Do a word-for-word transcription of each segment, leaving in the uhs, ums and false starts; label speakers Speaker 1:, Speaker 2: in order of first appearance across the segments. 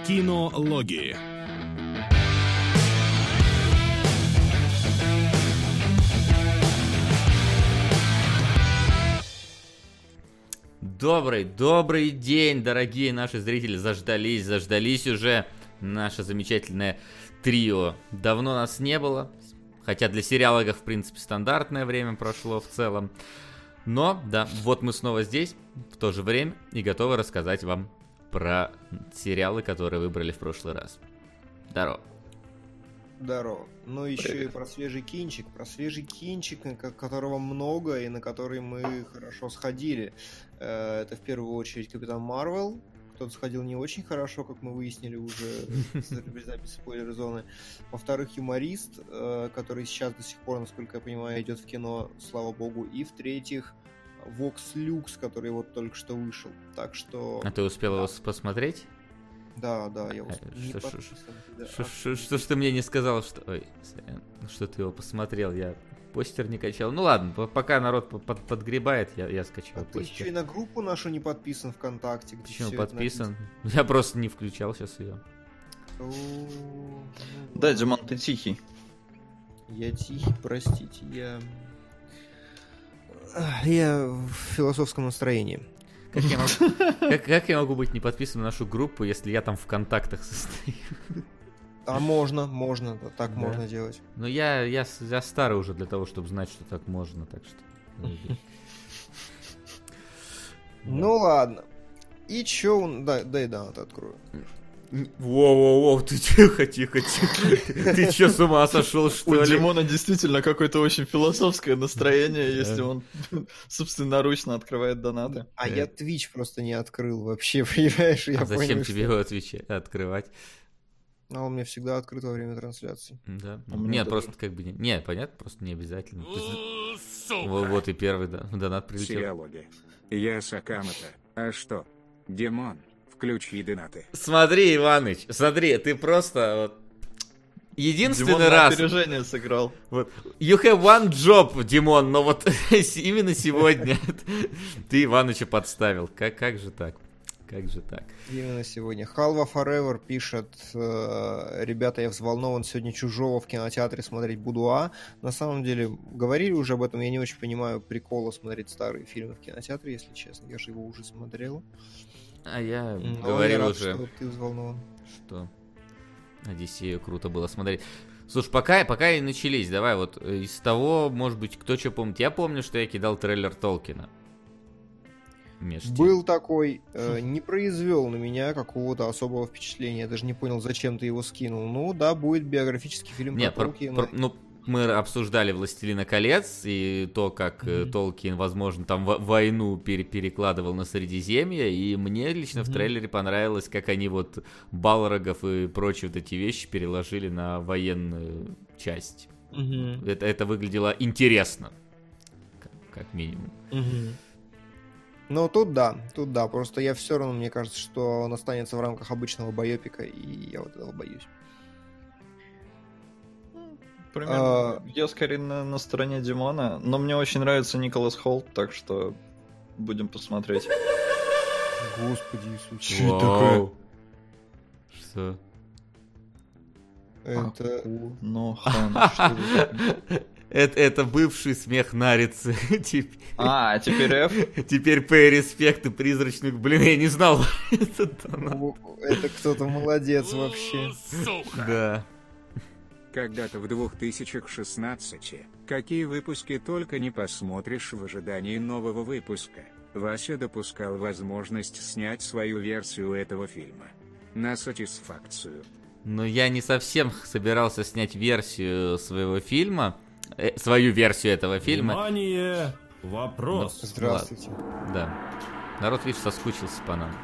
Speaker 1: Кинологии.
Speaker 2: Добрый, добрый день, дорогие наши зрители. Заждались, заждались уже. Наше замечательное трио. Давно нас не было. Хотя для сериалогов, в принципе, стандартное время прошло в целом. Но, да, вот мы снова здесь, в то же время, и готовы рассказать вам про сериалы, которые выбрали в прошлый раз. Здорово.
Speaker 3: Здорово. Ну, еще Привет. И про свежий кинчик. Про свежий кинчик, которого много и на который мы хорошо сходили. Это в первую очередь Капитан Марвел. Кто-то сходил не очень хорошо, как мы выяснили уже при записи спойлер-зоны. Во-вторых, Юморист, который сейчас до сих пор, насколько я понимаю, идет в кино, слава богу. И в-третьих, Вокс Люкс, который вот только что вышел. Так что...
Speaker 2: А ты успел его посмотреть?
Speaker 3: Да, да, я успел.
Speaker 2: Что ж ты мне не сказал, что... Ой, что ты его посмотрел, я... Постер не качал. Ну ладно, пока народ под, подгребает, я, я скачал
Speaker 3: а
Speaker 2: постер.
Speaker 3: Ты еще и на группу нашу не подписан ВКонтакте. Где
Speaker 2: Почему подписан? Я просто не включал сейчас ее.
Speaker 4: Да, Димон, ты тихий.
Speaker 3: Я тихий, простите, я... Я в философском настроении.
Speaker 2: Как я могу, как, как я могу быть не подписан на нашу группу, если я там в контактах состою?
Speaker 3: А можно, можно, так да. Можно делать.
Speaker 2: Но я, я, я старый уже для того, чтобы знать, что так можно, так что...
Speaker 3: Ну ладно. И чё... Дай донат открою.
Speaker 2: Воу-воу-воу, ты тихо, тихо, тихо. Ты чё, с ума сошел, что ли?
Speaker 4: У Димона действительно какое-то очень философское настроение, если он собственноручно открывает донаты.
Speaker 3: А я Twitch просто не открыл вообще, понимаешь?
Speaker 2: А зачем тебе его открывать?
Speaker 3: А он мне всегда открыт во время трансляции.
Speaker 2: Да. Нет, просто как бы... Нет, понятно, просто не обязательно. Вот и первый донат прилетел.
Speaker 5: Сериалоги. Я Сакамото. А что? Димон, включи донаты.
Speaker 2: Смотри, Иваныч, смотри, ты просто... Единственный
Speaker 4: Димон
Speaker 2: раз...
Speaker 4: Димон на опережение сыграл.
Speaker 2: Вот. You have one job, Димон, но вот именно сегодня ты Иваныча подставил. Как, как же так? Как же так?
Speaker 3: Именно сегодня. Халва Forever пишет: ребята, я взволнован, сегодня Чужого в кинотеатре смотреть буду. А на самом деле, говорили уже об этом, я не очень понимаю прикола смотреть старые фильмы в кинотеатре, если честно. Я же его уже смотрел.
Speaker 2: А я
Speaker 3: Но
Speaker 2: говорил
Speaker 3: я рад,
Speaker 2: уже,
Speaker 3: что ты взволнован.
Speaker 2: Что Одиссею круто было смотреть. Слушай, пока, пока и начались, давай вот из того, может быть, кто что помнит. Я помню, что я кидал трейлер Толкина.
Speaker 3: Был такой, э, не произвел на меня какого-то особого впечатления. Я даже не понял, зачем ты его скинул. Ну да, будет биографический фильм
Speaker 2: Нет,
Speaker 3: про Толкина.
Speaker 2: Про, ну, мы обсуждали «Властелина колец» и то, как mm-hmm. Толкин, возможно, там в- войну пере- перекладывал на Средиземье. И мне лично mm-hmm. в трейлере понравилось, как они вот Балрогов и прочие вот эти вещи переложили на военную часть. Mm-hmm. Это, это выглядело интересно, как, как минимум.
Speaker 3: Mm-hmm. Ну, тут да, тут да, просто я все равно, мне кажется, что он останется в рамках обычного байопика, и я вот этого боюсь.
Speaker 4: Примерно. А... Я скорее на, на стороне Димона, но мне очень нравится Николас Холт, так что будем посмотреть.
Speaker 3: Господи Иисус.
Speaker 2: Что такое? Что?
Speaker 3: Это...
Speaker 4: Ну, хан, что это?
Speaker 2: Это, это бывший смех Нарицы. Теперь...
Speaker 4: А, теперь F?
Speaker 2: Теперь Pay Respect и призрачный... Блин, я не знал.
Speaker 3: Это кто-то молодец вообще.
Speaker 2: Да.
Speaker 5: Когда-то в две тысячи шестнадцатом, какие выпуски только не посмотришь в ожидании нового выпуска, Вася допускал возможность снять свою версию этого фильма. На сатисфакцию.
Speaker 2: Но я не совсем собирался снять версию своего фильма. Э, свою версию этого фильма.
Speaker 1: Внимание! Вопрос.
Speaker 3: Ну, здравствуйте.
Speaker 2: Да. Народ, видишь, соскучился по нам.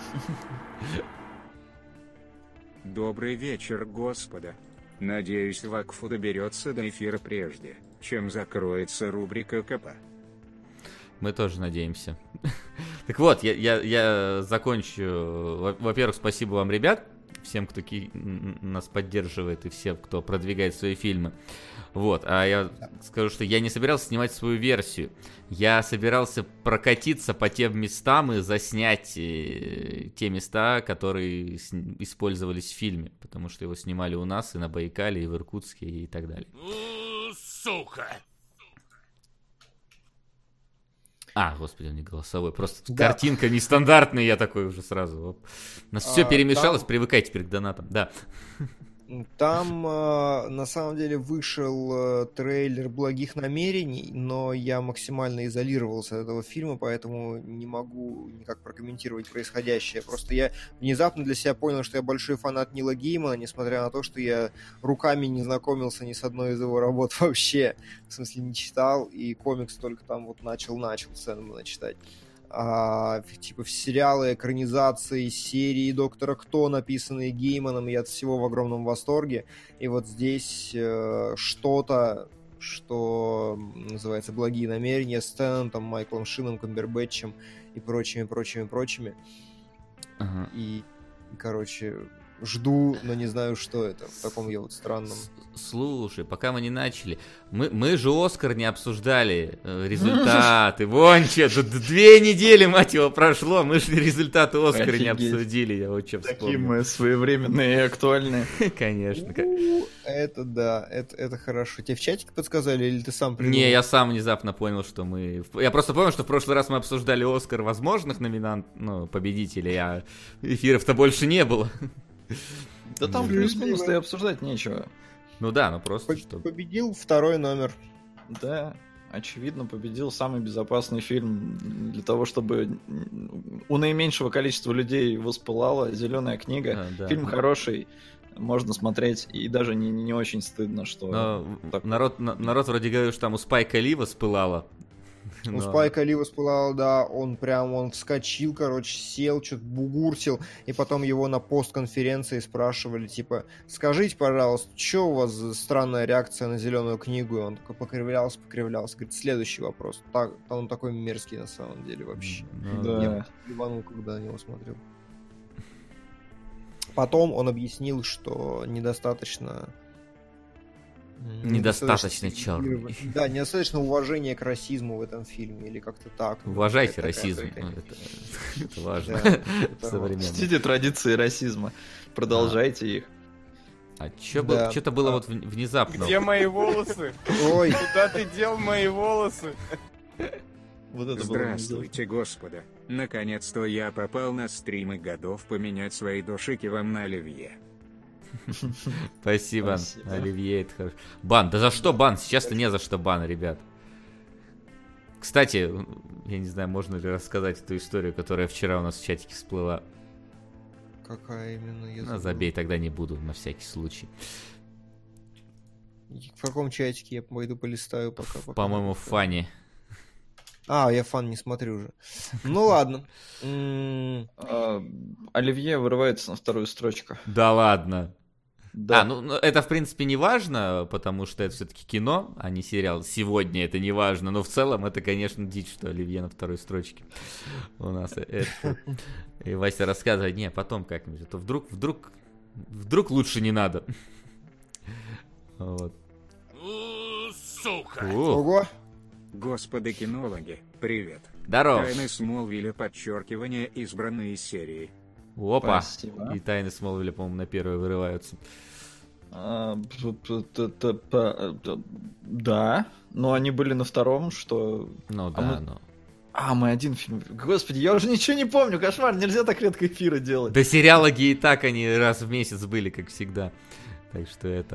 Speaker 5: Добрый вечер, господа. Надеюсь, Вакфу доберется до эфира прежде, чем закроется рубрика КП.
Speaker 2: Мы тоже надеемся. Так вот, я, я, я закончу. Во-первых, спасибо вам, ребят, всем, кто ки- нас поддерживает, и всем, кто продвигает свои фильмы. Вот, а я скажу, что я не собирался снимать свою версию. Я собирался прокатиться по тем местам и заснять э, те места, которые с- использовались в фильме. Потому что его снимали у нас и на Байкале, и в Иркутске, и так далее.
Speaker 1: Сука!
Speaker 2: А, господи, он не голосовой. Просто
Speaker 3: Да.
Speaker 2: картинка нестандартная, я такой уже сразу. Оп. У нас все
Speaker 3: А,
Speaker 2: перемешалось,
Speaker 3: там-
Speaker 2: привыкайте теперь к донатам. Да.
Speaker 3: Там э, на самом деле вышел э, трейлер «Благих намерений», но я максимально изолировался от этого фильма, поэтому не могу никак прокомментировать происходящее. Просто я внезапно для себя понял, что я большой фанат Нила Геймана, несмотря на то, что я руками не знакомился ни с одной из его работ вообще. В смысле, не читал, и комикс только там вот начал-начал Сэндмана читать. А, типа в сериалы, экранизации, серии Доктора Кто, написанные Гейманом, я от всего в огромном восторге. И вот здесь э, что-то, что называется «Благие намерения» с Теннантом, Майклом Шином, Камбербэтчем и прочими, прочими, прочими.
Speaker 2: Ага.
Speaker 3: И, короче, жду, но не знаю, что это. В таком я вот странном...
Speaker 2: С- Слушай, пока мы не начали, мы, мы же Оскар не обсуждали э, результаты. Вон че, д- д- две недели, мать его, прошло, мы же результаты Оскара не
Speaker 4: Офигеть.
Speaker 2: обсудили, я вот что
Speaker 4: Такие
Speaker 2: вспомнил.
Speaker 4: мы своевременные и актуальные.
Speaker 2: Конечно. ка-
Speaker 3: У, Это да, это, это хорошо. Тебе в чатике подсказали или ты сам придумал?
Speaker 2: Не, я сам внезапно понял, что мы... Я просто понял, что в прошлый раз мы обсуждали Оскар возможных номинант, ну, победителей, а эфиров-то больше не было.
Speaker 4: Да там плюс-минус и обсуждать нечего.
Speaker 2: Ну да, ну просто
Speaker 3: По-
Speaker 2: что...
Speaker 3: Победил второй номер.
Speaker 4: Да, очевидно, победил самый безопасный фильм для того, чтобы у наименьшего количества людей воспылала «Зеленая книга».
Speaker 2: А, да.
Speaker 4: Фильм хороший, можно смотреть, и даже не, не очень стыдно, что...
Speaker 2: Но
Speaker 4: так.
Speaker 2: народ, на- народ вроде говорил, что там у Спайка Ли воспылало.
Speaker 3: У
Speaker 2: Но-
Speaker 3: Спайка Ли воспылал, да, он прям, он вскочил, короче, сел, что-то бугуртил, и потом его на постконференции спрашивали, типа, скажите, пожалуйста, что у вас за странная реакция на «Зеленую книгу?» И он такой покривлялся, покривлялся, говорит, следующий вопрос. Так, он такой мерзкий на самом деле вообще.
Speaker 2: Ну,
Speaker 4: Да.
Speaker 3: Я ебанул, когда на него смотрел. Потом он объяснил, что недостаточно... м,
Speaker 2: Недостаточно
Speaker 3: недостаточно
Speaker 2: чёрный.
Speaker 3: Да, недостаточно уважения к расизму в этом фильме, или как-то так.
Speaker 2: Уважайте
Speaker 3: Это
Speaker 2: расизм.
Speaker 3: такая
Speaker 2: Ну,
Speaker 3: претензия.
Speaker 2: Это, это важно.
Speaker 3: Да, это
Speaker 2: Современно.
Speaker 4: Чтите традиции расизма, продолжайте их.
Speaker 2: А что
Speaker 3: Да.
Speaker 2: что-то было вот вн- внезапно.
Speaker 1: Где мои волосы?
Speaker 3: Ой,
Speaker 1: Куда ты дел мои волосы?
Speaker 4: Вот это было
Speaker 5: Здравствуйте, господа. Наконец-то я попал на стримы годов поменять свои душики вам на оливье.
Speaker 2: Спасибо,
Speaker 4: Спасибо.
Speaker 2: Оливье, это хорошо. Бан, да за что бан? Сейчас-то не за что бан, ребят. Кстати, я не знаю, можно ли рассказать эту историю, которая вчера у нас в чатике всплыла.
Speaker 3: какая именно? Я
Speaker 2: Ну,
Speaker 3: забыл.
Speaker 2: забей, тогда не буду, на всякий случай.
Speaker 3: В каком чатике я пойду полистаю пока? пока
Speaker 2: По-моему, в
Speaker 3: пока.
Speaker 2: фане.
Speaker 3: А, я фан не смотрю уже. Ну ладно. М,
Speaker 4: А, Оливье вырывается на вторую строчку.
Speaker 2: Да ладно.
Speaker 4: Да.
Speaker 2: А, ну, ну, это, в принципе, не важно, потому что это все-таки кино, а не сериал. Сегодня это не важно, но в целом это, конечно, дичь, что Оливье на второй строчке у нас. Это... И Вася рассказывает, не, потом как-нибудь, а то вдруг, вдруг, вдруг лучше не надо. Вот.
Speaker 1: Сука!
Speaker 2: Ух,
Speaker 3: Ого.
Speaker 5: Господи кинологи, привет.
Speaker 2: здорово.
Speaker 5: Тайны Смолвиля, подчеркивание, избранные серии.
Speaker 2: Опа.
Speaker 4: Спасибо.
Speaker 2: И тайны Смолвиля, по-моему, на первой вырываются.
Speaker 4: А, п- п- т- т- п- т- Да, но они были на втором, что...
Speaker 2: Ну
Speaker 4: А
Speaker 2: да,
Speaker 4: мы-
Speaker 2: ну.
Speaker 4: А, мы один фильм... Господи, я уже ничего не помню, кошмар, нельзя так редко эфиры делать.
Speaker 2: Да сериалоги и так они раз в месяц были, как всегда. Так что это...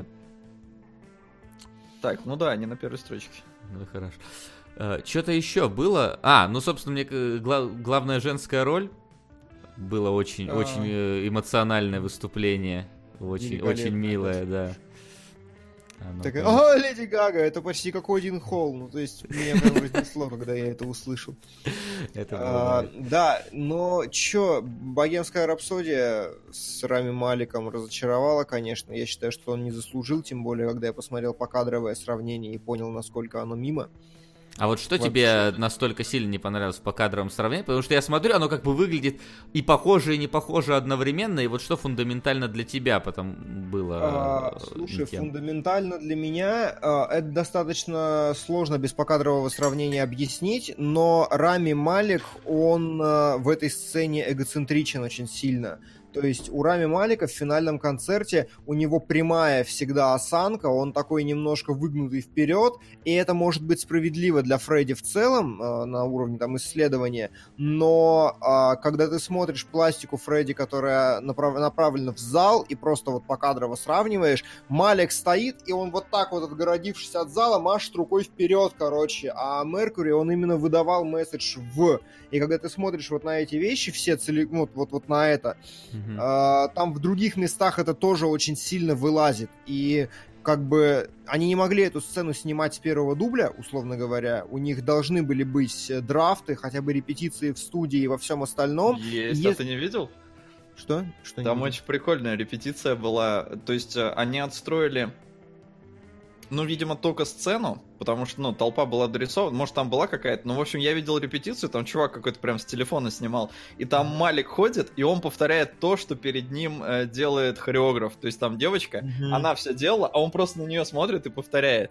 Speaker 4: Так, ну да, они на первой строчке.
Speaker 2: Ну хорошо. Что-то еще было. А, ну, собственно, мне э, гла- главная женская роль. Было очень,
Speaker 3: А.
Speaker 2: очень э, эмоциональное выступление. Очень,
Speaker 3: Великолепное,
Speaker 2: очень милое, да. Оно
Speaker 3: Так,
Speaker 2: прям-
Speaker 3: о, Леди Гага, это почти как Один Холл. Ну, то есть, меня прям разнесло, когда я это услышал.
Speaker 2: это было,
Speaker 3: А,
Speaker 2: да.
Speaker 3: да, но чё, «Богемская рапсодия» с Рами Маликом разочаровала, конечно. Я считаю, что он не заслужил, тем более, когда я посмотрел покадровое сравнение и понял, насколько оно мимо.
Speaker 2: А вот что
Speaker 3: Вообще.
Speaker 2: тебе настолько сильно не понравилось по кадровому сравнению? Потому что я смотрю, оно как бы выглядит и похоже, и не похоже одновременно. И вот что фундаментально для тебя потом было?
Speaker 3: А,
Speaker 2: э,
Speaker 3: слушай,
Speaker 2: не тем?
Speaker 3: фундаментально для меня а, это достаточно сложно без покадрового сравнения объяснить, но Рами Малик, он а, в этой сцене эгоцентричен очень сильно. То есть у Рами Малика в финальном концерте у него прямая всегда осанка, он такой немножко выгнутый вперед, и это может быть справедливо для Фредди в целом э, на уровне там исследования, но э, когда ты смотришь пластику Фредди, которая направ- направлена в зал, и просто вот покадрово сравниваешь, Малик стоит, и он вот так вот, отгородившись от зала, машет рукой вперед, короче, а Меркьюри, он именно выдавал месседж в... И когда ты смотришь вот на эти вещи, все цели... вот, вот, вот на это,
Speaker 2: Мгм.
Speaker 3: Uh, там в других местах это тоже очень сильно вылазит. И как бы они не могли эту сцену снимать с первого дубля, условно говоря. У них должны были быть драфты, хотя бы репетиции в студии и во всем остальном.
Speaker 4: Есть,
Speaker 3: Е-
Speaker 4: а ты не видел?
Speaker 3: Что? Что
Speaker 4: Там
Speaker 3: не-
Speaker 4: очень прикольная репетиция была. То есть э, они отстроили, ну, видимо, только сцену, потому что, ну, толпа была дорисована. Может, там была какая-то. Ну, в общем, я видел репетицию, там чувак какой-то прям с телефона снимал. И там Малик ходит, и он повторяет то, что перед ним э, делает хореограф. То есть там девочка,
Speaker 3: Мгм.
Speaker 4: она все делала, а он просто на нее смотрит и повторяет.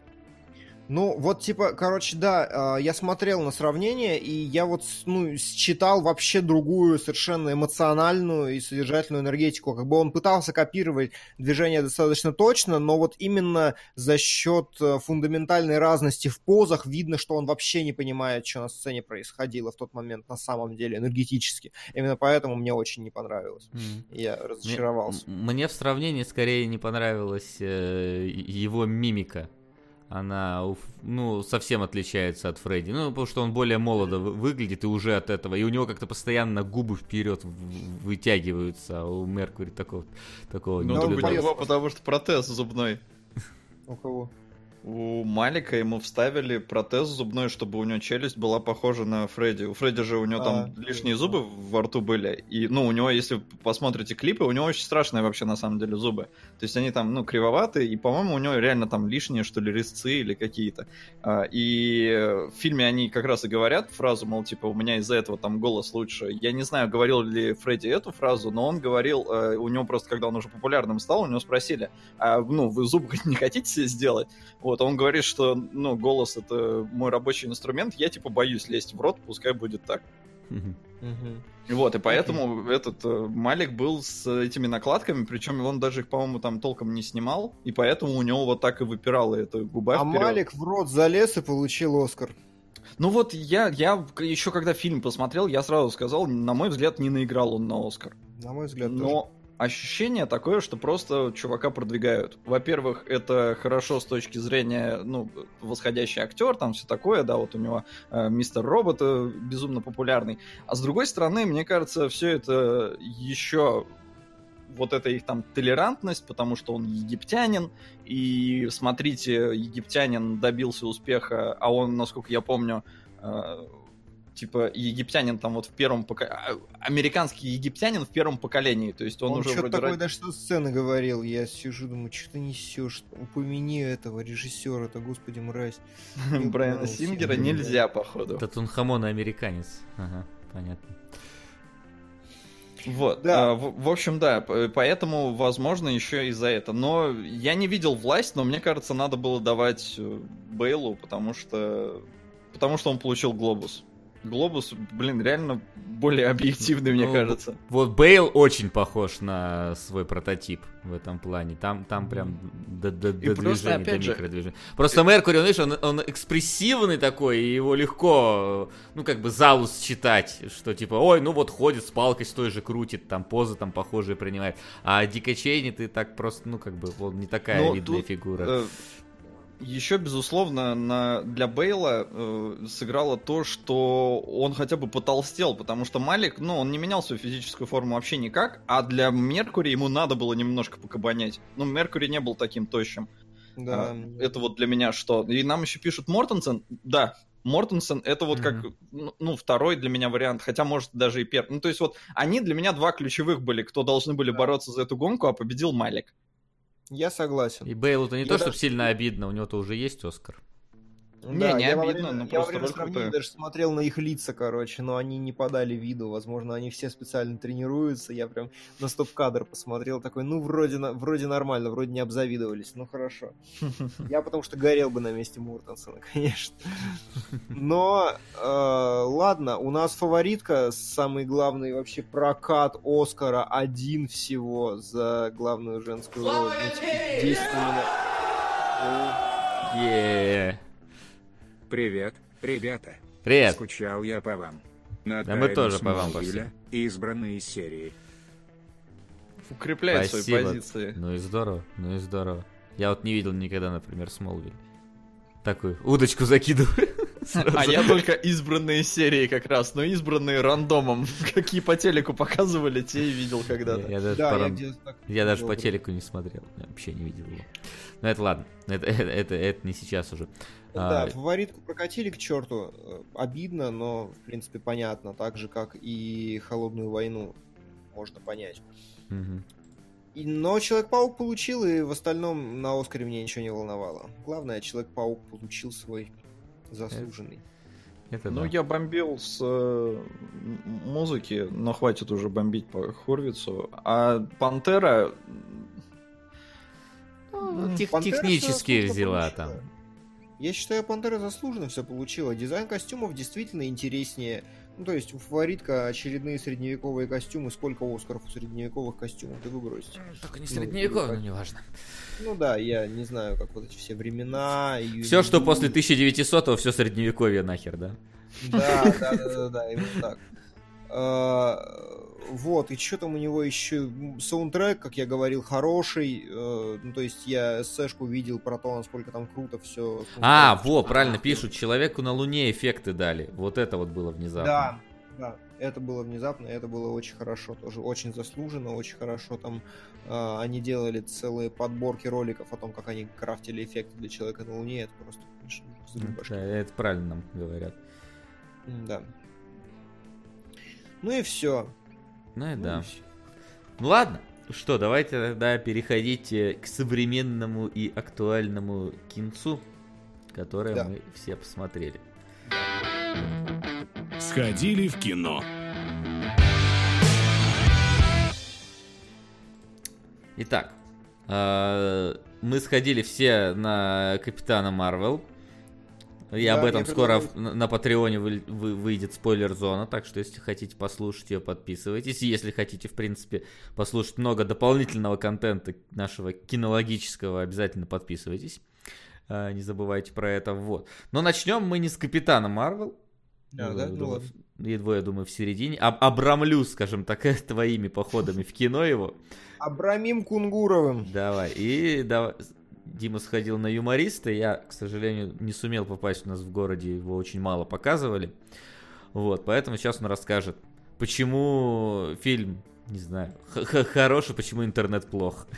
Speaker 3: Ну, вот, типа, короче, да, э, я смотрел на сравнение, и я вот, с- ну, считал вообще другую, совершенно эмоциональную и содержательную энергетику. Как бы он пытался копировать движение достаточно точно, но вот именно за счет э, фундаментальной разности в позах видно, что он вообще не понимает, что на сцене происходило в тот момент на самом деле, энергетически. Именно поэтому мне очень не понравилось.
Speaker 2: Мгм.
Speaker 3: Я
Speaker 2: Мне,
Speaker 3: разочаровался.
Speaker 2: м- мне в сравнении скорее не понравилась э, его мимика. Она, уф, ну, совсем отличается от Фредди. Ну, потому что он более молодо вы- выглядит и уже от этого. И у него как-то постоянно губы вперед в- вытягиваются, а у Меркьюри такого, такого
Speaker 4: Ну,
Speaker 2: не
Speaker 3: он
Speaker 4: так у
Speaker 2: наблюдалось.
Speaker 4: него, потому что протез зубной.
Speaker 3: У кого?
Speaker 4: У Малика ему вставили протез зубной, чтобы у него челюсть была похожа на Фредди. У Фредди же у него
Speaker 3: А,
Speaker 4: там лишние зубы во рту были. И, ну, у него, если посмотрите клипы, у него очень страшные вообще на самом деле зубы. То есть они там, ну, кривоватые, и, по-моему, у него реально там лишние, что ли, резцы или какие-то. А, И в фильме они как раз и говорят фразу, мол, типа, у меня из-за этого там голос лучше. Я не знаю, говорил ли Фредди эту фразу, но он говорил, э, у него просто, когда он уже популярным стал, у него спросили, а, ну, вы зуб не хотите себе сделать? Вот, он говорит, что, ну, голос — это мой рабочий инструмент, я, типа, боюсь лезть в рот, пускай будет так.
Speaker 2: Мгм.
Speaker 3: Мгм.
Speaker 4: И вот, и поэтому этот э, Малик был с этими накладками, причем он даже их, по-моему, там толком не снимал, и поэтому у него вот так и выпирала эта губа
Speaker 3: А
Speaker 4: вперед.
Speaker 3: Малик в рот залез и получил Оскар.
Speaker 4: Ну вот я, я еще когда фильм посмотрел, я сразу сказал, на мой взгляд, не наиграл он на Оскар.
Speaker 3: На мой взгляд, тоже.
Speaker 4: Но ощущение такое, что просто чувака продвигают. Во-первых, это хорошо с точки зрения, ну, восходящий актер, там все такое, да, вот у него э, Мистер Робот э, безумно популярный. А с другой стороны, мне кажется, все это еще вот эта их там толерантность, потому что он египтянин, и смотрите, египтянин добился успеха, а он, насколько я помню, э, типа египтянин там вот в первом поколении, американский египтянин в первом поколении, то есть он,
Speaker 3: Он
Speaker 4: уже
Speaker 3: что-то
Speaker 4: вроде
Speaker 3: такое
Speaker 4: род-
Speaker 3: даже со сцены говорил. Я сижу, думаю, что ты несешь? Упомяни этого режиссера, это, господи, мразь.
Speaker 4: Брайана
Speaker 3: Ёбаного
Speaker 4: Сингера
Speaker 3: Сингера,
Speaker 4: нельзя, походу.
Speaker 2: Это Тутанхамон и американец. Ага, понятно.
Speaker 4: Вот,
Speaker 3: Да.
Speaker 4: а, в, в общем, да, п- поэтому, возможно, еще из-за этого. Но я не видел «Власть», но мне кажется, надо было давать э, Бейлу, потому что, потому что он получил «Глобус». «Глобус», блин, реально более объективный, мне
Speaker 2: Ну,
Speaker 4: кажется.
Speaker 2: Вот Бейл очень похож на свой прототип в этом плане. Там, там прям до, до, до
Speaker 4: И просто,
Speaker 2: движений,
Speaker 4: опять
Speaker 2: до
Speaker 4: же,
Speaker 2: микродвижений. Просто Меркьюри, он, видишь, он, он экспрессивный такой, и его легко, ну, как бы залу считать, что типа, ой, ну вот ходит с палкой, с той же крутит, там позы там похожие принимает. А Дика Чейни ты так просто, ну, как бы, он не такая
Speaker 4: Ну,
Speaker 2: видная
Speaker 4: тут,
Speaker 2: фигура.
Speaker 4: э, еще, безусловно, на, для Бейла э, сыграло то, что он хотя бы потолстел, потому что Малик, ну, он не менял свою физическую форму вообще никак, а для Меркьюри ему надо было немножко покабанять. Ну, Меркьюри не был таким тощим.
Speaker 3: Да.
Speaker 4: А, это вот для меня что? И нам еще пишут Мортенсен. Да, Мортенсен это вот как,
Speaker 2: Мгм.
Speaker 4: ну, ну, второй для меня вариант, хотя, может, даже и первый. Ну, то есть вот они для меня два ключевых были, кто должны были бороться за эту гонку, а победил Малик.
Speaker 3: Я согласен.
Speaker 2: И Бейлу-то не
Speaker 3: Я
Speaker 2: то, чтобы
Speaker 3: даже-
Speaker 2: сильно обидно, у него-то уже есть Оскар.
Speaker 4: Не,
Speaker 3: Да,
Speaker 4: не
Speaker 3: я во
Speaker 4: обидно,
Speaker 3: время,
Speaker 4: ну
Speaker 3: я во
Speaker 4: просто
Speaker 3: время
Speaker 4: роль
Speaker 3: сравнения
Speaker 4: крутая.
Speaker 3: даже смотрел на их лица, короче, но они не подали виду. Возможно, они все специально тренируются. Я прям на стоп-кадр посмотрел, такой, ну, вроде, на- вроде нормально, вроде не обзавидовались, ну, хорошо. Я потому что горел бы на месте Муртенсона, конечно. Но, э, ладно, у нас фаворитка, самый главный вообще прокат Оскара, один всего за главную женскую роль. Ну, типа, десять номинаций.
Speaker 2: Е.
Speaker 5: Привет, ребята.
Speaker 2: Привет.
Speaker 5: Скучал я по вам. На
Speaker 2: Да мы
Speaker 5: Тайну
Speaker 2: тоже по вам, по
Speaker 5: Смолвиля и избранные серии.
Speaker 4: Укрепляет свои
Speaker 2: Спасибо.
Speaker 4: позиции.
Speaker 2: Ну и здорово, ну и здорово. Я вот не видел никогда, например, Смолвиль. Такую удочку закидываю.
Speaker 4: А я только избранные серии как раз, но избранные рандомом. Какие по телеку показывали, те и видел
Speaker 2: Я,
Speaker 4: когда-то.
Speaker 2: я даже,
Speaker 3: Да,
Speaker 2: по,
Speaker 3: я
Speaker 2: ран-
Speaker 3: где-то так
Speaker 2: я даже по
Speaker 3: видел.
Speaker 2: телеку не смотрел. Я вообще не видел его. Но это ладно. Это, это, это, это не сейчас уже.
Speaker 3: Да,
Speaker 2: А,
Speaker 3: фаворитку прокатили к черту. Обидно, но, в принципе, понятно. Так же, как и «Холодную войну». Можно понять.
Speaker 2: мгм.
Speaker 3: И- но Человек-паук получил, и в остальном на Оскаре меня ничего не волновало. Главное, Человек-паук получил свой заслуженный.
Speaker 2: Это
Speaker 4: Ну,
Speaker 2: да.
Speaker 4: я бомбил с э, м- музыки, но хватит уже бомбить по Хорвицу. А Пантера...
Speaker 2: Ну, тех-
Speaker 3: Пантера
Speaker 2: технически
Speaker 3: всё
Speaker 2: взяла
Speaker 3: заслуженно
Speaker 2: там.
Speaker 3: получила. Я считаю, Пантера заслуженно все получила. Дизайн костюмов действительно интереснее. Ну, то есть, у фаворитка очередные средневековые костюмы. Сколько Оскаров у средневековых костюмов? Да вы бросите.
Speaker 2: Только не
Speaker 3: Ну,
Speaker 2: средневековье,
Speaker 3: ну,
Speaker 2: но неважно.
Speaker 3: Ну да, я не знаю, как вот эти все времена. и-
Speaker 2: Все, что после тысяча девятисотого, все средневековье нахер, да?
Speaker 3: Да, да, да, да, да, именно так. А, Вот, и что там у него еще? Саундтрек, как я говорил, хороший. э, Ну, то есть я эссешку видел про то, насколько там круто все.
Speaker 2: А, во, правильно пишут, человеку на Луне эффекты дали. Вот это вот было внезапно.
Speaker 3: Да, да, это было внезапно, это было очень хорошо, тоже очень заслуженно, очень хорошо. Там э, они делали целые подборки роликов о том, как они крафтили эффекты для человека на Луне. Это просто, конечно, взрыв башки.
Speaker 2: Да, это правильно нам говорят.
Speaker 3: Да. Ну и все.
Speaker 2: Ну и да. Ну ладно, что, давайте тогда переходить э, к современному и актуальному кинцу, которое
Speaker 3: Да.
Speaker 2: мы все посмотрели.
Speaker 1: Сходили в кино.
Speaker 2: Итак, э, мы сходили все на Капитана Марвел. И
Speaker 3: Да,
Speaker 2: об этом
Speaker 3: я
Speaker 2: скоро
Speaker 3: предлагаю-
Speaker 2: в- на, на Патреоне вы- вы- выйдет спойлер-зона, так что если хотите послушать ее, подписывайтесь. И если хотите, в принципе, послушать много дополнительного контента нашего кинологического, обязательно подписывайтесь. А, не забывайте про это. Вот. Но начнем мы не с Капитана Марвел.
Speaker 3: Да,
Speaker 2: Ну,
Speaker 3: да,
Speaker 2: я
Speaker 3: ну
Speaker 2: думаю,
Speaker 3: ладно.
Speaker 2: едва, я думаю, в середине. Об- обрамлю, скажем так, твоими походами в кино его.
Speaker 3: Абрамим Кунгуровым.
Speaker 2: Давай. И давай. Дима сходил на юмориста. Я, к сожалению, не сумел попасть. У нас в городе его очень мало показывали. Вот, поэтому сейчас он расскажет, почему фильм, не знаю, х- х- хороший, почему интернет плох.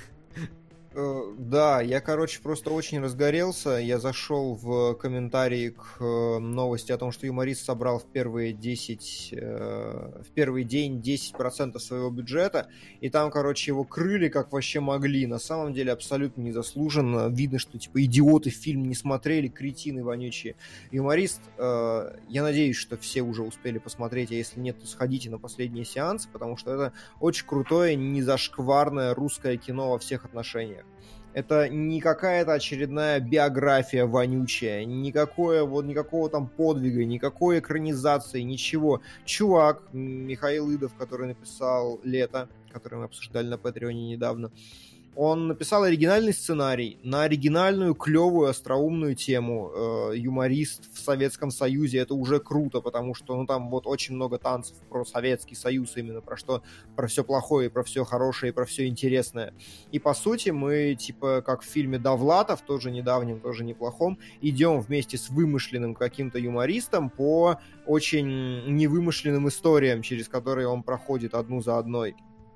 Speaker 3: Э, Да, я, короче, просто очень разгорелся. Я зашел в комментарии к э, новости о том, что юморист собрал в первые десять, э, в первый день десять процентов своего бюджета, и там, короче, его крыли как вообще могли. На самом деле абсолютно незаслуженно. Видно, что типа идиоты фильм не смотрели, кретины вонючие. Юморист, э, я надеюсь, что все уже успели посмотреть, а если нет, то сходите на последние сеансы, потому что это очень крутое, незашкварное русское кино во всех отношениях. Это не какая-то очередная биография вонючая, никакое, вот, никакого там подвига, никакой экранизации, ничего. Чувак, Михаил Идов, который написал «Лето», который мы обсуждали на Патреоне недавно, он написал оригинальный сценарий на оригинальную, клевую, остроумную тему. Э, юморист в Советском Союзе, это уже круто, потому что ну, там вот очень много танцев про Советский Союз, именно про что, про все плохое, про все хорошее, про все интересное. И по сути мы, типа, как в фильме «Довлатов», тоже недавнем, тоже неплохом, идем вместе с вымышленным каким-то юмористом по очень невымышленным историям, через которые он проходит одну за одной.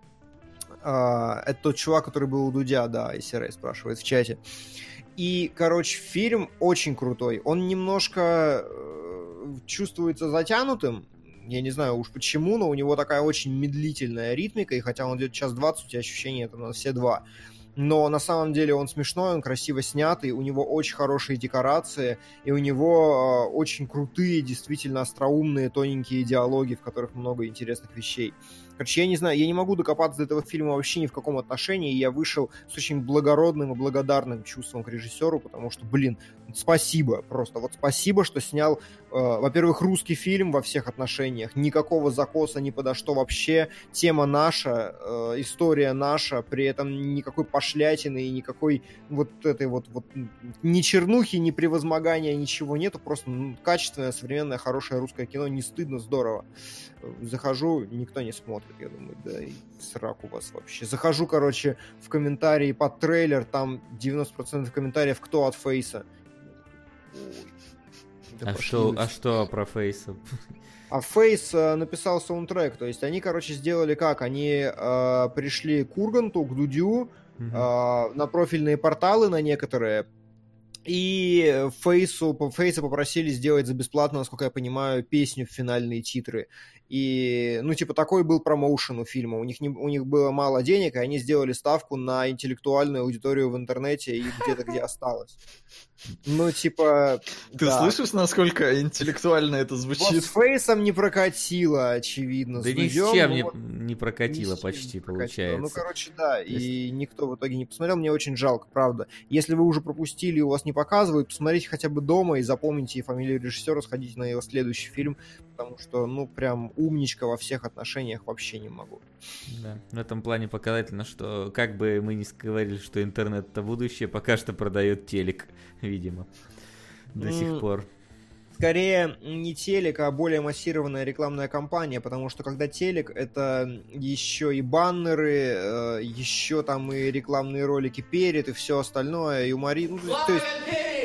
Speaker 3: Uh, это тот чувак, который был у Дудя, да, СРС спрашивает в чате. И, короче, фильм очень крутой. Он немножко э, чувствуется затянутым. Я не знаю уж почему, но у него такая очень медлительная ритмика. И хотя он идет час двадцать, у тебя ощущение это на все два. но на самом деле он смешной, он красиво снятый, у него очень хорошие декорации, и у него э, очень крутые, действительно остроумные, тоненькие диалоги, в которых много интересных вещей. Короче, я не знаю, я не могу докопаться до этого фильма вообще ни в каком отношении, и я вышел с очень благородным и благодарным чувством к режиссеру, потому что, блин, спасибо просто, вот спасибо, что снял, э, во-первых, русский фильм во всех отношениях, никакого закоса ни подо что вообще, тема наша, э, история наша, при этом никакой пошлятины и никакой вот этой вот, вот ни чернухи, ни превозмогания, ничего нету, просто ну, качественное, современное, хорошее русское кино, не стыдно, здорово. Захожу, никто не смотрит, я думаю, да и срак у вас вообще. Захожу, короче, в комментарии под трейлер, там девяносто процентов комментариев, кто от Фейса. Ой, да
Speaker 2: а, что, а что про Фейса?
Speaker 3: А Фейс э, написал саундтрек, то есть они, короче, сделали как? Они э, пришли к Урганту, к Дудю, э, на профильные порталы, на некоторые, и Фейсу, Фейса попросили сделать за бесплатно, насколько я понимаю, песню в финальные титры. И, ну, типа, такой был промоушен у фильма. У них, не, у них было мало денег, и они сделали ставку на интеллектуальную аудиторию в интернете и где-то, где осталось. Ну, типа...
Speaker 4: Ты
Speaker 3: да.
Speaker 4: слышишь, насколько интеллектуально это звучит?
Speaker 3: Вот с Фейсом не прокатило, очевидно.
Speaker 2: Да
Speaker 3: с
Speaker 2: ни с
Speaker 3: Дудем,
Speaker 2: чем
Speaker 3: ну,
Speaker 2: не,
Speaker 3: вот
Speaker 2: не прокатило
Speaker 3: ни с чем
Speaker 2: почти,
Speaker 3: не прокатило.
Speaker 2: получается.
Speaker 3: Ну, короче, да,
Speaker 2: есть...
Speaker 3: и никто в итоге не посмотрел. Мне очень жалко, правда. Если вы уже пропустили, у вас не показывают, посмотрите хотя бы дома и запомните фамилию режиссера, сходите на его следующий фильм, потому что, ну, прям умничка во всех отношениях вообще не могу.
Speaker 2: Да, в этом плане показательно, что как бы мы ни говорили, что интернет это будущее, пока что продает телек, видимо, до
Speaker 3: Mm.
Speaker 2: сих пор.
Speaker 3: Скорее не телек, а более массированная рекламная кампания, потому что когда телек, это еще и баннеры, еще там и рекламные ролики перед, и все остальное, и юмори... Ну, то есть...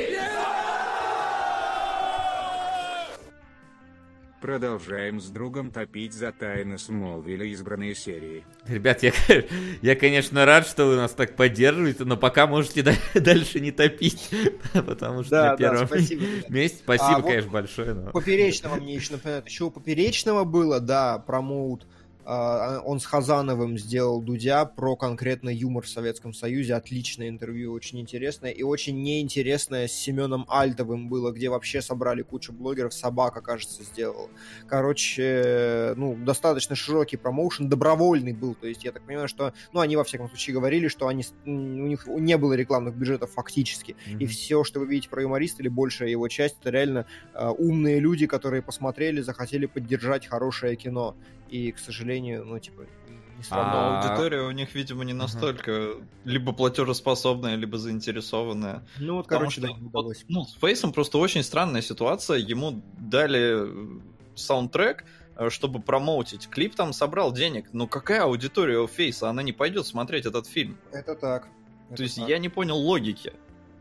Speaker 5: Продолжаем с другом топить за тайны Смолвиля избранные серии.
Speaker 2: Ребят, я, я, конечно, рад, что вы нас так поддерживаете, но пока можете дальше не топить, потому что
Speaker 3: да,
Speaker 2: на первом
Speaker 3: да, спасибо,
Speaker 2: месте спасибо,
Speaker 3: а,
Speaker 2: конечно,
Speaker 3: вот
Speaker 2: большое. Но...
Speaker 3: Поперечного мне еще напоминают. Еще у Поперечного было, да, промоут. Он с Хазановым сделал Дудя про конкретно юмор в Советском Союзе. Отличное интервью, очень интересное. И очень неинтересное с Семеном Альтовым было, где вообще собрали кучу блогеров. Собака, кажется, сделал. Короче, ну, достаточно широкий промоушен, добровольный был. То есть я так понимаю, что... Ну, они, во всяком случае, говорили, что они, у них не было рекламных бюджетов фактически. Mm-hmm. И все, что вы видите про юмориста, или большая его часть, это реально uh, умные люди, которые посмотрели, захотели поддержать хорошее кино. И, к сожалению, ну, типа, не сработало.
Speaker 4: А аудитория у них, видимо, не настолько uh-huh. либо платежеспособная, либо заинтересованная.
Speaker 3: Ну, вот,
Speaker 4: Потому
Speaker 3: короче,
Speaker 4: что,
Speaker 3: да, не удалось.
Speaker 4: Ну, с Фейсом просто очень странная ситуация. Ему дали саундтрек, чтобы промоутить. Клип там собрал денег. Но какая аудитория у Фейса? Она не пойдет смотреть этот фильм.
Speaker 3: Это так.
Speaker 4: То
Speaker 3: Это
Speaker 4: есть
Speaker 3: так.
Speaker 4: я не понял логики.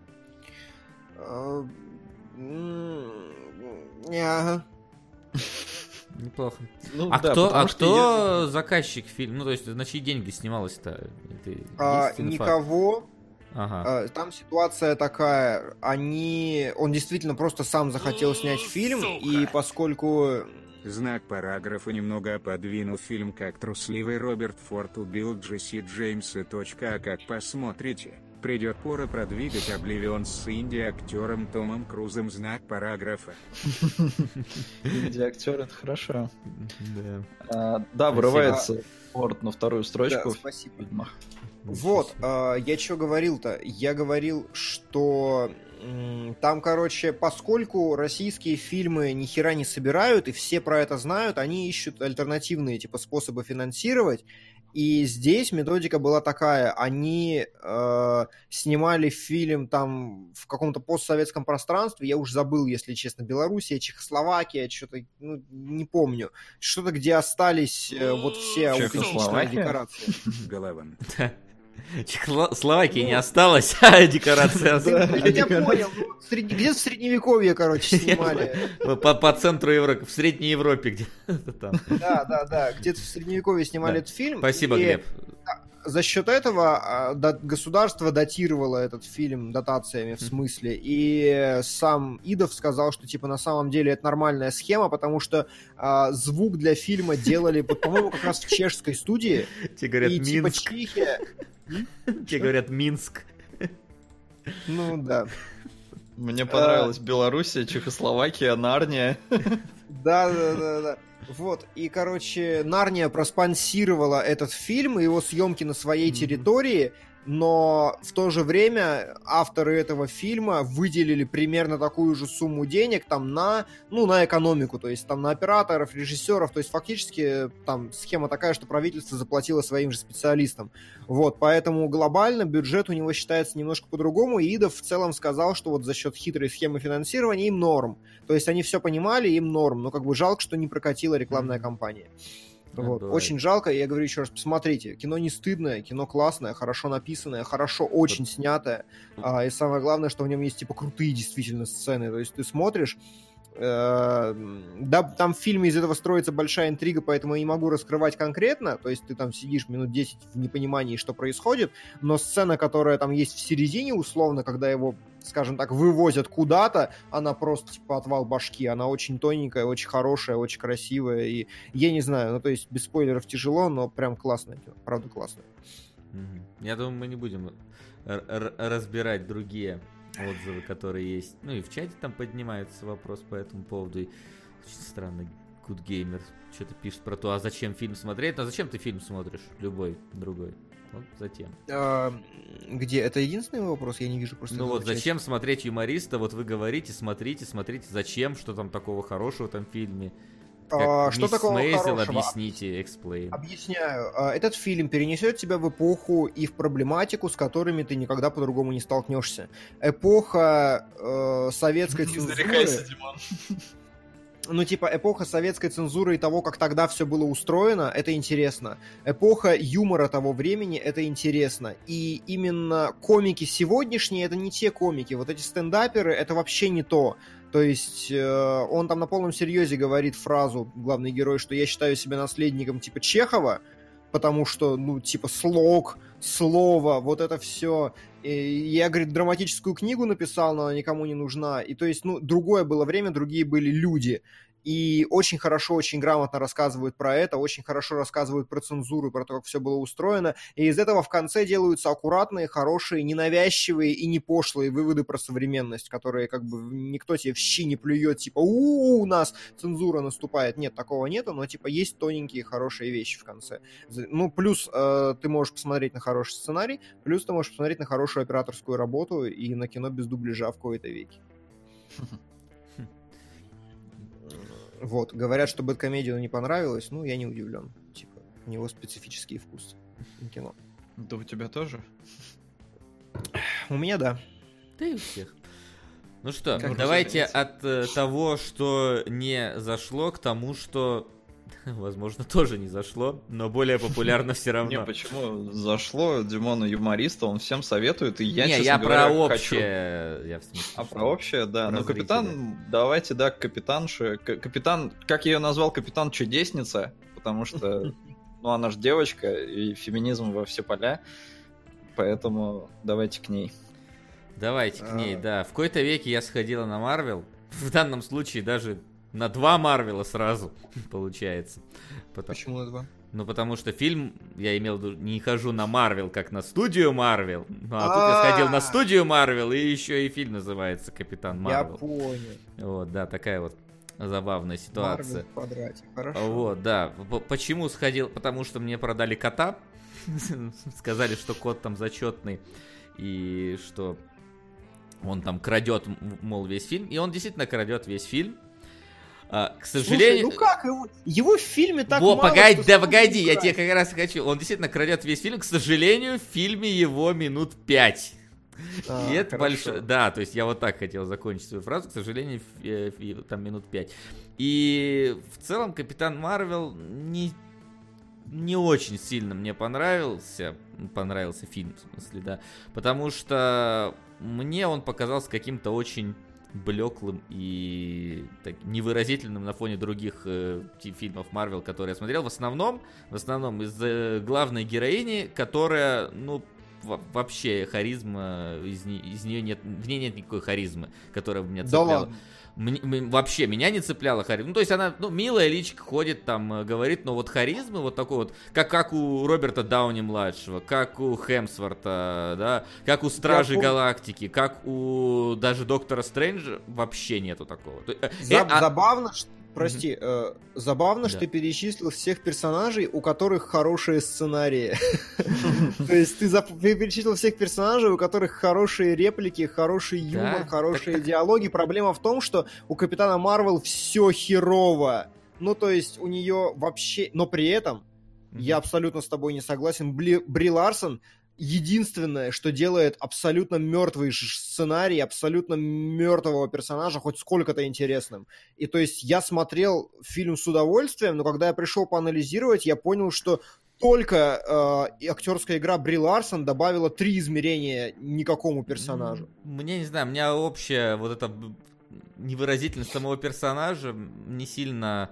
Speaker 3: Ага.
Speaker 2: Неплохо.
Speaker 4: Ну,
Speaker 2: а
Speaker 4: да,
Speaker 2: кто, а кто
Speaker 4: я...
Speaker 2: заказчик фильма? Ну, то есть, на чьи деньги снималось-то?
Speaker 3: А, никого.
Speaker 2: Ага.
Speaker 3: А, там ситуация такая. Они... Он действительно просто сам захотел снять фильм,
Speaker 1: Сука.
Speaker 3: и поскольку...
Speaker 5: Знак параграфа немного подвинул фильм «Как трусливый Роберт Форд убил Джесси Джеймса. А как посмотрите, придет пора продвигать Обливион с инди-актером Томом Крузом. Знак параграфа».
Speaker 4: Инди-актер — это хорошо.
Speaker 2: Да,
Speaker 4: а, да вырывается Форд на вторую строчку.
Speaker 3: Да, спасибо. Вот, э, я что говорил-то? Я говорил, что м, там, короче, поскольку российские фильмы ни хера не собирают, и все про это знают, они ищут альтернативные типа способы финансировать. И здесь методика была такая. Они э, снимали фильм там в каком-то постсоветском пространстве, я уж забыл, если честно, Белоруссия, Чехословакия, что-то, ну, не помню. Что-то, где остались э, вот все аутентичные декорации.
Speaker 5: Голован.
Speaker 2: Чехословакии не осталось, а декорация осталась.
Speaker 3: Я понял, где-то в Средневековье, короче, снимали.
Speaker 2: По центру Европы, в Средней Европе где-то там.
Speaker 3: Да, да, да, где-то в Средневековье снимали этот фильм.
Speaker 2: Спасибо, Глеб.
Speaker 3: За счет этого государство датировало этот фильм дотациями, в смысле, и сам Идов сказал, что, типа, на самом деле это нормальная схема, потому что а, звук для фильма делали, по-моему, как раз в чешской студии.
Speaker 2: Тебе говорят,
Speaker 3: и, типа,
Speaker 2: Минск.
Speaker 3: Чехия...
Speaker 2: Тебе говорят Минск.
Speaker 3: Ну да.
Speaker 4: Мне понравилась Белоруссия, Чехословакия, Нарния.
Speaker 3: Да, да, да, да. Вот, и, короче, Нарния проспонсировала этот фильм и его съемки на своей территории, но в то же время авторы этого фильма выделили примерно такую же сумму денег там на, ну, на экономику, то есть там на операторов, режиссеров, то есть фактически там схема такая, что правительство заплатило своим же специалистам. Вот, поэтому глобально бюджет у него считается немножко по-другому, и Идов в целом сказал, что вот за счет хитрой схемы финансирования им норм. То есть они все понимали, им норм, но как бы жалко, что не прокатила рекламная кампания. Вот.
Speaker 2: Бывает.
Speaker 3: Очень жалко, я говорю еще раз, посмотрите, кино не стыдное, кино классное, хорошо написанное, хорошо очень снятое, а, и самое главное, что в нем есть типа крутые действительно сцены, то есть ты смотришь, э, да, там в фильме из этого строится большая интрига, поэтому я не могу раскрывать конкретно, то есть ты там сидишь минут десять в непонимании, что происходит, но сцена, которая там есть в середине условно, когда его, скажем так, вывозят куда-то, она просто типа отвал башки, она очень тоненькая, очень хорошая, очень красивая, и я не знаю, ну то есть без спойлеров тяжело, но прям классное кино, правда классное.
Speaker 2: Я думаю, мы не будем р- р- разбирать другие отзывы, которые есть. Ну и в чате там поднимается вопрос по этому поводу. И очень странно, Good Gamer что-то пишет про то, а зачем фильм смотреть? Ну а зачем ты фильм смотришь? Любой, другой. Вот затем.
Speaker 3: А, где? Это единственный вопрос? Я не вижу просто.
Speaker 2: Ну
Speaker 3: этого
Speaker 2: вот
Speaker 3: в чате.
Speaker 2: зачем смотреть юмориста? Вот вы говорите, смотрите, смотрите. Зачем? Что там такого хорошего в этом фильме? Как
Speaker 3: А, что
Speaker 2: мисс
Speaker 3: такого
Speaker 2: Мейзел,
Speaker 3: хорошего?
Speaker 2: объясните, explain.
Speaker 3: Объясняю. А, Этот фильм перенесет тебя в эпоху и в проблематику, с которыми ты никогда по-другому не столкнешься. Эпоха э, советской
Speaker 4: Не
Speaker 3: цензуры.
Speaker 4: зарекайся, Димон.
Speaker 3: Ну, типа, эпоха советской цензуры и того, как тогда все было устроено, это интересно. Эпоха юмора того времени, это интересно. И именно комики сегодняшние, это не те комики. Вот эти стендаперы, это вообще не то. То есть э, он там на полном серьезе говорит фразу, главный герой, что я считаю себя наследником типа Чехова, потому что, ну, типа, слог, слово, вот это все. И я, говорит, драматическую книгу написал, но она никому не нужна. И то есть, ну, другое было время, другие были люди. И очень хорошо, очень грамотно рассказывают про это, очень хорошо рассказывают про цензуру, про то, как все было устроено. И из этого в конце делаются аккуратные, хорошие, ненавязчивые и не пошлые выводы про современность, которые как бы никто тебе в щи не плюет, типа у-у-у, у нас цензура наступает. Нет, такого нету, но типа есть тоненькие, хорошие вещи в конце. Ну, плюс э, ты можешь посмотреть на хороший сценарий, плюс ты можешь посмотреть на хорошую операторскую работу и на кино без дубляжа в кои-то веки. Вот, говорят, что Бэдкомедиану не понравилось, ну, я не удивлен. Типа, у него специфический вкус на кино.
Speaker 4: Да у тебя тоже?
Speaker 3: У меня, да.
Speaker 2: Да и у всех. Ну что,
Speaker 4: Как
Speaker 2: давайте
Speaker 4: разумеется.
Speaker 2: от э, того, что не зашло, к тому, что, возможно, тоже не зашло, но более популярно все
Speaker 4: Не,
Speaker 2: равно.
Speaker 4: почему зашло Димону юмориста, он всем советует, и я,
Speaker 2: Не,
Speaker 4: честно
Speaker 2: я
Speaker 4: говоря,
Speaker 2: про
Speaker 4: хочу.
Speaker 2: общее. Я в смысле,
Speaker 4: А
Speaker 2: что-
Speaker 4: про общее, да.
Speaker 2: про
Speaker 4: Ну, капитан,
Speaker 2: зрителя.
Speaker 4: давайте, да, к капитанше. К- Капитан, как я ее назвал, капитан чудесница, потому что, ну, она же девочка, и феминизм во все поля, поэтому давайте к ней.
Speaker 2: Давайте к ней,
Speaker 3: А.
Speaker 2: да. В какой-то веке я сходила на Марвел. В данном случае даже на два Марвела сразу получается. Потому-
Speaker 3: Почему на два?
Speaker 2: Ну, потому что фильм, я имел в виду, не хожу на Марвел, как на студию Марвел. Ну, а тут я сходил на студию Марвел, и еще и фильм называется «Капитан
Speaker 3: Я
Speaker 2: Марвел».
Speaker 3: понял.
Speaker 2: Вот, да, такая вот забавная ситуация.
Speaker 3: Марвел в квадрате. Хорошо.
Speaker 2: Вот, да. П- Почему сходил? Потому что мне продали кота. Сказали, что кот там зачетный. И что он там крадет, м- мол, весь фильм. И он действительно крадет весь фильм. А, к
Speaker 3: Слушай,
Speaker 2: сожалению...
Speaker 3: ну как его? Его в фильме так
Speaker 2: Во,
Speaker 3: мало,
Speaker 2: погоди,
Speaker 3: что
Speaker 2: да
Speaker 3: сложно
Speaker 2: погоди, я
Speaker 3: играть.
Speaker 2: тебе как раз хочу. Он действительно крадет весь фильм. К сожалению, в фильме его минут пять.
Speaker 3: А,
Speaker 2: И это
Speaker 3: хорошо.
Speaker 2: большое. Да, то есть я вот так хотел закончить свою фразу. К сожалению, ф- э, фи- там минут пять. И в целом Капитан Марвел не, не очень сильно мне понравился. Понравился фильм, в смысле, да. Потому что мне он показался каким-то очень блеклым и так, невыразительным на фоне других э, ти- фильмов Марвел, которые я смотрел. В основном, в основном из-за главной героини, которая, ну, во- вообще харизма, из, не- из нее нет, в ней нет никакой харизмы, которая бы меня
Speaker 3: Да
Speaker 2: цепляла.
Speaker 3: ладно.
Speaker 2: Мне, м- вообще меня не цепляла харизма. Ну, то есть она, ну, милая личка, ходит там, э, говорит, но вот харизмы вот такой вот, как, как у Роберта Дауни-младшего, как у Хемсворта, да, как у Стражей
Speaker 3: Я пом-
Speaker 2: Галактики, как у даже Доктора Стрэнджа, вообще нету такого. То- э,
Speaker 3: За-
Speaker 2: э, а-
Speaker 3: Забавно, что... Прости, э, забавно,
Speaker 2: Да.
Speaker 3: что ты перечислил всех персонажей, у которых хорошие сценарии. То есть ты зап- ты перечислил всех персонажей, у которых хорошие реплики, хороший юмор,
Speaker 2: Да,
Speaker 3: хорошие
Speaker 2: так- так-
Speaker 3: диалоги. Проблема в том, что у Капитана Марвел все херово. Ну, то есть у нее вообще... Но при этом, я абсолютно с тобой не согласен, Бли- Бри Ларсон единственное, что делает абсолютно мертвый ж- сценарий, абсолютно мертвого персонажа хоть сколько-то интересным. И то есть я смотрел фильм с удовольствием, но когда я пришел поанализировать, я понял, что только э, актерская игра Бри Ларсон добавила три измерения никакому персонажу.
Speaker 2: М, Мне, не знаю, у меня общая вот эта б- невыразительность самого персонажа не сильно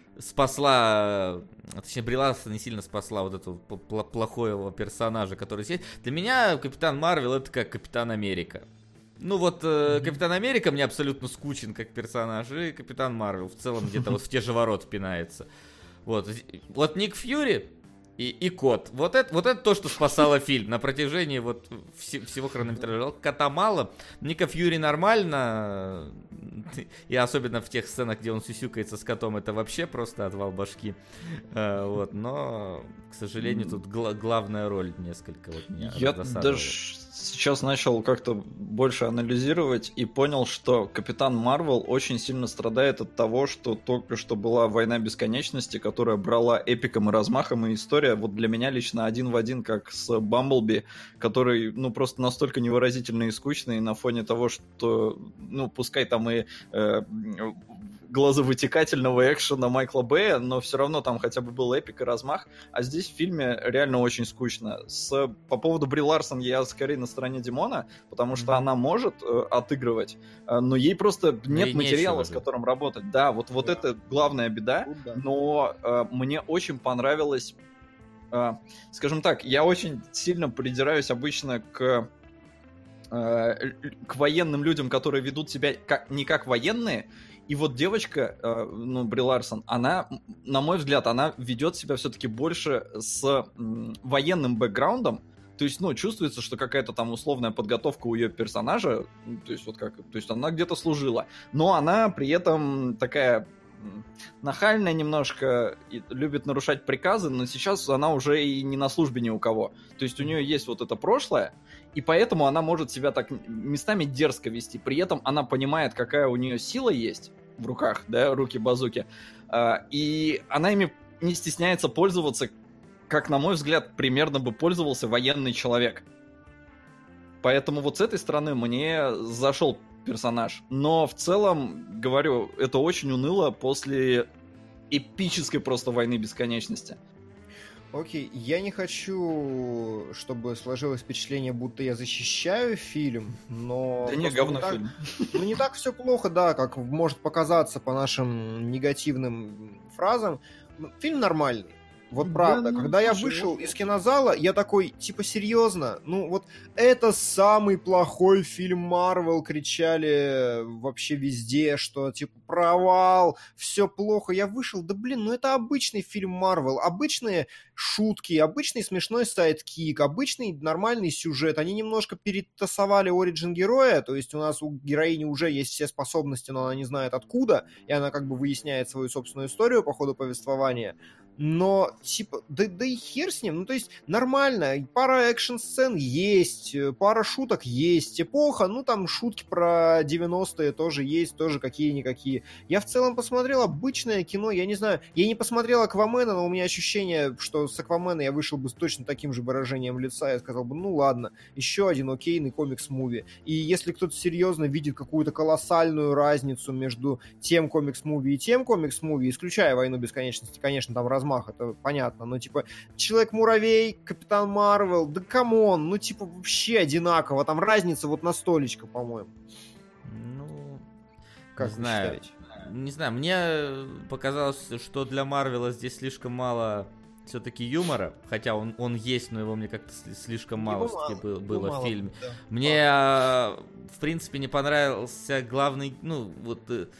Speaker 2: спасла, а, точнее, Бри Ларсон не сильно спасла вот этого п- пл- плохого персонажа, который здесь. Для меня Капитан Марвел — это как Капитан Америка. Ну вот, э, Капитан Америка мне абсолютно скучен как персонаж, и Капитан Марвел в целом где-то вот в те же ворота пинается. Вот, вот Ник Фьюри и, и Кот. Вот это, вот это то, что спасало фильм на протяжении вот вс- всего хронометража. Кота мало. Ника Фьюри нормально. И особенно в тех сценах, где он сюсюкается с котом, это вообще просто отвал башки. А, вот, но, к сожалению, тут гла- главная роль несколько вот меня
Speaker 4: Я
Speaker 2: раздосадовала.
Speaker 4: даже сейчас начал как-то больше анализировать и понял, что Капитан Марвел очень сильно страдает от того, что только что была Война Бесконечности, которая брала эпиком и размахом, и история вот для меня лично один в один, как с Бамблби, который, ну, просто настолько невыразительный и скучный на фоне того, что, ну, пускай там и э, глазовытекательного экшена Майкла Бэя, но все равно там хотя бы был эпик и размах, а здесь в фильме реально очень скучно. С, по поводу Бри Ларсон я скорее на стороне Димона, потому что
Speaker 2: Мгм.
Speaker 4: она может э, отыгрывать, э, но ей просто нет
Speaker 2: ей
Speaker 4: материала,
Speaker 2: нечего
Speaker 4: с
Speaker 2: же.
Speaker 4: которым работать. Да, вот, вот
Speaker 3: Да.
Speaker 4: это главная беда,
Speaker 3: Тут да.
Speaker 4: но э, мне очень понравилось, э, скажем так, я очень сильно придираюсь обычно к э, к военным людям, которые ведут себя как, не как военные. И вот девочка, э, ну, Бри Ларсон, она, м, на мой взгляд, она ведет себя все-таки больше с м, военным бэкграундом. То есть, ну, чувствуется, что какая-то там условная подготовка у ее персонажа, ну, то есть, вот как, то есть она где-то служила. Но она при этом такая м, нахальная немножко, и любит нарушать приказы, но сейчас она уже и не на службе ни у кого. То есть у нее есть вот это прошлое, и поэтому она может себя так местами дерзко вести. При этом она понимает, какая у нее сила есть в руках, да, руки-базуки, а, и она ими не стесняется пользоваться, как, на мой взгляд, примерно бы пользовался военный человек. Поэтому вот с этой стороны мне зашел персонаж. Но в целом, говорю, это очень уныло после эпической просто войны бесконечности.
Speaker 3: Окей, я не хочу, чтобы сложилось впечатление, будто я защищаю фильм, но...
Speaker 4: Да не,
Speaker 3: просто
Speaker 4: говно
Speaker 3: так-
Speaker 4: фильм.
Speaker 3: Ну, не так все плохо, да, как может показаться по нашим негативным фразам. Ну, Фильм нормальный. Вот
Speaker 4: Да,
Speaker 3: правда.
Speaker 4: ну,
Speaker 3: Когда я
Speaker 4: слушай,
Speaker 3: вышел
Speaker 4: вот-
Speaker 3: из кинозала, я такой, типа, серьезно? Ну, вот это самый плохой фильм Марвел, кричали вообще везде, что, типа, провал, все плохо. Я вышел, да блин, ну это обычный фильм Марвел, обычные шутки, обычный смешной сайдкик, обычный нормальный сюжет. Они немножко перетасовали оригин героя, то есть у нас у героини уже есть все способности, но она не знает откуда, и она как бы выясняет свою собственную историю по ходу повествования. Но, типа, да, да и хер с ним, ну, то есть, нормально, пара экшн-сцен есть, пара шуток есть, эпоха, ну, там шутки про девяностые тоже есть, тоже какие-никакие. Я в целом посмотрел обычное кино, я не знаю, я не посмотрел Аквамена, но у меня ощущение, что с Аквамена я вышел бы с точно таким же выражением лица, я сказал бы, ну, ладно, еще один окейный комикс-муви. И если кто-то серьезно видит какую-то колоссальную разницу между тем комикс-муви и тем комикс-муви, исключая «Войну бесконечности», конечно, там размах, это понятно, но, типа, Человек-муравей, Капитан Марвел, да камон, ну, типа, вообще одинаково, там разница вот на столечко, по-моему.
Speaker 2: Ну,
Speaker 3: Как
Speaker 2: не
Speaker 3: вы
Speaker 2: знаю.
Speaker 3: считаете?
Speaker 2: Не знаю, мне показалось, что для Марвела здесь слишком мало все-таки юмора, хотя он, он есть, но его мне как-то слишком мало,
Speaker 3: мало
Speaker 2: было, было
Speaker 3: мало,
Speaker 2: в фильме.
Speaker 3: да.
Speaker 2: Мне, а, в принципе, не понравился главный, ну, вот,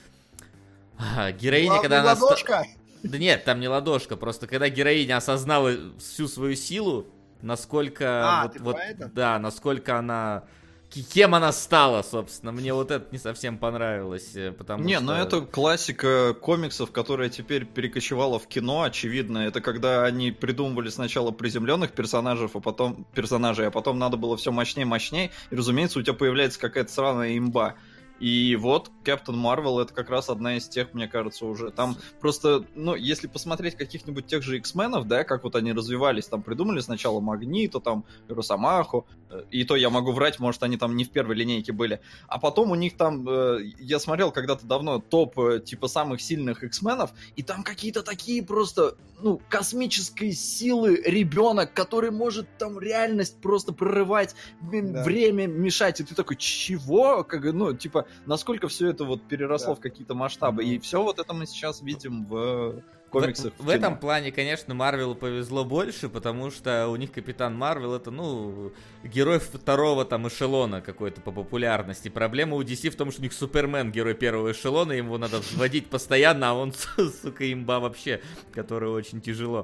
Speaker 2: а, героиня,
Speaker 3: Главный
Speaker 2: когда она...
Speaker 3: ладошка?
Speaker 2: Да нет, там не ладошка, просто когда героиня осознала всю свою силу, насколько...
Speaker 3: А,
Speaker 2: вот,
Speaker 3: ты
Speaker 2: вот,
Speaker 3: про это?
Speaker 2: Да, насколько она... Кем она стала, собственно. Мне вот это не совсем понравилось, потому
Speaker 4: не,
Speaker 2: что...
Speaker 4: ну это классика комиксов, которая теперь перекочевала в кино, очевидно. Это когда они придумывали сначала приземленных персонажей, а потом персонажей, а потом надо было все мощнее, мощнее, и, разумеется, у тебя появляется какая-то сраная имба. И вот Captain Marvel это как раз одна из тех, мне кажется, уже. Там просто, ну, если посмотреть каких-нибудь тех же X-менов, да, как вот они развивались, там придумали сначала Магниту, там, Росомаху, и то я могу врать, может, они там не в первой линейке были. А потом у них там, э, я смотрел когда-то давно топ, э, типа, самых сильных X-менов, и там какие-то такие просто, ну, космической силы ребенок, который может там реальность просто прорывать,
Speaker 3: Да.
Speaker 4: время мешать, и ты такой, чего? Как, ну, типа, насколько все это вот переросло
Speaker 3: Да.
Speaker 4: в какие-то масштабы. И все вот это мы сейчас видим в комиксах.
Speaker 2: В, в этом плане, конечно, Марвелу повезло больше, потому что у них Капитан Марвел это, ну, герой второго там эшелона какой-то по популярности. Проблема у ди си в том, что у них Супермен герой первого эшелона, его надо вводить постоянно, а он, сука, имба вообще, которую очень тяжело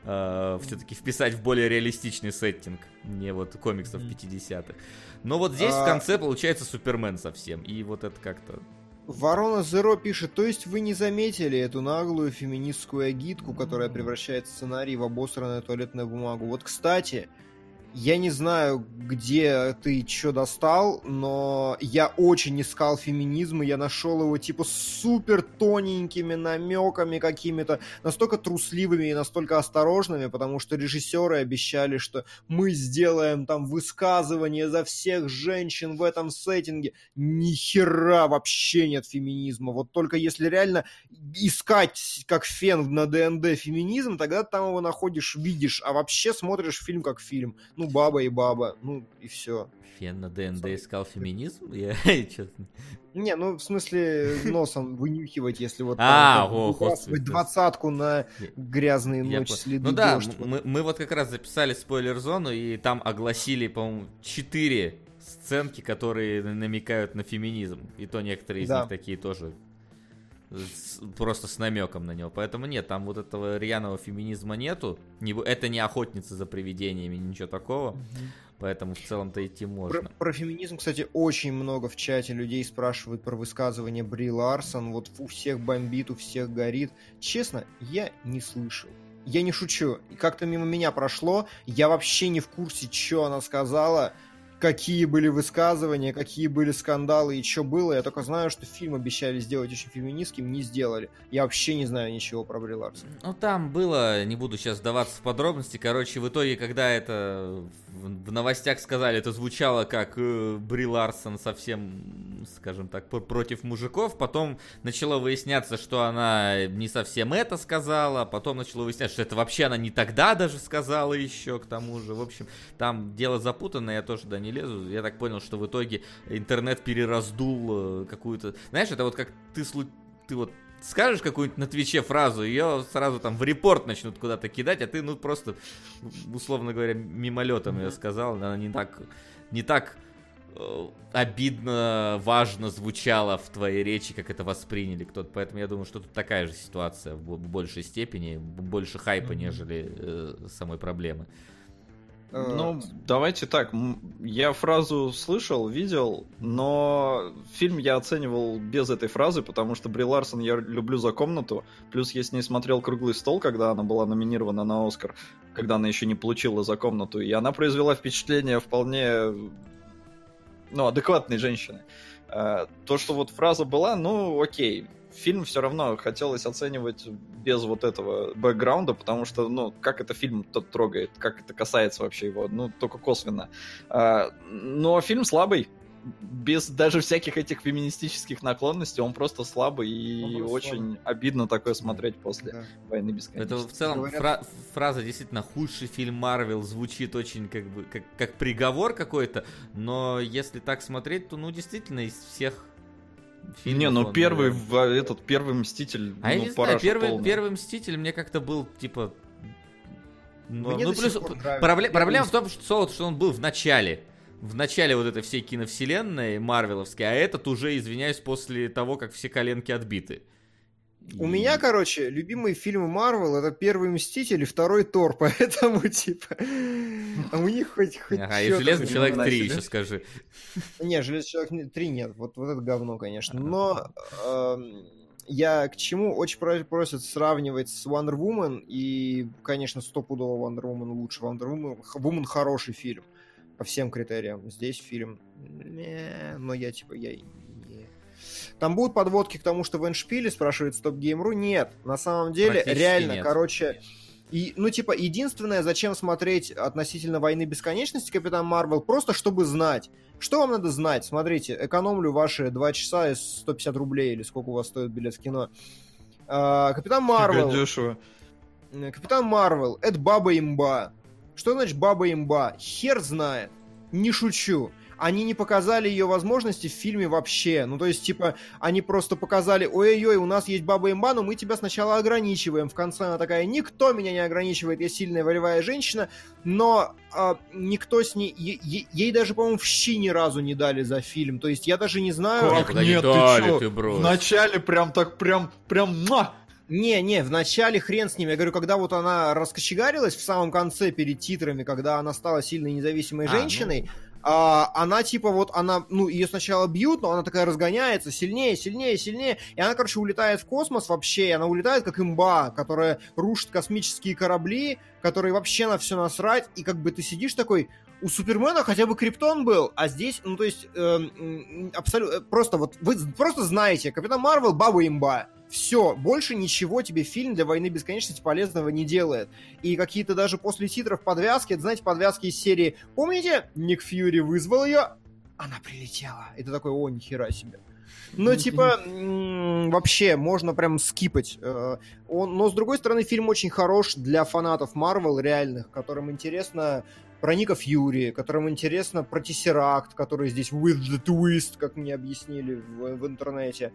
Speaker 2: э, все-таки вписать в более реалистичный сеттинг, не вот комиксов пятидесятых. Но вот здесь
Speaker 3: А...
Speaker 2: в конце получается Супермен совсем, и вот это как-то...
Speaker 3: Ворона Зеро пишет, то есть вы не заметили эту наглую феминистскую агитку, которая превращает сценарий в обосранную туалетную бумагу? Вот, кстати, я не знаю, где ты что достал, но я очень искал феминизм, и я нашел его типа супер тоненькими намеками какими-то, настолько трусливыми и настолько осторожными, потому что режиссеры обещали, что мы сделаем там высказывание за всех женщин в этом сеттинге. Ни хера вообще нет феминизма. Вот только если реально искать как фен на ДНД феминизм, тогда ты там его находишь, видишь, а вообще смотришь фильм как фильм. Ну, баба и баба, ну и все.
Speaker 2: Фен на ДНД искал феминизм? Я честно...
Speaker 3: Не, ну в смысле носом вынюхивать, если вот
Speaker 2: а,
Speaker 3: там,
Speaker 2: о,
Speaker 3: выбрасывать двадцатку на грязные
Speaker 2: Я
Speaker 3: ночь
Speaker 2: по...
Speaker 3: следы
Speaker 2: Ну да,
Speaker 3: дождь.
Speaker 2: мы, мы вот как раз записали спойлер-зону, и там огласили, по-моему, четыре сценки, которые намекают на феминизм. И то некоторые из
Speaker 3: Да.
Speaker 2: них такие тоже с- просто с намеком на него. Поэтому нет, там вот этого рьяного феминизма нету. Не, бу- это не охотница за привидениями, ничего такого. Поэтому в целом-то идти
Speaker 3: Про,
Speaker 2: можно.
Speaker 3: про феминизм, кстати, очень много в чате людей спрашивают про высказывание Бри Ларсон. Вот у всех бомбит, у всех горит. Честно, я не слышал. Я не шучу. Как-то мимо меня прошло. Я вообще не в курсе, что она сказала, какие были высказывания, какие были скандалы и что было. Я только знаю, что фильм обещали сделать очень феминистским, не сделали. Я вообще не знаю ничего про Бри Ларсон.
Speaker 2: Ну, там было, не буду сейчас вдаваться в подробности, короче, в итоге, когда это в, в новостях сказали, это звучало как э, Бри Ларсон совсем, скажем так, пр- против мужиков, потом начало выясняться, что она не совсем это сказала, потом начало выясняться, что это вообще она не тогда даже сказала еще, к тому же, в общем, там дело запутанное, я тоже туда не лезу, я так понял, что в итоге интернет перераздул э, какую-то, знаешь, это вот как ты, слу- ты вот скажешь какую-нибудь на Твиче фразу, ее сразу там в репорт начнут куда-то кидать, а ты, ну, просто, условно говоря, мимолетом ее сказал, она не так, не так э, обидно, важно звучало в твоей речи, как это восприняли кто-то, поэтому я думаю, что тут такая же ситуация в, в большей степени, больше хайпа, нежели э, самой проблемы.
Speaker 4: Ну, давайте так, м, я фразу слышал, видел, но фильм я оценивал без этой фразы, потому что Бри Ларсон я люблю за комнату, плюс я с ней смотрел «Круглый стол», когда она была номинирована на Оскар, когда она еще не получила за комнату, и она произвела впечатление вполне, ну, адекватной женщины. А, то, что вот фраза была, ну, окей. Фильм все равно хотелось оценивать без вот этого бэкграунда, потому что, ну, как это фильм тот трогает, как это касается вообще его, ну, только косвенно. А, но фильм слабый, без даже всяких этих феминистических наклонностей, он просто слабый, и
Speaker 3: Он просто
Speaker 4: очень
Speaker 3: слабый.
Speaker 4: обидно такое смотреть после
Speaker 3: Да.
Speaker 4: «Войны
Speaker 2: Это
Speaker 4: бесконечности».
Speaker 2: в целом
Speaker 3: Говорят-
Speaker 2: фра- фраза действительно худший фильм Марвел звучит очень как бы как, как приговор какой-то, но если так смотреть, то ну действительно из всех фильмов
Speaker 4: Не, ну
Speaker 2: он,
Speaker 4: первый,
Speaker 2: наверное,
Speaker 4: в- этот первый «Мститель»,
Speaker 2: А я
Speaker 4: ну,
Speaker 2: не знаю,
Speaker 4: параша
Speaker 2: первый,
Speaker 4: полная.
Speaker 2: первый Мститель мне как-то был, типа, Но,
Speaker 3: Мне
Speaker 2: ну,
Speaker 3: до
Speaker 2: плюс,
Speaker 3: сих пор нравится.
Speaker 2: пробле-
Speaker 3: Я
Speaker 2: проблема
Speaker 3: не-
Speaker 2: в том, что Солод, что он был в начале. В начале вот этой всей киновселенной марвеловской, а этот уже, извиняюсь, после того, как все коленки отбиты.
Speaker 3: У
Speaker 2: И-
Speaker 3: меня, короче, любимые фильмы Марвел — это «Первый Мститель» и «Второй Тор», поэтому, типа, а у них хоть хоть
Speaker 2: Ага, и
Speaker 3: чё-то
Speaker 2: Железный
Speaker 3: хоть
Speaker 2: человек
Speaker 3: нравится,
Speaker 2: три
Speaker 3: да?
Speaker 2: еще скажи.
Speaker 3: Не, «Железный человек три» нет, вот, вот это говно, конечно. Но эм, я к чему? Очень про- просят сравнивать с Wonder Woman, и, конечно, стопудово Wonder Woman лучше. Wonder Woman, Х- Woman хороший фильм по всем критериям. Здесь фильм... Не, но я, типа, я... и не- Там будут подводки к тому, что в Эндшпиле, спрашивает Стоп Геймру. Нет, на самом деле,
Speaker 2: Практически
Speaker 3: реально,
Speaker 2: нет.
Speaker 3: короче... И, ну, типа, единственное, зачем смотреть относительно «Войны бесконечности» Капитан Марвел, просто чтобы знать. Что вам надо знать? Смотрите, экономлю ваши два часа и сто пятьдесят рублей, или сколько у вас стоит билет в кино. А, Капитан Марвел...
Speaker 4: дешево.
Speaker 3: Э, Капитан Марвел — это баба-имба. Что значит баба-имба? Хер знает. Не шучу. Они не показали ее возможности в фильме вообще. Ну, то есть, типа, они просто показали: ой-ой-ой, у нас есть баба-имба, но мы тебя сначала ограничиваем. В конце она такая: никто меня не ограничивает, я сильная волевая женщина. Но а, никто с ней... е- е- ей даже, по-моему, в щи ни разу не дали за фильм. То есть, я даже не знаю...
Speaker 2: Как
Speaker 4: Как
Speaker 2: нет,
Speaker 4: нет,
Speaker 2: ты
Speaker 4: ты
Speaker 2: дали,
Speaker 4: чё?
Speaker 2: ты брось.
Speaker 4: Вначале прям так, прям, прям, муа!
Speaker 3: Не-не, в начале хрен с ними. Я говорю, когда вот она раскочегарилась в самом конце перед титрами, когда она стала сильной независимой
Speaker 2: А,
Speaker 3: женщиной, а, она типа вот, она, ну, ее сначала бьют, но она такая разгоняется сильнее, сильнее, сильнее, и она, короче, улетает в космос вообще, и она улетает как имба, которая рушит космические корабли, которые вообще на все насрать, и как бы ты сидишь такой... У Супермена хотя бы Криптон был, а здесь, ну, то есть, эм, абсолютно, просто вот, вы просто знаете, Капитан Марвел — баба имба. Все, больше ничего тебе фильм для «Войны бесконечности» полезного не делает. И какие-то даже после титров подвязки, это, знаете, подвязки из серии: помните, Ник Фьюри вызвал ее, она прилетела. И ты такой: о, нихера себе. Ну, типа, м, вообще, можно прям скипать. Э, он, но, с другой стороны, фильм очень хорош для фанатов Марвел реальных, которым интересно про Ника Фьюри, которым интересно про Тессеракт, который здесь with the twist, как мне объяснили в, в интернете.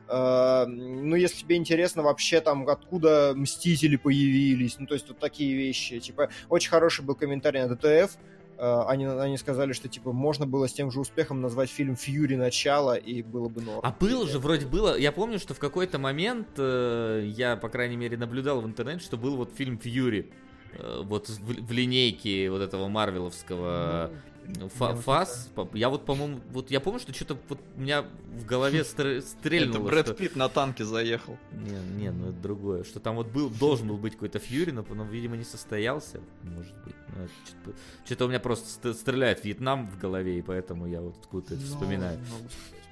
Speaker 3: Э, ну, если тебе интересно вообще там, откуда Мстители появились, ну, то есть вот такие вещи. Типа, очень хороший был комментарий на ДТФ. Uh, они, они сказали, что типа можно было с тем же успехом назвать фильм «Фьюри. Начало», и было бы норм.
Speaker 2: А было же, вроде было. Я помню, что в какой-то момент э, я, по крайней мере, наблюдал в интернете, что был вот фильм «Фьюри». Э, вот в, в линейке вот этого марвеловского
Speaker 3: Ну,
Speaker 2: фа-
Speaker 3: я вот
Speaker 2: фаз. По- Я вот, по-моему, вот я помню, что что-то вот у меня в голове стр-
Speaker 4: Это
Speaker 2: стрельнуло.
Speaker 4: Брэд
Speaker 2: что-
Speaker 4: Питт на танке заехал.
Speaker 2: Не, не, ну это другое. Что там вот был, должен был быть какой-то Фьюри, но, но, видимо, не состоялся. Может быть. Ну, это что-то, что-то у меня просто ст- стреляет Вьетнам в голове, и поэтому я вот откуда-то это вспоминаю.
Speaker 3: Ну,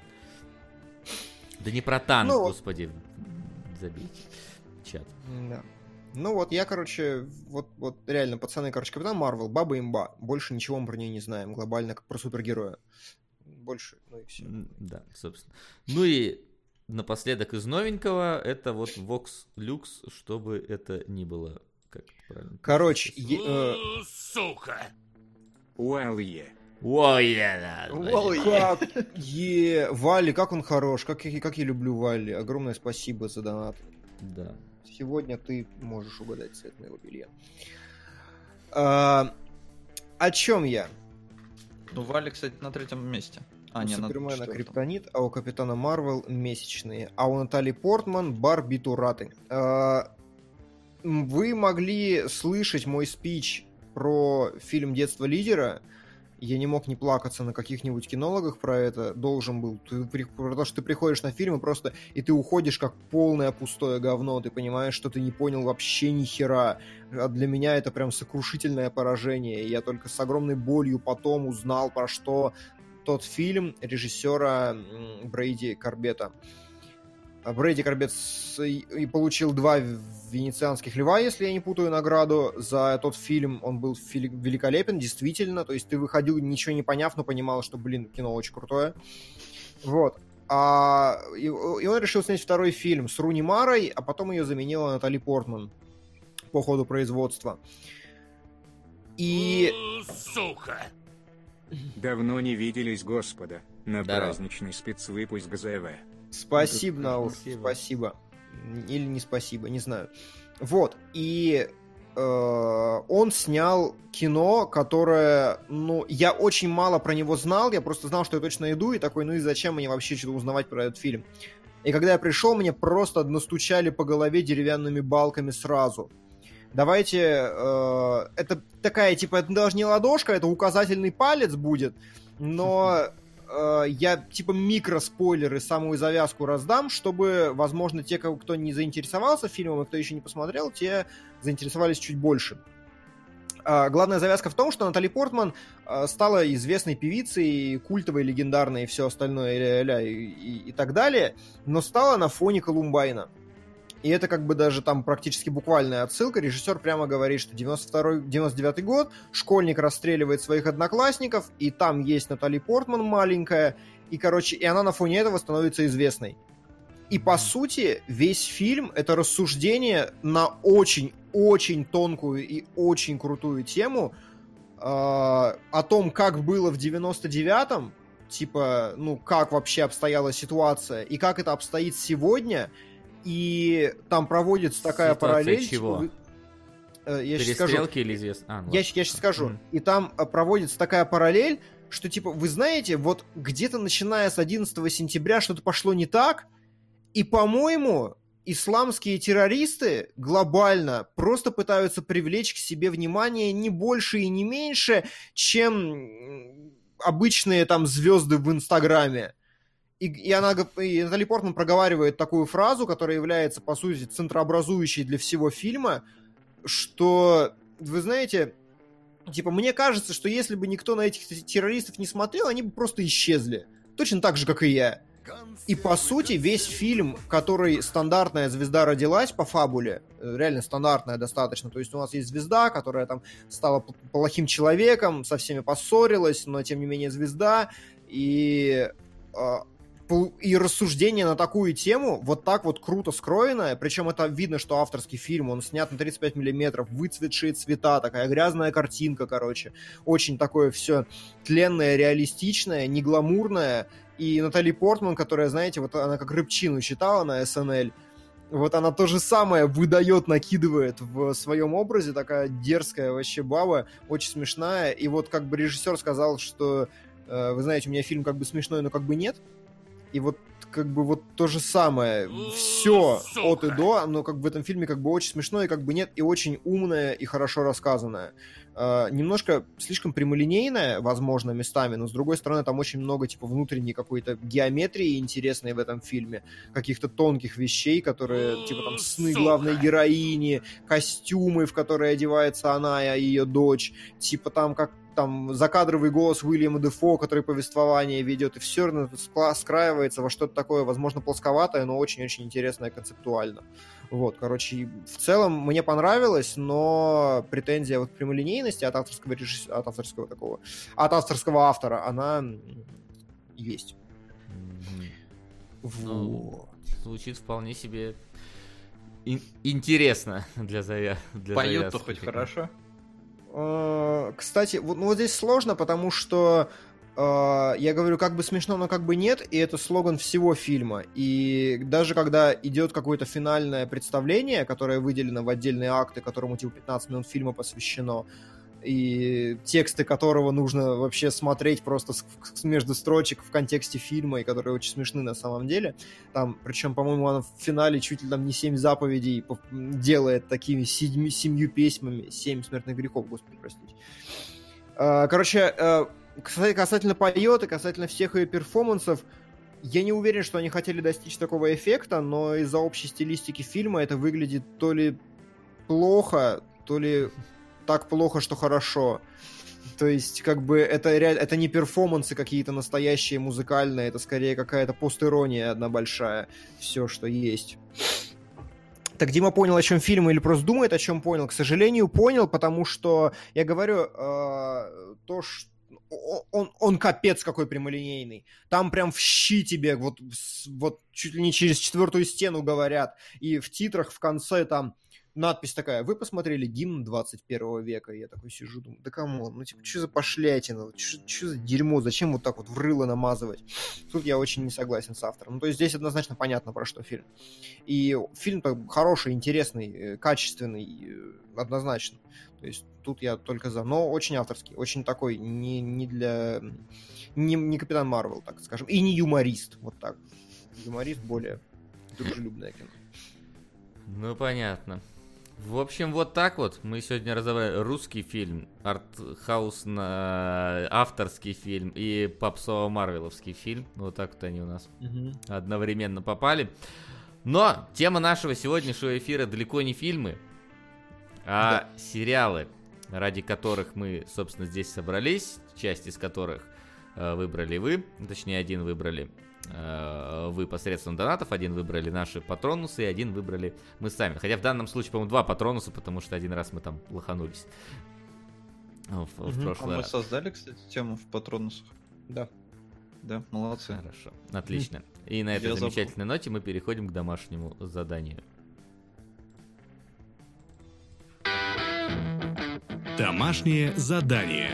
Speaker 2: Да не про танк,
Speaker 3: Ну вот.
Speaker 2: господи. Забейте. Чат.
Speaker 3: да. Ну вот, я, короче, вот, вот реально, пацаны, короче, Капитан Марвел, баба имба. Больше ничего мы про нее не знаем, глобально, как про супергероя. Больше, ну и все.
Speaker 2: М, Да, собственно. Ну и напоследок из новенького, это вот Vox Lux, чтобы это ни было. Как это правильно?
Speaker 3: Короче, е- э,
Speaker 1: У, Сука.
Speaker 5: Уэлье.
Speaker 2: Ой, да, да,
Speaker 3: Ой, как е... Валли, как он хорош, как я, как я люблю Валли. Огромное спасибо за донат.
Speaker 2: да.
Speaker 3: Сегодня ты можешь угадать цвет моего белья. А, о чем я?
Speaker 4: Ну, Валли, кстати, на третьем месте. А,
Speaker 3: у
Speaker 4: не, на
Speaker 3: Супермена
Speaker 4: четвертом.
Speaker 3: криптонит, а у Капитана Марвел месячные, а у Натали Портман барбитураты. А, м, вы могли слышать мой спич про фильм «Детство лидера». Я не мог не плакаться на каких-нибудь кинологах про это. Должен был. Ты, при- про то, что ты приходишь на фильм и просто... И ты уходишь как полное пустое говно. Ты понимаешь, что ты не понял вообще ни хера. А для меня это прям сокрушительное поражение. Я только с огромной болью потом узнал, про что тот фильм режиссера м, Брейди Корбета. А Брейди Корбет с- и и получил два венецианских льва, если я не путаю, награду за тот фильм. Он был фили- великолепен, действительно. То есть ты выходил, ничего не поняв, но понимал, что, блин, кино очень крутое. Вот. А, и, и он решил снять второй фильм с Руни Марой, а потом ее заменила Натали Портман по ходу производства. И...
Speaker 1: У, Сука.
Speaker 5: Давно не виделись, господа. На
Speaker 2: Здорово.
Speaker 5: праздничный спецвыпуск ЗВ.
Speaker 3: Спасибо, Наур,
Speaker 2: Спасибо.
Speaker 3: спасибо. Или не спасибо, не знаю. Вот, и он снял кино, которое, ну, я очень мало про него знал, я просто знал, что я точно иду, и такой, ну и зачем мне вообще что-то узнавать про этот фильм? И когда я пришел, мне просто настучали по голове деревянными балками сразу. Давайте, э, это такая, типа, это даже не ладошка, это указательный палец будет, но э, я, типа, микроспойлеры, самую завязку раздам, чтобы, возможно, те, кто не заинтересовался фильмом и кто еще не посмотрел, те заинтересовались чуть больше. Uh, главная завязка в том, что Натали Портман uh, стала известной певицей, культовой, легендарной и все остальное, ля-ля-ля, и, и, и так далее, но стала на фоне Колумбайна. И это как бы даже там практически буквальная отсылка. Режиссер прямо говорит, что девяносто второй девяносто девятый год, школьник расстреливает своих одноклассников, и там есть Натали Портман маленькая, и, короче, и она на фоне этого становится известной. И, по сути, весь фильм — это рассуждение на очень-очень тонкую и очень крутую тему э, о том, как было в девяносто девятом, типа, ну, как вообще обстояла ситуация, и как это обстоит сегодня, и там проводится такая
Speaker 2: Ситуация
Speaker 3: параллель...
Speaker 2: чего?
Speaker 3: Типа, э, я
Speaker 2: Перестрелки
Speaker 3: скажу,
Speaker 2: или известно? А, ну,
Speaker 3: я, я сейчас скажу.
Speaker 2: Mm.
Speaker 3: И там э, проводится такая параллель, что, типа, вы знаете, вот где-то начиная с одиннадцатого сентября что-то пошло не так, и, по-моему, исламские террористы глобально просто пытаются привлечь к себе внимание не больше и не меньше, чем обычные там звезды в Инстаграме. И, и, она, и Натали Портман проговаривает такую фразу, которая является, по сути, центрообразующей для всего фильма, что, вы знаете, типа, мне кажется, что если бы никто на этих террористов не смотрел, они бы просто исчезли. Точно так же, как и я. И, по сути, весь фильм, который стандартная звезда родилась по фабуле, реально стандартная достаточно, то есть у нас есть звезда, которая там стала плохим человеком, со всеми поссорилась, но, тем не менее, звезда, и, и рассуждение на такую тему вот так вот круто скроенное, причем это видно, что авторский фильм, он снят на тридцать пять миллиметров, выцветшие цвета, такая грязная картинка, короче, очень такое все тленное, реалистичное, не гламурное. И Натали Портман, которая, знаете, вот она как рыбчину читала на эс эн эль, вот она то же самое выдает, накидывает в своем образе, такая дерзкая вообще баба, очень смешная. И вот как бы режиссер сказал, что, э, вы знаете, у меня фильм как бы смешной, но как бы нет. И вот как бы вот то же самое, все от и до, но как бы в этом фильме как бы очень смешно и как бы нет, и очень умное и хорошо рассказанное. Uh, немножко слишком прямолинейное, возможно, местами, но с другой стороны там очень много типа внутренней какой-то геометрии интересной в этом фильме, каких-то тонких вещей, которые типа там сны главной героини, костюмы, в которые одевается она и ее дочь, типа там как там закадровый голос Уильяма Дефо, который повествование ведет, и все равно скраивается во что-то такое, возможно, плосковатое, но очень-очень интересное концептуально. Вот, короче, в целом мне понравилось, но претензия вот к прямолинейности от авторского режиссера, от авторского такого, от авторского автора, она есть.
Speaker 2: Mm-hmm.
Speaker 3: Вот.
Speaker 2: Ну, звучит вполне себе ин- интересно для завязки.
Speaker 4: Поют-то хоть хорошо?
Speaker 3: Кстати, вот, ну, вот здесь сложно, потому что Uh, я говорю, как бы смешно, но как бы нет, и это слоган всего фильма. И даже когда идет какое-то финальное представление, которое выделено в отдельные акты, которому типа пятнадцать минут фильма посвящено, и тексты которого нужно вообще смотреть просто с, с, между строчек в контексте фильма, и которые очень смешны на самом деле. Там, причем, по-моему, она в финале чуть ли там не семь заповедей делает такими седьми, семью письмами, семь смертных грехов, господи, простите. Uh, короче, uh, Кстати, касательно поет и касательно всех ее перформансов, я не уверен, что они хотели достичь такого эффекта, но из-за общей стилистики фильма это выглядит то ли плохо, то ли так плохо, что хорошо. То есть, как бы, это, реаль... это не перформансы какие-то настоящие, музыкальные, это скорее какая-то постирония одна большая. Все, что есть. Так Дима понял, о чем фильм, или просто думает, о чем понял? К сожалению, понял, потому что, я говорю, э, то, что Он, он капец какой прямолинейный. Там прям в щи тебе вот, вот чуть ли не через четвертую стену говорят. И в титрах в конце там надпись такая: вы посмотрели гимн двадцать первого века. И я такой сижу, думаю, да камон, ну типа, что за пошлятина, что за дерьмо, зачем вот так вот в рыло намазывать? Тут я очень не согласен с автором. Ну, то есть здесь однозначно понятно, про что фильм. И фильм-то хороший, интересный, качественный, однозначно. То есть тут я только за. Но очень авторский, очень такой, не, не для... Не, не Капитан Марвел, так скажем, и не юморист, вот так. Юморист более дружелюбное кино.
Speaker 2: Ну, понятно. В общем, вот так вот мы сегодня разобрали русский фильм, артхаус, авторский фильм и попсово-марвеловский фильм. Вот так вот они у нас угу. одновременно попали. Но тема нашего сегодняшнего эфира далеко не фильмы, а да. сериалы, ради которых мы, собственно, здесь собрались, часть из которых э, выбрали вы, точнее, один выбрали э, вы посредством донатов, один выбрали наши патронусы, и один выбрали мы сами. Хотя в данном случае, по-моему, два патронуса, потому что один раз мы там лоханулись в, в угу. прошлый
Speaker 4: а
Speaker 2: раз.
Speaker 4: Мы создали, кстати, тему в патронусах?
Speaker 3: Да.
Speaker 4: Да, молодцы.
Speaker 2: Хорошо, отлично. И на этой Я замечательной забыл. ноте мы переходим к домашнему заданию.
Speaker 1: Домашнее задание.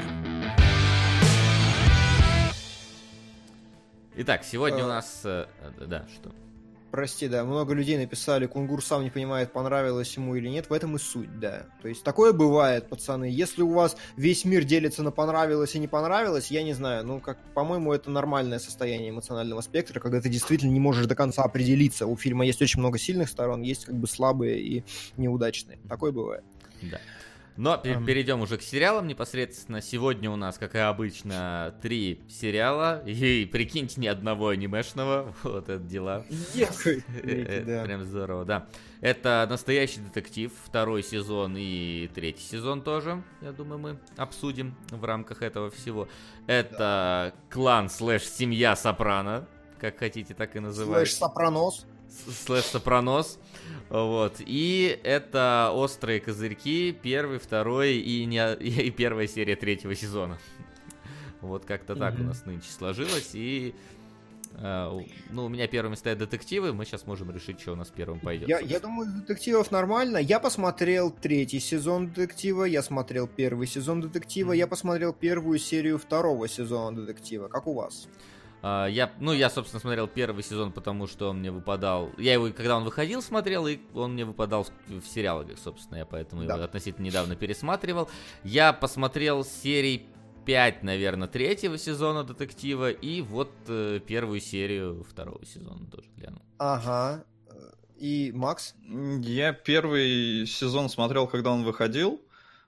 Speaker 2: Итак, сегодня а... у нас... Да, что?
Speaker 3: Прости, да, много людей написали, Кунгур сам не понимает, понравилось ему или нет, в этом и суть, да. То есть такое бывает, пацаны, если у вас весь мир делится на понравилось и не понравилось, я не знаю, ну, как, по-моему, это нормальное состояние эмоционального спектра, когда ты действительно не можешь до конца определиться. У фильма есть очень много сильных сторон, есть как бы слабые и неудачные. Такое бывает.
Speaker 2: Да. Но um. перейдем уже к сериалам непосредственно. Сегодня у нас, как и обычно, три сериала. И прикиньте, ни одного анимешного. Вот это дела.
Speaker 3: Yeah.
Speaker 2: Прям здорово, да. Это «Настоящий детектив», второй сезон и третий сезон тоже. Я думаю, мы обсудим в рамках этого всего. Это «Клан» слэш «Семья Сопрано». Как хотите, так и называйте.
Speaker 3: Слэш «Сопранос».
Speaker 2: Слэш «Сопранос». Вот. И это «Острые козырьки», первый, второй и, не, и первая серия третьего сезона. Вот как-то так mm-hmm. у нас нынче сложилось. И э, ну, у меня первыми стоят детективы. Мы сейчас можем решить, что у нас первым пойдет.
Speaker 3: Я, я думаю, детективов нормально. Я посмотрел третий сезон детектива, я смотрел первый сезон детектива, mm-hmm. я посмотрел первую серию второго сезона детектива. Как у вас?
Speaker 2: Uh, я, ну, я, собственно, смотрел первый сезон, потому что он мне выпадал... Я его, когда он выходил, смотрел, и он мне выпадал в, в сериалах, собственно. Я поэтому да. его относительно недавно пересматривал. Я посмотрел серии пять, наверное, третьего сезона детектива, и вот э, первую серию второго сезона тоже глянул.
Speaker 3: Ага. И Макс?
Speaker 4: Я первый сезон смотрел, когда он выходил.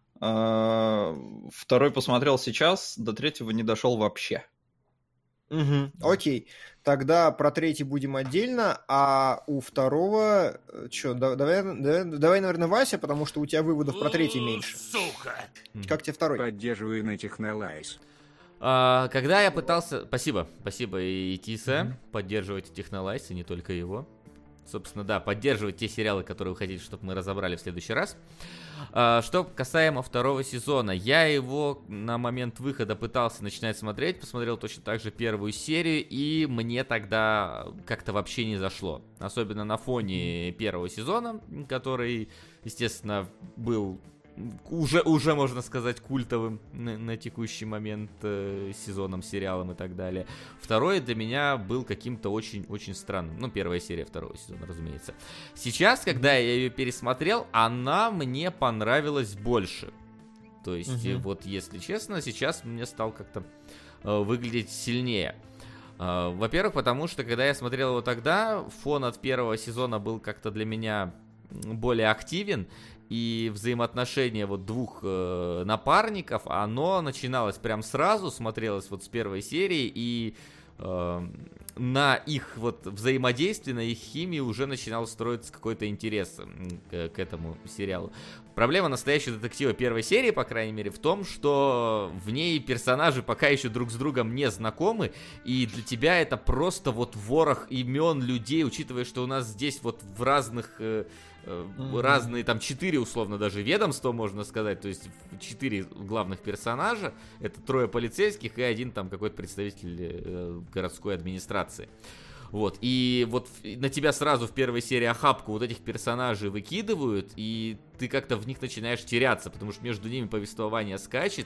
Speaker 4: Второй посмотрел сейчас, до третьего не дошел вообще.
Speaker 3: Угу, окей. Тогда про третий будем отдельно, а у второго... Че, давай, давай, давай, наверное, Вася, потому что у тебя выводов про третий меньше.
Speaker 1: Сука!
Speaker 3: Как тебе второй?
Speaker 5: Поддерживаю на Технолайз.
Speaker 2: А, когда я пытался... Спасибо, спасибо и Тиса. Mm-hmm. Поддерживайте Технолайз, и не только его. Собственно, да, поддерживать те сериалы, которые вы хотите, чтобы мы разобрали в следующий раз. А, что касаемо второго сезона, я его на момент выхода пытался начинать смотреть, посмотрел точно так же первую серию, и мне тогда как-то вообще не зашло. Особенно на фоне первого сезона, который, естественно, был... Уже, уже, можно сказать, культовым на, на текущий момент э, сезоном, сериалом и так далее. Второй для меня был каким-то очень-очень странным. Ну, первая серия второго сезона, разумеется. Сейчас, когда я ее пересмотрел, она мне понравилась больше. То есть, угу. вот, если честно, сейчас мне стал как-то э, выглядеть сильнее. Э, во-первых, потому что, когда я смотрел его тогда, фон от первого сезона был как-то для меня более активен. И взаимоотношения вот двух э, напарников, оно начиналось прям сразу, смотрелось вот с первой серии, и э, на их вот взаимодействие, на их химии уже начинал строиться какой-то интерес к, к этому сериалу. Проблема «Настоящего детектива» первой серии, по крайней мере, в том, что в ней персонажи пока еще друг с другом не знакомы, и для тебя это просто вот ворох имен людей, учитывая, что у нас здесь вот в разных... Э, Mm-hmm. разные, там, четыре, условно, даже ведомства, можно сказать, то есть четыре главных персонажа, это трое полицейских и один там какой-то представитель э, городской администрации. Вот, и вот на тебя сразу в первой серии охапку вот этих персонажей выкидывают, и ты как-то в них начинаешь теряться, потому что между ними повествование скачет,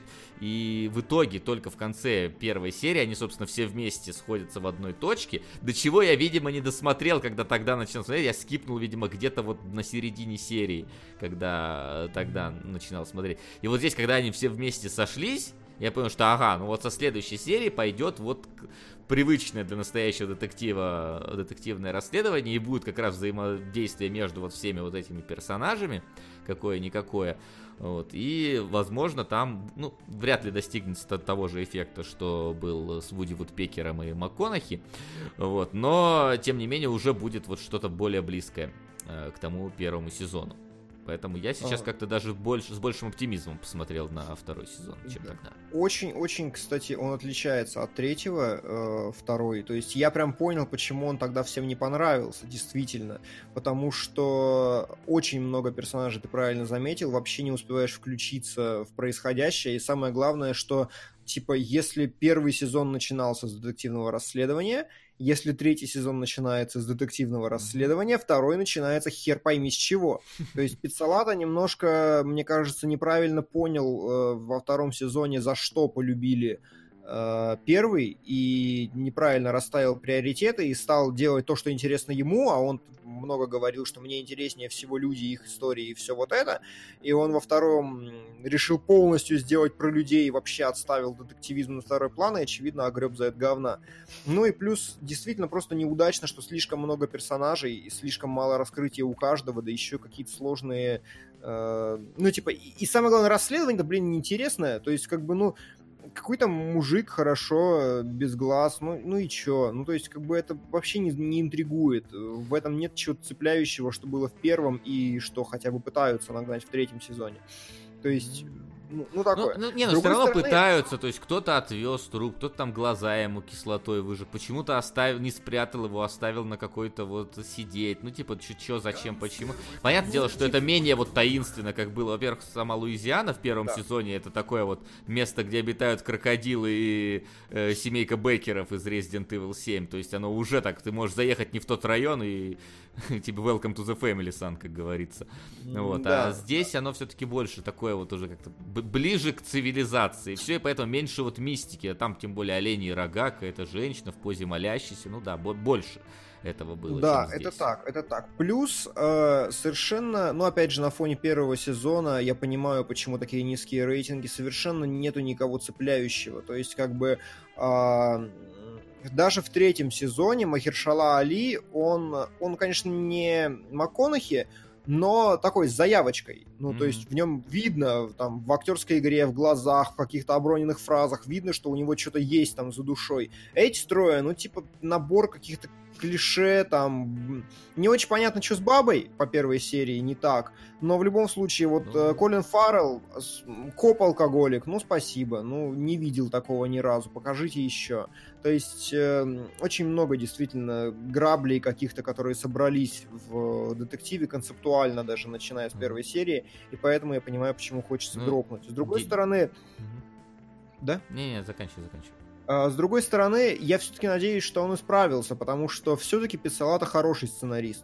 Speaker 2: и в итоге только в конце первой серии они, собственно, все вместе сходятся в одной точке, до чего я, видимо, не досмотрел, когда тогда начал смотреть, я скипнул, видимо, где-то вот на середине серии, когда тогда начинал смотреть. И вот здесь, когда они все вместе сошлись, я понял, что ага, ну вот со следующей серии пойдет вот привычное для настоящего детектива детективное расследование, и будет как раз взаимодействие между вот всеми вот этими персонажами, какое-никакое. Вот. И, возможно, там, ну, вряд ли достигнется того же эффекта, что был с Вуди Вудпекером и МакКонахи. Вот. Но, тем не менее, уже будет вот что-то более близкое э, к тому первому сезону. Поэтому я сейчас а. как-то даже больше, с большим оптимизмом посмотрел на второй сезон, чем да. тогда.
Speaker 3: Очень-очень, кстати, он отличается от третьего, э, второй. То есть я прям понял, почему он тогда всем не понравился, действительно. Потому что очень много персонажей, ты правильно заметил, вообще не успеваешь включиться в происходящее. И самое главное, что, типа, если первый сезон начинался с детективного расследования, если третий сезон начинается с детективного расследования, второй начинается хер пойми с чего. То есть Пиццолатто немножко, мне кажется, неправильно понял э, во втором сезоне, за что полюбили э, первый, и неправильно расставил приоритеты, и стал делать то, что интересно ему, а он много говорил, что мне интереснее всего люди, их истории и все вот это, и он во втором решил полностью сделать про людей и вообще отставил детективизм на второй план, и, очевидно, огреб за это говна. Ну и плюс, действительно, просто неудачно, что слишком много персонажей и слишком мало раскрытия у каждого, да еще какие-то сложные... Э, ну, типа, и, и самое главное, расследование, да, блин, неинтересное, то есть, как бы, ну, какой там мужик хорошо, без глаз, ну, ну и чё? Ну, то есть, как бы это вообще не, не интригует. В этом нет чего-то цепляющего, что было в первом, и что хотя бы пытаются нагнать в третьем сезоне. То есть... Ну, ну, такое.
Speaker 2: Ну, ну, не, ну, все равно стороны... пытаются, то есть кто-то отвез труп, кто-то там глаза ему кислотой выжег, почему-то оставил, не спрятал его, оставил на какой-то вот сидеть, ну, типа, чё, зачем, почему. Понятное дело, что это менее вот таинственно, как было, во-первых, сама Луизиана в первом да. сезоне, это такое вот место, где обитают крокодилы и э, семейка Беккеров из Resident Evil семь, то есть оно уже так, ты можешь заехать не в тот район и типа welcome to the family, son, как говорится. Вот. Да. А здесь оно все-таки больше такое вот уже как-то ближе к цивилизации. Все, и поэтому меньше вот мистики. А там тем более олени и рога, какая-то женщина в позе молящейся. Ну да, больше этого было.
Speaker 3: Да, это так, это так. Плюс э, совершенно, ну опять же, на фоне первого сезона я понимаю, почему такие низкие рейтинги. Совершенно нету никого цепляющего. То есть как бы... Э, даже в третьем сезоне Махершала Али, он, он, конечно, не МакКонахи, но такой с заявочкой. Ну, mm-hmm. то есть в нем видно, там, в актерской игре, в глазах, в каких-то оброненных фразах, видно, что у него что-то есть там за душой. Эти трое, ну, типа, набор каких-то клише, там, не очень понятно, что с бабой по первой серии, не так, но в любом случае, вот ну... Колин Фаррелл, коп-алкоголик, ну, спасибо, ну, не видел такого ни разу, покажите еще. То есть, э, очень много, действительно, граблей каких-то, которые собрались в детективе концептуально даже, начиная с первой серии, и поэтому я понимаю, почему хочется ну, дропнуть. С другой ди... стороны... Mm-hmm. Да?
Speaker 2: Не-не, заканчивай, заканчивай.
Speaker 3: С другой стороны, я все-таки надеюсь, что он исправился, потому что все-таки Пиццолатто хороший сценарист.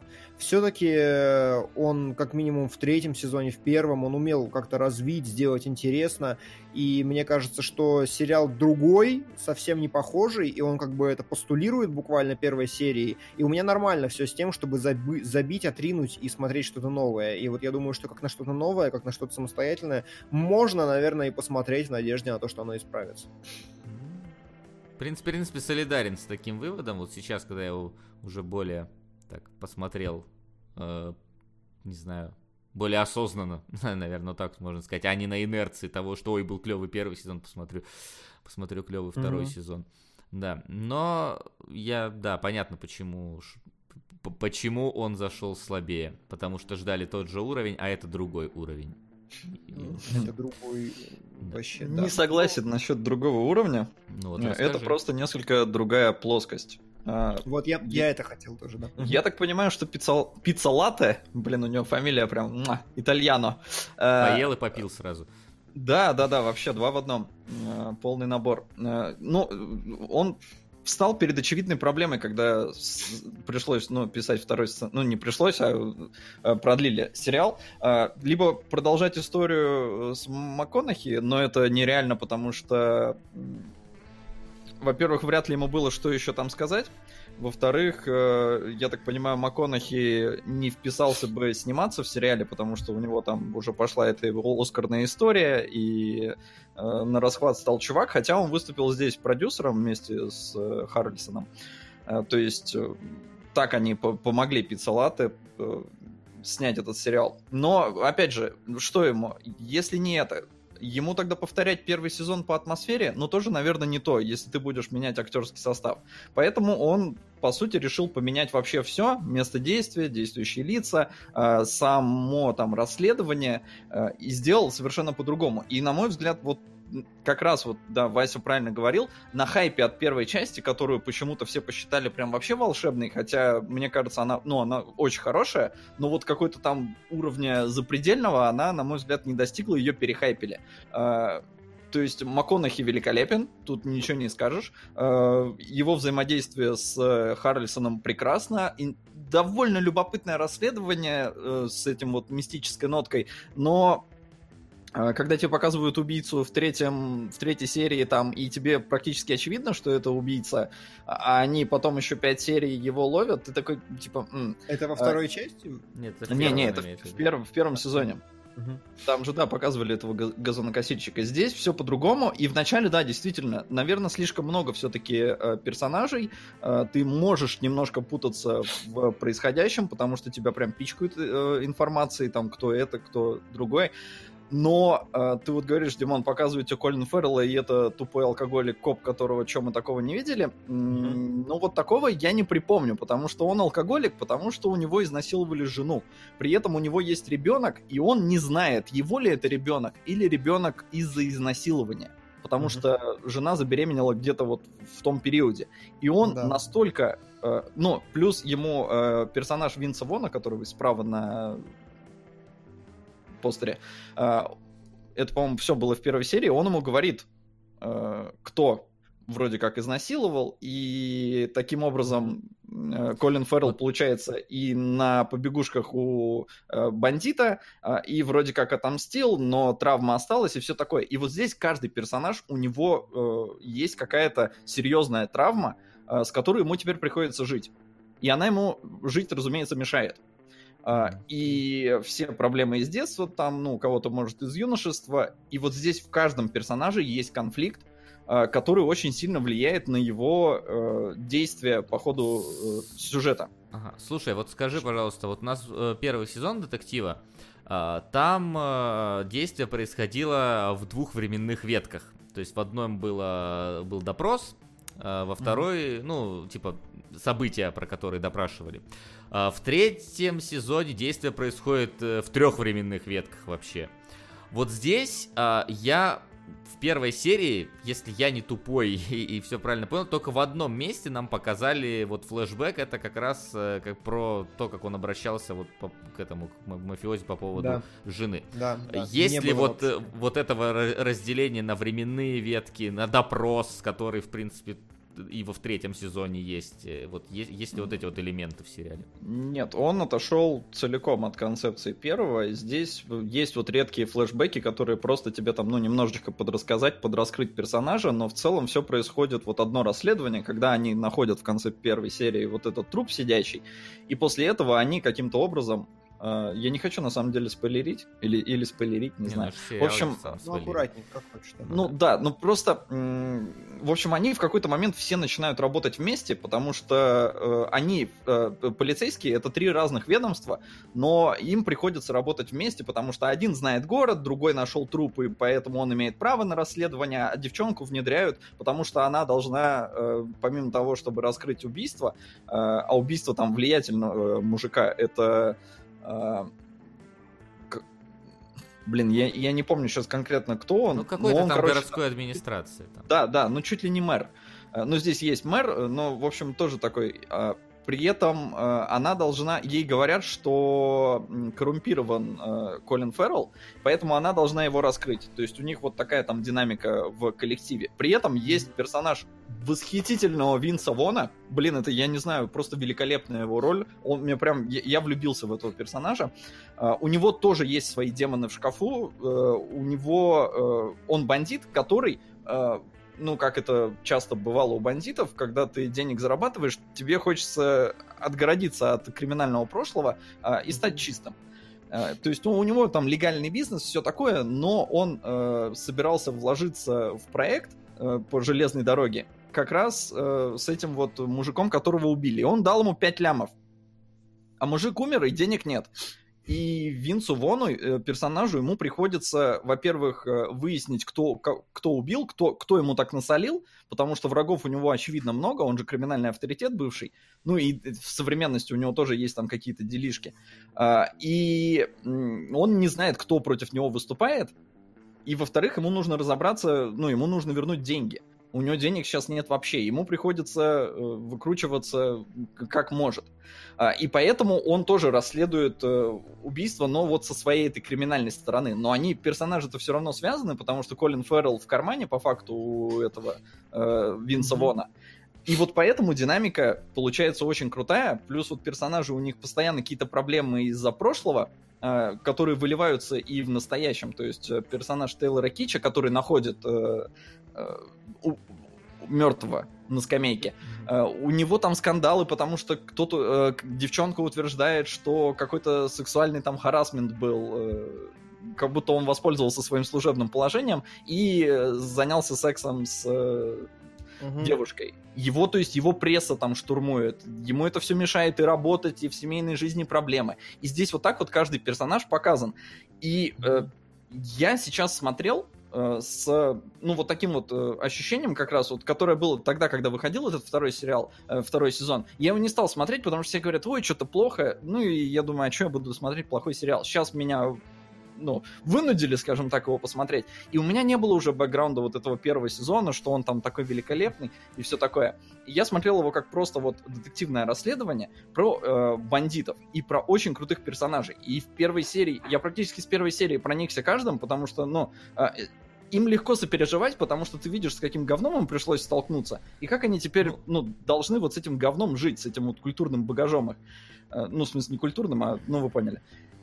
Speaker 3: Все-таки он, как минимум, в третьем сезоне, в первом, он умел как-то развить, сделать интересно. И мне кажется, что сериал другой, совсем не похожий, и он как бы это постулирует буквально первой серии. И у меня нормально все с тем, чтобы заби- забить, отринуть и смотреть что-то новое. И вот я думаю, что как на что-то новое, как на что-то самостоятельное, можно, наверное, и посмотреть в надежде на то, что оно исправится.
Speaker 2: В принципе, в принципе, солидарен с таким выводом. Вот сейчас, когда я его уже более так посмотрел, э, не знаю, более осознанно, наверное, так можно сказать, а не на инерции того, что ой, был клевый первый сезон, посмотрю, посмотрю клевый второй mm-hmm. сезон. Да, но я, да, понятно, почему, почему он зашел слабее, потому что ждали тот же уровень, а это другой уровень.
Speaker 3: Это другой вообще.
Speaker 4: Не согласен насчет другого уровня. Ну, вот это просто несколько другая плоскость.
Speaker 3: Вот я, я это хотел тоже, да.
Speaker 4: Я так понимаю, что пиццал... Пиццолатте, блин, у него фамилия прям муа, итальяно.
Speaker 2: Поел и попил сразу.
Speaker 4: Да, да, да, вообще два в одном. Полный набор. Ну, он встал перед очевидной проблемой, когда с... пришлось, ну, писать второй сценарий, ну, не пришлось, а, а продлили сериал. А, либо продолжать историю с МакКонахи, но это нереально, потому что, во-первых, вряд ли ему было что еще там сказать. Во-вторых, я так понимаю, МакКонахи не вписался бы сниматься в сериале, потому что у него там уже пошла эта оскарная история, и на расхват стал чувак, хотя он выступил здесь продюсером вместе с Харрельсоном. То есть так они помогли Пиццалатте снять этот сериал. Но, опять же, что ему? Если не это... Ему тогда повторять первый сезон по атмосфере, но тоже, наверное, не то, если ты будешь менять актерский состав. Поэтому он, по сути, решил поменять вообще все, место действия, действующие лица, э, само там расследование, э, и сделал совершенно по-другому. И, на мой взгляд, вот как раз вот, да, Вася правильно говорил, на хайпе от первой части, которую почему-то все посчитали прям вообще волшебной, хотя, мне кажется, она, ну, она очень хорошая, но вот какой-то там уровня запредельного она, на мой взгляд, не достигла, ее перехайпили. То есть МакКонахи великолепен, тут ничего не скажешь. Его взаимодействие с Харрельсоном прекрасно. И довольно любопытное расследование с этим вот мистической ноткой, но когда тебе показывают убийцу в, третьем, в третьей серии, там, и тебе практически очевидно, что это убийца, а они потом еще пять серий его ловят, ты такой, типа... М-
Speaker 3: это во второй а... части?
Speaker 2: Нет, это
Speaker 4: не, не, это в, в, первом, в первом сезоне. Угу. Там же, да, показывали этого газонокосильщика. Здесь все по-другому, и вначале, да, действительно, наверное, слишком много все-таки э, персонажей, э, ты можешь немножко путаться в происходящем, потому что тебя прям пичкают э, информацией, там, кто это, кто другой. Но э, ты вот говоришь, Димон, показывает тебе Колин Феррелла, и это тупой алкоголик, коп, которого чем мы такого не видели. Mm-hmm. Ну вот такого я не припомню, потому что он алкоголик, потому что у него изнасиловали жену. При этом у него есть ребенок, и он не знает, его ли это ребенок или ребенок из-за изнасилования. Потому mm-hmm. что жена забеременела где-то вот в том периоде. И он да. настолько... Э, ну, плюс ему э, персонаж Винса Вона, который вы справа на... постере. Это, по-моему, все было в первой серии. Он ему говорит, кто вроде как изнасиловал, и таким образом Колин Феррелл, получается, и на побегушках у бандита, и вроде как отомстил, но травма осталась, и все такое. И вот здесь каждый персонаж, у него есть какая-то серьезная травма, с которой ему теперь приходится жить. И она ему жить, разумеется, мешает. Uh, и все проблемы из детства, там, ну, у кого-то, может, из юношества. И вот здесь в каждом персонаже есть конфликт, uh, который очень сильно влияет на его uh, действия по ходу uh, сюжета.
Speaker 2: Ага. Слушай, вот скажи, пожалуйста, вот у нас uh, первый сезон «Детектива», uh, там uh, действие происходило в двух временных ветках. То есть в одном было, был допрос, uh, во второй, mm-hmm. ну, типа, события, про которые допрашивали. В третьем сезоне действие происходит в трех временных ветках вообще. Вот здесь я в первой серии, если я не тупой и, и все правильно понял, только в одном месте нам показали вот флешбэк, это как раз как про то, как он обращался вот по, к этому к мафиози по поводу да. жены. Да, да. Есть ли вот, вот этого разделения на временные ветки, на допрос, который, в принципе, и во в третьем сезоне есть. Вот есть, есть ли вот эти вот элементы в сериале?
Speaker 4: Нет, он отошел целиком от концепции первого. Здесь есть вот редкие флешбеки, которые просто тебе там, ну, немножечко подрассказать, подраскрыть персонажа, но в целом все происходит вот одно расследование, когда они находят в конце первой серии вот этот труп сидящий, и после этого они каким-то образом я не хочу, на самом деле, спойлерить. Или, или спойлерить, не, не знаю. Ну, в общем,
Speaker 3: ну, аккуратнее, как хочешь.
Speaker 4: Ну, да, ну, просто... В общем, они в какой-то момент все начинают работать вместе, потому что э, они, э, полицейские, это три разных ведомства, но им приходится работать вместе, потому что один знает город, другой нашел труп, и поэтому он имеет право на расследование, а девчонку внедряют, потому что она должна, э, помимо того, чтобы раскрыть убийство, э, а убийство там влиятельного э, мужика, это... Uh, к... Блин, я, я не помню сейчас конкретно, кто он.
Speaker 2: Ну, какой-то
Speaker 4: он,
Speaker 2: там
Speaker 4: короче,
Speaker 2: городской администрации. Там.
Speaker 4: Да, да, ну чуть ли не мэр. Uh, ну, здесь есть мэр, но, в общем, тоже такой uh, при этом э, она должна... Ей говорят, что коррумпирован э, Колин Феррелл, поэтому она должна его раскрыть. То есть у них вот такая там динамика в коллективе. При этом есть персонаж восхитительного Винса Вона. Блин, это, я не знаю, просто великолепная его роль. Он мне прям... Я, я влюбился в этого персонажа. Uh, у него тоже есть свои демоны в шкафу. Uh, у него... Uh, он бандит, который... Uh, ну, как это часто бывало у бандитов, когда ты денег зарабатываешь, тебе хочется отгородиться от криминального прошлого uh, и стать чистым. Uh, то есть ну, у него там легальный бизнес, все такое, но он uh, собирался вложиться в проект uh, по железной дороге как раз uh, с этим вот мужиком, которого убили. И он дал ему пять лямов. А мужик умер, и денег нет. И Винсу Вону, персонажу, ему приходится, во-первых, выяснить, кто, кто убил, кто, кто ему так насолил, потому что врагов у него, очевидно, много, он же криминальный авторитет бывший, ну и в современности у него тоже есть там какие-то делишки. И он не знает, кто против него выступает, и, во-вторых, ему нужно разобраться, ну, ему нужно вернуть деньги. У него денег сейчас нет вообще, ему приходится э, выкручиваться как может. А, и поэтому он тоже расследует э, убийство, но вот со своей этой криминальной стороны. Но они, персонажи-то все равно связаны, потому что Колин Феррелл в кармане, по факту, у этого э, Винса mm-hmm. Вона. И вот поэтому динамика получается очень крутая, плюс вот персонажи, у них постоянно какие-то проблемы из-за прошлого, э, которые выливаются и в настоящем. То есть э, персонаж Тейлора Китча, который находит... Э, У, мертвого на скамейке. Uh, у него там скандалы, потому что кто-то, uh, девчонка утверждает, что какой-то сексуальный там харассмент был, uh, как будто он воспользовался своим служебным положением и uh, занялся сексом с uh, uh-huh. девушкой. Его, то есть, его пресса там штурмует. Ему это все мешает и работать, и в семейной жизни проблемы. И здесь вот так вот каждый персонаж показан. И uh, я сейчас смотрел с, ну, вот таким вот э, ощущением как раз, вот, которое было тогда, когда выходил этот второй сериал, э, второй сезон. Я его не стал смотреть, потому что все говорят, ой, что-то плохо. Ну, и я думаю, а что я буду смотреть плохой сериал? Сейчас меня, ну, вынудили, скажем так, его посмотреть. И у меня не было уже бэкграунда вот этого первого сезона, что он там такой великолепный и все такое. И я смотрел его как просто вот детективное расследование про э, бандитов и про очень крутых персонажей. И в первой серии, я практически с первой серии проникся каждым, потому что, ну... Э, им легко сопереживать, потому что ты видишь, с каким говном им пришлось столкнуться, и как они теперь, ну, должны вот с этим говном жить, с этим вот культурным багажом их. Ну, в смысле, не культурным, а, ну, вы поняли.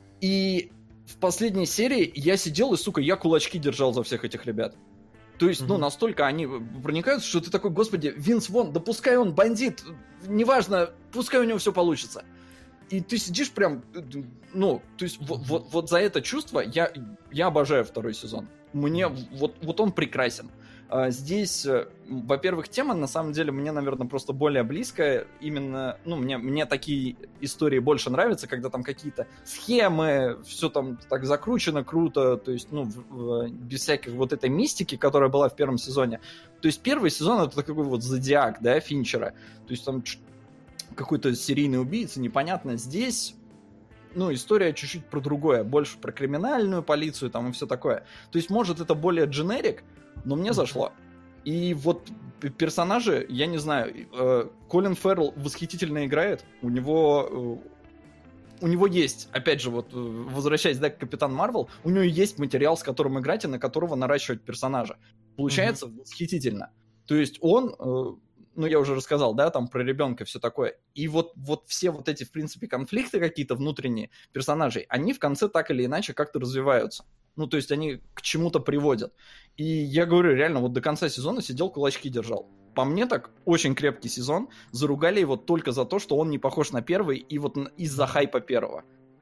Speaker 4: И в последней серии я сидел и, сука, я кулачки держал за всех этих ребят. То есть, mm-hmm. ну, настолько они проникаются, что ты такой, господи, Винс Вон, да пускай он бандит, неважно, пускай у него все получится. И ты сидишь прям, ну, то есть вот, вот, вот за это чувство я, я обожаю второй сезон. Мне вот, вот он прекрасен. А здесь, во-первых, тема, на самом деле, мне, наверное, просто более близкая. Именно, ну, мне, мне такие истории больше нравятся, когда там какие-то схемы, все там так закручено круто, то есть, ну, в, в, без всяких вот этой мистики, которая была в первом сезоне. То есть первый сезон — это такой вот зодиак, да, Финчера. То есть там какой-то серийный убийца, непонятно. Здесь... Ну, история чуть-чуть про другое, больше про криминальную полицию там и все такое. То есть, может, это более дженерик, но мне зашло. И вот персонажи, я не знаю, э, Колин Феррелл восхитительно играет, у него... Э, у него есть, опять же, вот, возвращаясь, да, к Капитан Марвел, у него есть материал, с которым играть и на которого наращивать персонажа. Получается mm-hmm. восхитительно. То есть он... Э, ну, я уже рассказал, да, там про ребенка, все такое. И вот, вот все вот эти, в принципе, конфликты какие-то внутренние персонажей, они в конце так или иначе как-то развиваются. Ну, то есть они к чему-то приводят. И я говорю, реально, вот до конца сезона сидел, кулачки держал. По мне так, очень крепкий сезон. Заругали его только за то, что он не похож на первый, и вот из-за хайпа первого.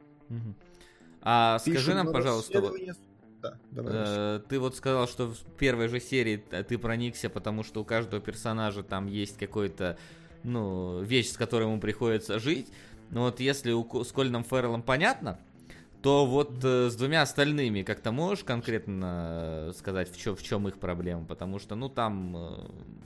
Speaker 2: А скажи Пишем нам, пожалуйста...
Speaker 3: Да, давай,
Speaker 2: э, ты вот сказал, что в первой же серии ты проникся, потому что у каждого персонажа там есть какой-то, ну, вещь, с которой ему приходится жить. Но вот если у, с Колином Ферреллом понятно, то вот э, с двумя остальными как-то можешь конкретно сказать, в, чё, в чем их проблема? Потому что, ну, там... Э,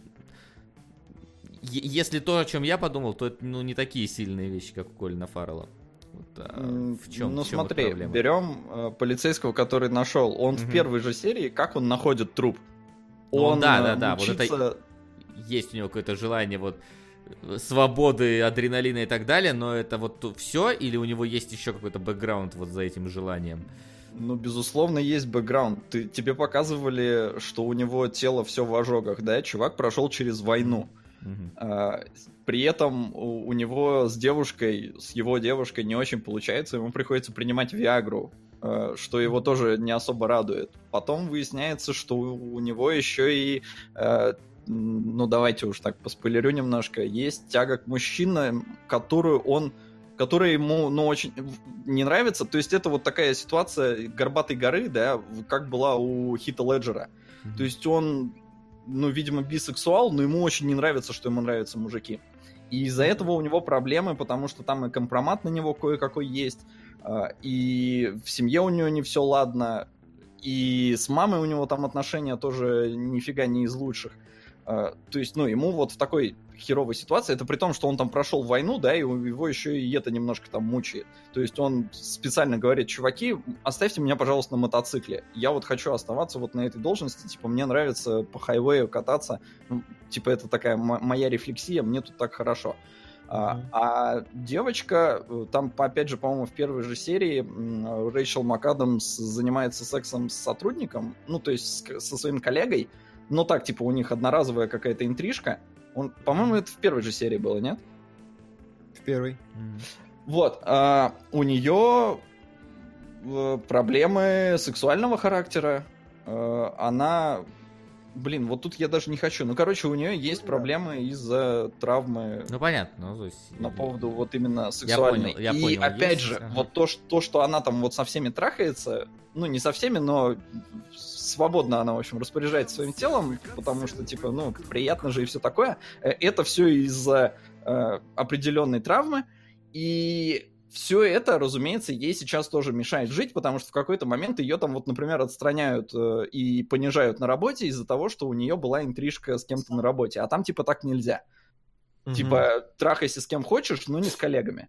Speaker 2: если то, о чем я подумал, то это, ну, не такие сильные вещи, как у Колина Феррелла. Вот, а в чем,
Speaker 4: ну
Speaker 2: в чем
Speaker 4: смотри, берем э, полицейского, который нашел. Он угу. в первой же серии, как он находит труп?
Speaker 2: Он,
Speaker 4: он
Speaker 2: да, да, да.
Speaker 4: Учится...
Speaker 2: Вот это есть у него какое-то желание вот свободы, адреналина и так далее, но это вот все, или у него есть еще какой-то бэкграунд вот за этим желанием?
Speaker 4: Ну, безусловно, есть бэкграунд. Ты, тебе показывали, что у него тело все в ожогах, да? Чувак прошел через войну. Uh-huh. А, при этом у, у него с девушкой, с его девушкой не очень получается, ему приходится принимать Виагру, а, что его тоже не особо радует. Потом выясняется, что у, у него еще и... А, ну, давайте уж так поспойлерю немножко. Есть тяга к мужчинам, которую он... которая ему, ну, очень не нравится. То есть это вот такая ситуация горбатой горы, да, как была у Хита Леджера. Mm-hmm. То есть он, ну, видимо, бисексуал, но ему очень не нравится, что ему нравятся мужики. И из-за этого у него проблемы, потому что там и компромат на него кое-какой есть, и в семье у него не все ладно, и с мамой у него там отношения тоже нифига не из лучших. То есть, ну, ему вот в такой херовой ситуации, это при том, что он там прошел войну, да, и его еще и это немножко там мучает. То есть он специально говорит: чуваки, оставьте меня, пожалуйста, на мотоцикле. Я вот хочу оставаться вот на этой должности, типа, мне нравится по хайвею кататься, ну, типа, это такая м- моя рефлексия, мне тут так хорошо. Mm-hmm. А, а девочка, там, опять же, по-моему, в первой же серии Рэйчел МакАдамс занимается сексом с сотрудником, ну, то есть с, со своим коллегой, но так, типа, у них одноразовая какая-то интрижка. Он, по-моему, это в первой же серии было, нет?
Speaker 3: В первой.
Speaker 4: Mm-hmm. Вот. А, у нее проблемы сексуального характера. А, она... Блин, вот тут я даже не хочу. Ну, короче, у нее есть проблемы из-за травмы.
Speaker 2: Ну, понятно. Ну, то есть...
Speaker 4: На поводу вот именно сексуальной.
Speaker 2: Я понял, я
Speaker 4: И
Speaker 2: понял,
Speaker 4: опять
Speaker 2: есть...
Speaker 4: же,
Speaker 2: ага.
Speaker 4: вот то, то, что она там вот со всеми трахается, ну, не со всеми, но свободно она, в общем, распоряжается своим телом, потому что, типа, ну, приятно же и все такое. Это все из-за э, определенной травмы. И все это, разумеется, ей сейчас тоже мешает жить, потому что в какой-то момент ее там, вот, например, отстраняют э, и понижают на работе из-за того, что у нее была интрижка с кем-то на работе. А там, типа, так нельзя. Угу. Типа, трахайся с кем хочешь, но не с коллегами.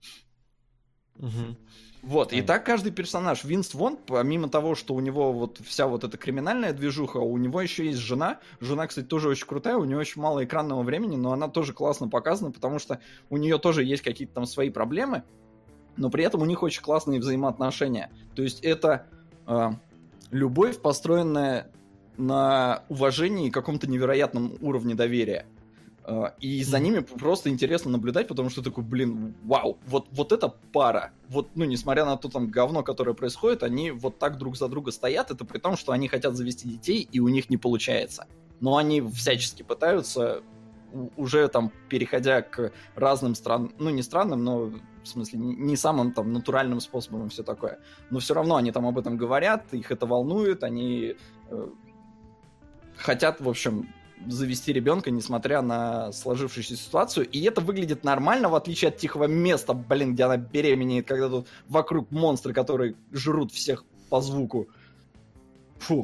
Speaker 3: Угу.
Speaker 4: Вот, и так каждый персонаж. Винс Вон, помимо того, что у него вот вся вот эта криминальная движуха, у него еще есть жена. Жена, кстати, тоже очень крутая, у нее очень мало экранного времени, но она тоже классно показана, потому что у нее тоже есть какие-то там свои проблемы, но при этом у них очень классные взаимоотношения. То есть это э, любовь, построенная на уважении и каком-то невероятном уровне доверия. И за ними просто интересно наблюдать, потому что такой, блин, вау, вот, вот эта пара, вот, ну, несмотря на то там говно, которое происходит, они вот так друг за друга стоят, это при том, что они хотят завести детей, и у них не получается. Но они всячески пытаются, уже там, переходя к разным странам, ну, не странным, но, в смысле, не самым там натуральным способом и все такое. Но все равно они там об этом говорят, их это волнует, они э, хотят, в общем... завести ребенка, несмотря на сложившуюся ситуацию. И это выглядит нормально, в отличие от Тихого места, блин, где она беременеет, когда тут вокруг монстры, которые жрут всех по звуку. Фу.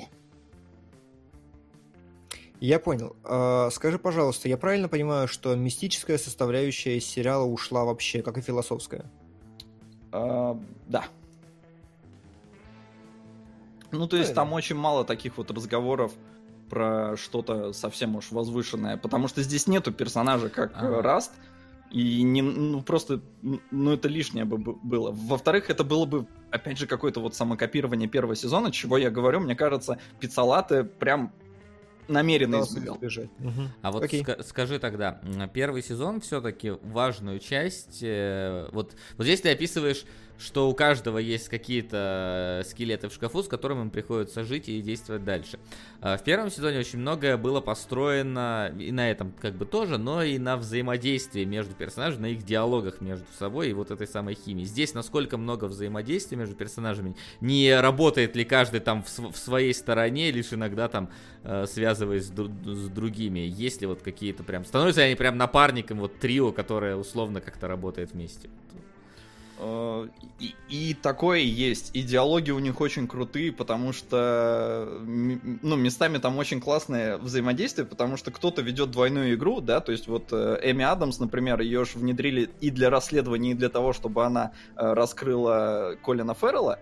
Speaker 3: Я понял. А, скажи, пожалуйста, я правильно понимаю, что мистическая составляющая из сериала ушла вообще, как и философская?
Speaker 4: А, да. Ну, то есть там очень мало таких вот разговоров про что-то совсем уж возвышенное, потому что здесь нету персонажа как ага. Раст, и не, ну просто, ну это лишнее бы было. Во-вторых, это было бы, опять же, какое-то вот самокопирование первого сезона, чего я говорю, мне кажется, Пиццалате прям намеренно избегал.
Speaker 2: Угу. А вот ска- скажи тогда, первый сезон все-таки важную часть, э, вот, вот здесь ты описываешь, что у каждого есть какие-то скелеты в шкафу, с которыми им приходится жить и действовать дальше. В первом сезоне очень многое было построено, и на этом как бы тоже, но и на взаимодействии между персонажами, на их диалогах между собой и вот этой самой химии. Здесь насколько много взаимодействия между персонажами, не работает ли каждый там в, в своей стороне, лишь иногда там э, связываясь с, дру- с другими. Есть ли вот какие-то прям... Становятся они прям напарником, вот трио, которое условно как-то работает вместе?
Speaker 4: И, и такое есть. И диалоги у них очень крутые, потому что, ну, местами там очень классное взаимодействие, потому что кто-то ведет двойную игру, да, то есть вот Эми Адамс, например, ее же внедрили и для расследования, и для того, чтобы она раскрыла Колина Феррелла.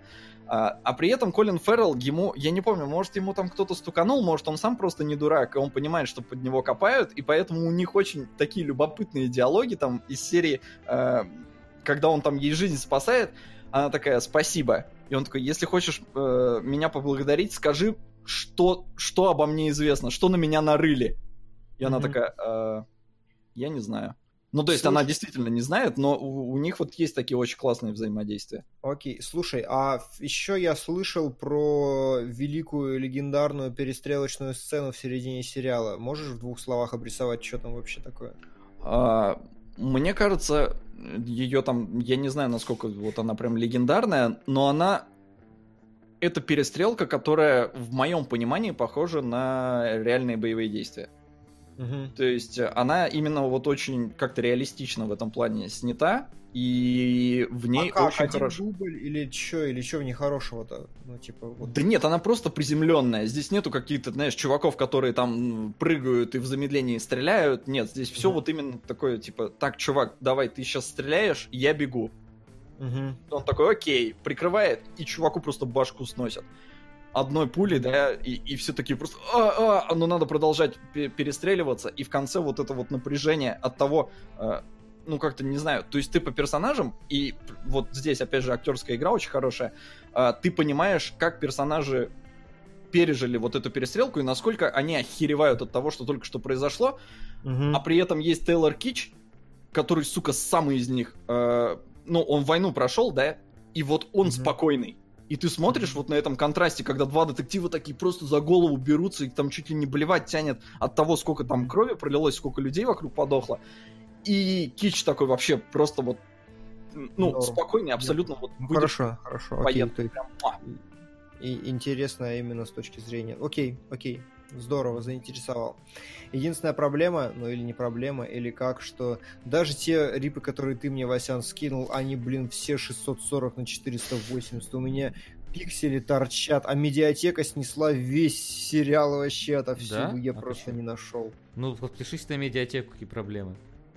Speaker 4: А, а при этом Колин Феррелл, ему, я не помню, может, ему там кто-то стуканул, может, он сам просто не дурак, и он понимает, что под него копают, и поэтому у них очень такие любопытные диалоги там из серии, э, когда он там ей жизнь спасает, она такая: спасибо. И он такой: если хочешь э, меня поблагодарить, скажи, что, что обо мне известно, что на меня нарыли. И mm-hmm. она такая: э, я не знаю. Ну, то есть, слушай, она действительно не знает, но у, у них вот есть такие очень классные взаимодействия.
Speaker 3: Окей, слушай, а еще я слышал про великую легендарную перестрелочную сцену в середине сериала. Можешь в двух словах обрисовать, что там вообще такое?
Speaker 4: А, мне кажется, ее там, я не знаю, насколько вот она прям легендарная, но она... Это перестрелка, которая в моем понимании похожа на реальные боевые действия. Uh-huh. То есть она именно вот очень как-то реалистично в этом плане снята, и в ней
Speaker 3: а
Speaker 4: очень
Speaker 3: как,
Speaker 4: хорошо.
Speaker 3: Дубль или что, или что в ней хорошего-то? Ну, типа, вот...
Speaker 4: Да нет, она просто приземленная. Здесь нету каких-то, знаешь, чуваков, которые там прыгают и в замедлении стреляют. Нет, здесь uh-huh. все вот именно такое, типа: так, чувак, давай, ты сейчас стреляешь, я бегу. Uh-huh. Он такой: окей, прикрывает, и чуваку просто башку сносят одной пулей, да, и, и все такие просто: а, а, ну надо продолжать перестреливаться, и в конце вот это вот напряжение от того, э, ну как-то, не знаю, то есть ты по персонажам, и вот здесь, опять же, актерская игра очень хорошая, э, ты понимаешь, как персонажи пережили вот эту перестрелку, и насколько они охеревают от того, что только что произошло, mm-hmm. а при этом есть Тейлор Китч, который, сука, самый из них, э, ну, он войну прошел, да, и вот он mm-hmm. спокойный. И ты смотришь вот на этом контрасте, когда два детектива такие просто за голову берутся, и там чуть ли не блевать тянет от того, сколько там крови пролилось, сколько людей вокруг подохло. И Китч такой вообще просто вот, ну, Здорово. спокойный, абсолютно. Вот
Speaker 3: хорошо, хорошо, окей.
Speaker 4: Военный, прям,
Speaker 3: и интересно именно с точки зрения... Окей, окей, здорово, заинтересовал. Единственная проблема, ну или не проблема, или как, что даже те рипы, которые ты мне, Васян, скинул, они, блин, все шестьсот сорок на четыреста восемьдесят. У меня пиксели торчат, а медиатека снесла весь сериал вообще отовсюду. Да? Я а просто не нашел.
Speaker 2: Ну, подпишись на медиатеку, какие проблемы.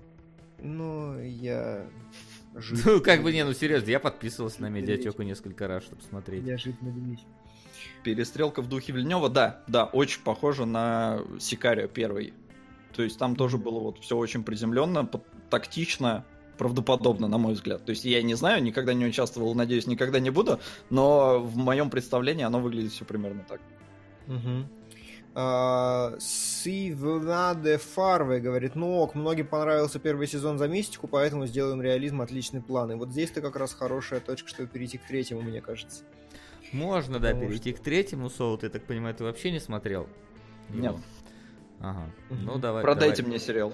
Speaker 3: Ну, я...
Speaker 2: Жить. Ну, как бы, не, ну, серьезно, я подписывался на медиатеку несколько раз, чтобы смотреть.
Speaker 3: Я жить на лимите.
Speaker 4: Перестрелка в духе Вильнёва, да, да, очень похожа на Сикарио первый. То есть там тоже было вот все очень приземленно, тактично, правдоподобно, на мой взгляд. То есть я не знаю, никогда не участвовал, надеюсь, никогда не буду, но в моем представлении оно выглядит все примерно так.
Speaker 3: Угу. Сивна де Фарве говорит: ну ок, многим понравился первый сезон за мистику, поэтому сделаем реализм, отличный план. И вот здесь-то как раз хорошая точка, чтобы перейти к третьему, мне кажется.
Speaker 2: Можно, да, Потому перейти что... к третьему. Соу, ты, так понимаю, ты вообще не смотрел?
Speaker 4: Нет.
Speaker 2: Ну. Ага, ну давай.
Speaker 4: Продайте
Speaker 2: давай.
Speaker 4: мне сериал.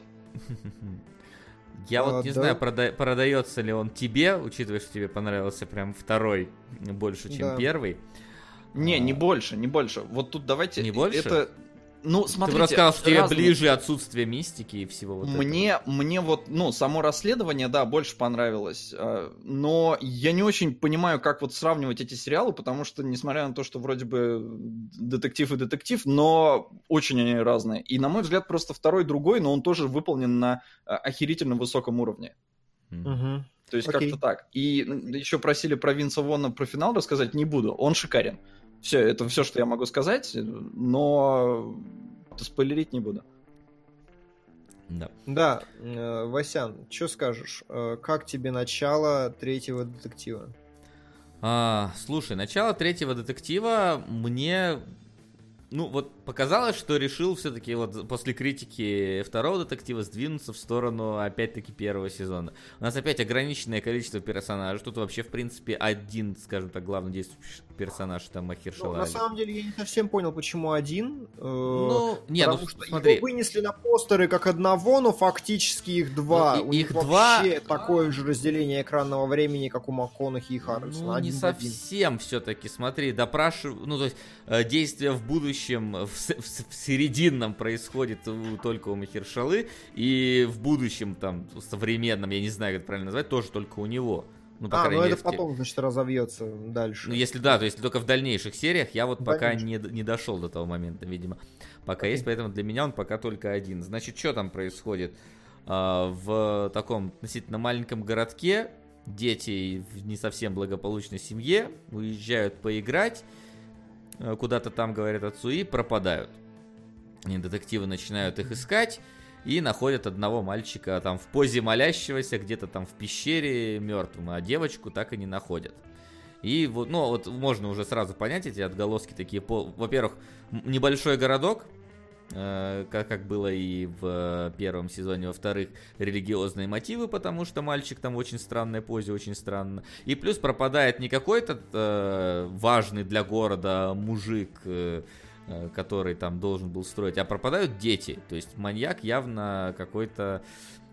Speaker 2: Я а, вот не
Speaker 3: да?
Speaker 2: знаю, прода- продается ли он тебе, учитывая, что тебе понравился прям второй больше, чем
Speaker 3: да.
Speaker 2: первый.
Speaker 4: Не, а... не больше, не больше. Вот тут давайте...
Speaker 2: Не больше?
Speaker 4: Это... Ну, смотрите...
Speaker 2: Ты просто сказал, что тебе
Speaker 4: разные...
Speaker 2: ближе отсутствие мистики и всего вот
Speaker 4: мне,
Speaker 2: этого.
Speaker 4: Мне вот, ну, само расследование, да, больше понравилось. Но я не очень понимаю, как вот сравнивать эти сериалы, потому что, несмотря на то, что вроде бы детектив и детектив, но очень они разные. И, на мой взгляд, просто второй другой, но он тоже выполнен на охерительно высоком уровне.
Speaker 3: Mm-hmm.
Speaker 4: То есть
Speaker 3: okay.
Speaker 4: как-то так. И еще просили про Винса Вона про финал рассказать, не буду. Он шикарен. Все, это все, что я могу сказать, но спойлерить не буду.
Speaker 2: Да.
Speaker 3: Да, э, Васян, что скажешь? Э, как тебе начало третьего детектива?
Speaker 2: А, слушай, начало третьего детектива мне... Ну, вот показалось, что решил все-таки вот после критики второго детектива сдвинуться в сторону, опять-таки, первого сезона. У нас опять ограниченное количество персонажей. Тут вообще, в принципе, один, скажем так, главный действующий персонаж, там, Махершала.
Speaker 3: Ну, на самом деле, я не совсем понял, почему один.
Speaker 2: Ну,
Speaker 3: э,
Speaker 2: не, ну,
Speaker 3: что
Speaker 2: смотри.
Speaker 3: Его вынесли на постеры как одного, но фактически их два.
Speaker 2: Ну,
Speaker 3: у
Speaker 2: их
Speaker 3: них
Speaker 2: два...
Speaker 3: вообще такое же разделение экранного времени, как у МакКонахи и Харрельсона.
Speaker 2: Ну, не совсем все-таки. Смотри, допрашиваю... Ну, то есть, э, действия в будущем в, в, в серединном происходит у, только у Махершалы, и в будущем, там, современном, я не знаю, как это правильно назвать, тоже только у него. Ну, по
Speaker 3: а, ну
Speaker 2: мере,
Speaker 3: это потом, значит, разовьется дальше.
Speaker 2: Ну, если да, то есть только в дальнейших сериях я вот
Speaker 3: в
Speaker 2: пока не, не дошел до того момента, видимо. Пока okay. есть, поэтому для меня он пока только один. Значит, что там происходит? А, в таком относительно маленьком городке дети в не совсем благополучной семье уезжают поиграть куда-то там, говорят отцу, и пропадают. И детективы начинают их искать и находят одного мальчика там в позе молящегося, где-то там в пещере мертвым, а девочку так и не находят. И вот, ну, вот можно уже сразу понять эти отголоски такие. По... Во-первых, небольшой городок, э, как, как было и в первом сезоне. Во-вторых, религиозные мотивы, потому что мальчик там в очень странной позе, очень странно. И плюс пропадает не какой-то э, важный для города мужик, э, который там должен был строить, а пропадают дети. То есть маньяк явно какой-то...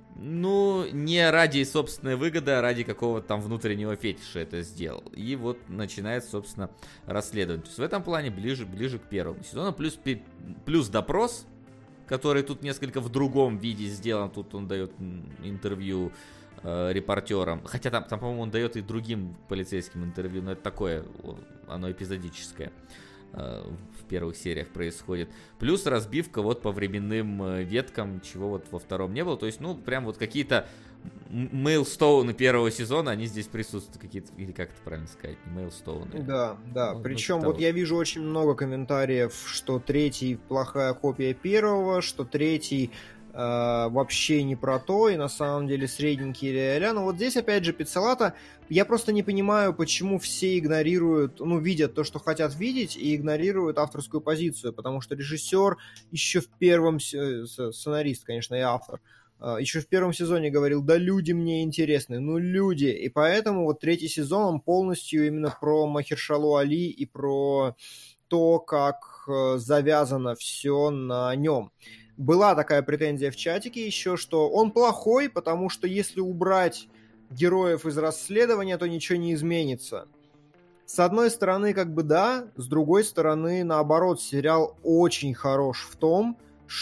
Speaker 2: Ну, не ради собственной выгоды, а ради какого-то там внутреннего фетиша это сделал. И вот начинается, собственно, расследование. То есть в этом плане ближе, ближе к первому сезону. Плюс, плюс допрос, который тут несколько в другом виде сделан. Тут он дает интервью э, репортерам. Хотя там, там, по-моему, он дает и другим полицейским интервью. Но это такое, оно эпизодическое. В первых сериях происходит. Плюс разбивка вот по временным веткам, чего вот во втором не было. То есть, ну, прям вот какие-то мейлстоуны первого сезона, они здесь присутствуют. Какие-то, или как это правильно сказать? Мейлстоуны.
Speaker 3: Да, да.
Speaker 2: Ну,
Speaker 3: Причем
Speaker 2: ну,
Speaker 3: вот я вижу очень много комментариев, что третий плохая копия первого, что третий Uh, вообще не про то, и на самом деле средненький ля-ля. Но вот здесь, опять же, Пиццелата, я просто не понимаю, почему все игнорируют, ну, видят то, что хотят видеть, и игнорируют авторскую позицию, потому что режиссер еще в первом... Сценарист, конечно, и автор. Uh, еще в первом сезоне говорил, да люди мне интересны, ну люди. И поэтому вот третий сезон, он полностью именно про Махершалу Али и про то, как uh, завязано все на нем. Была такая претензия в чатике еще, что он плохой, потому что если убрать героев из расследования, то ничего не изменится. С одной стороны, как бы да, с другой стороны, наоборот, сериал очень хорош в том,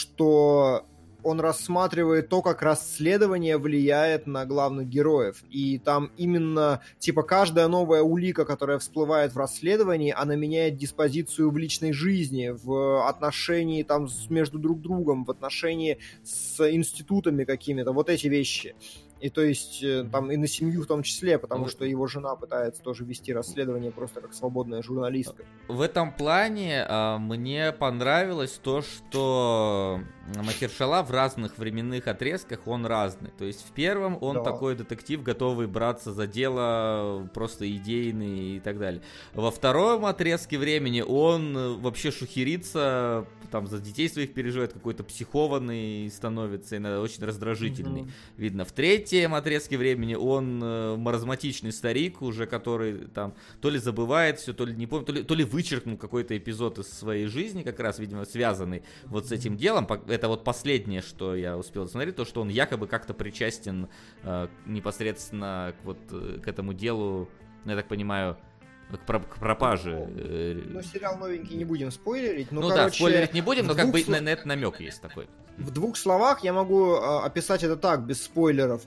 Speaker 3: что он рассматривает то, как расследование влияет на главных героев. И там именно, типа, каждая новая улика, которая всплывает в расследовании, она меняет диспозицию в личной жизни, в отношении там с, между друг другом, в отношении с институтами какими-то, вот эти вещи. И то есть там и на семью в том числе, потому что его жена пытается тоже вести расследование просто как свободная журналистка.
Speaker 2: В этом плане э, мне понравилось то, что Махершала в разных временных отрезках он разный. То есть в первом он да. такой детектив, готовый браться за дело, просто идейный и так далее. Во втором отрезке времени он вообще шухерится, там за детей своих переживает, какой-то психованный становится, и очень раздражительный. Mm-hmm. Видно, в третьем отрезке времени он э, маразматичный старик уже, который там то ли забывает все, то ли не помнит, то ли, то ли вычеркнул какой-то эпизод из своей жизни, как раз, видимо, связанный вот с этим делом. Это вот последнее, что я успел смотреть, то, что он якобы как-то причастен э, непосредственно вот к этому делу, я так понимаю, к, про- к пропаже.
Speaker 3: Ну, сериал новенький не будем спойлерить.
Speaker 2: Ну,
Speaker 3: ну
Speaker 2: короче,
Speaker 3: да, спойлерить
Speaker 2: не будем, но как бы слов... на, на это намек есть такой.
Speaker 3: В двух словах я могу а, описать это так, без спойлеров.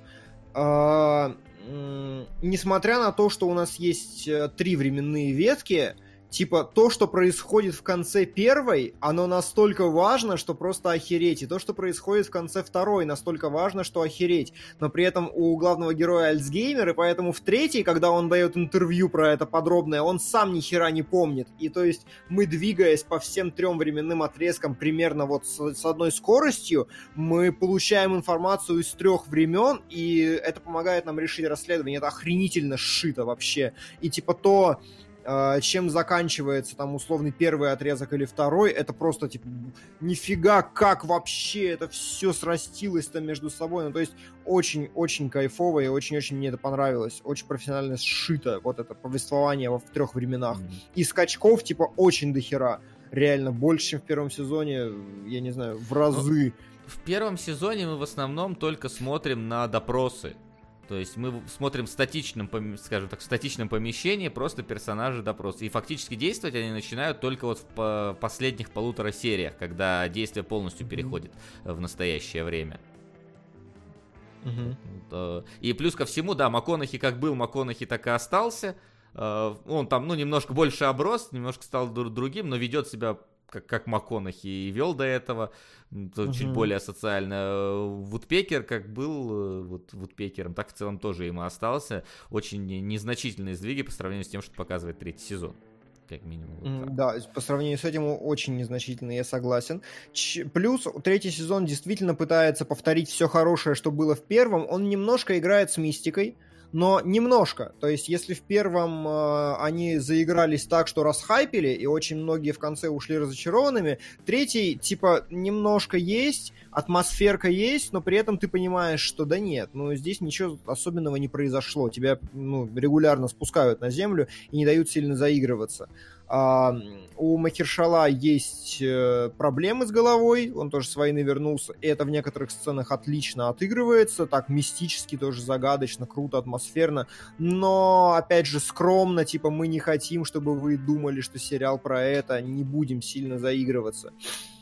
Speaker 3: А, м- несмотря на то, что у нас есть а, три временные ветки, типа, то, что происходит в конце первой, оно настолько важно, что просто охереть. И то, что происходит в конце второй, настолько важно, что охереть. Но при этом у главного героя Альцгеймер, и поэтому в третьей, когда он дает интервью про это подробное, он сам ни хера не помнит. И то есть мы, двигаясь по всем трем временным отрезкам примерно вот с, с одной скоростью, мы получаем информацию из трех времен, и это помогает нам решить расследование. Это охренительно сшито вообще. И типа то... чем заканчивается там условный первый отрезок или второй, это просто типа нифига как вообще это все срастилось-то между собой. Ну то есть очень-очень кайфово и очень-очень мне это понравилось. Очень профессионально сшито вот это повествование в трех временах. Mm-hmm. И скачков типа очень дохера. Реально больше, чем в первом сезоне, я не знаю, в разы.
Speaker 2: В первом сезоне мы в основном только смотрим на допросы. То есть мы смотрим в статичном, скажем так, в статичном помещении просто персонажи допроса. И фактически действовать они начинают только вот в последних полутора сериях, когда действие полностью переходит в настоящее время. Uh-huh. И плюс ко всему, да, МакКонахи как был, МакКонахи так и остался. Он там, ну, немножко больше оброс, немножко стал другим, но ведет себя как, как МакКонахи и вел до этого, угу. чуть более социально. Вудпекер как был вот, Вудпекером, так в целом тоже им и остался. Очень незначительные сдвиги по сравнению с тем, что показывает третий сезон. Как минимум. Вот
Speaker 3: да, по сравнению с этим очень незначительно, я согласен. Ч- плюс третий сезон действительно пытается повторить все хорошее, что было в первом. Он немножко играет с мистикой, но немножко. То есть, если в первом э, они заигрались так, что расхайпили, и очень многие в конце ушли разочарованными, третий, типа, немножко есть, атмосферка есть, но при этом ты понимаешь, что да нет, ну, здесь ничего особенного не произошло. Тебя, ну, регулярно спускают на землю и не дают сильно заигрываться. А, у Махершала есть э, проблемы с головой, он тоже с войны вернулся, и это в некоторых сценах отлично отыгрывается, так мистически, тоже загадочно, круто, атмосферно, но, опять же, скромно, типа, мы не хотим, чтобы вы думали, что сериал про это, не будем сильно заигрываться.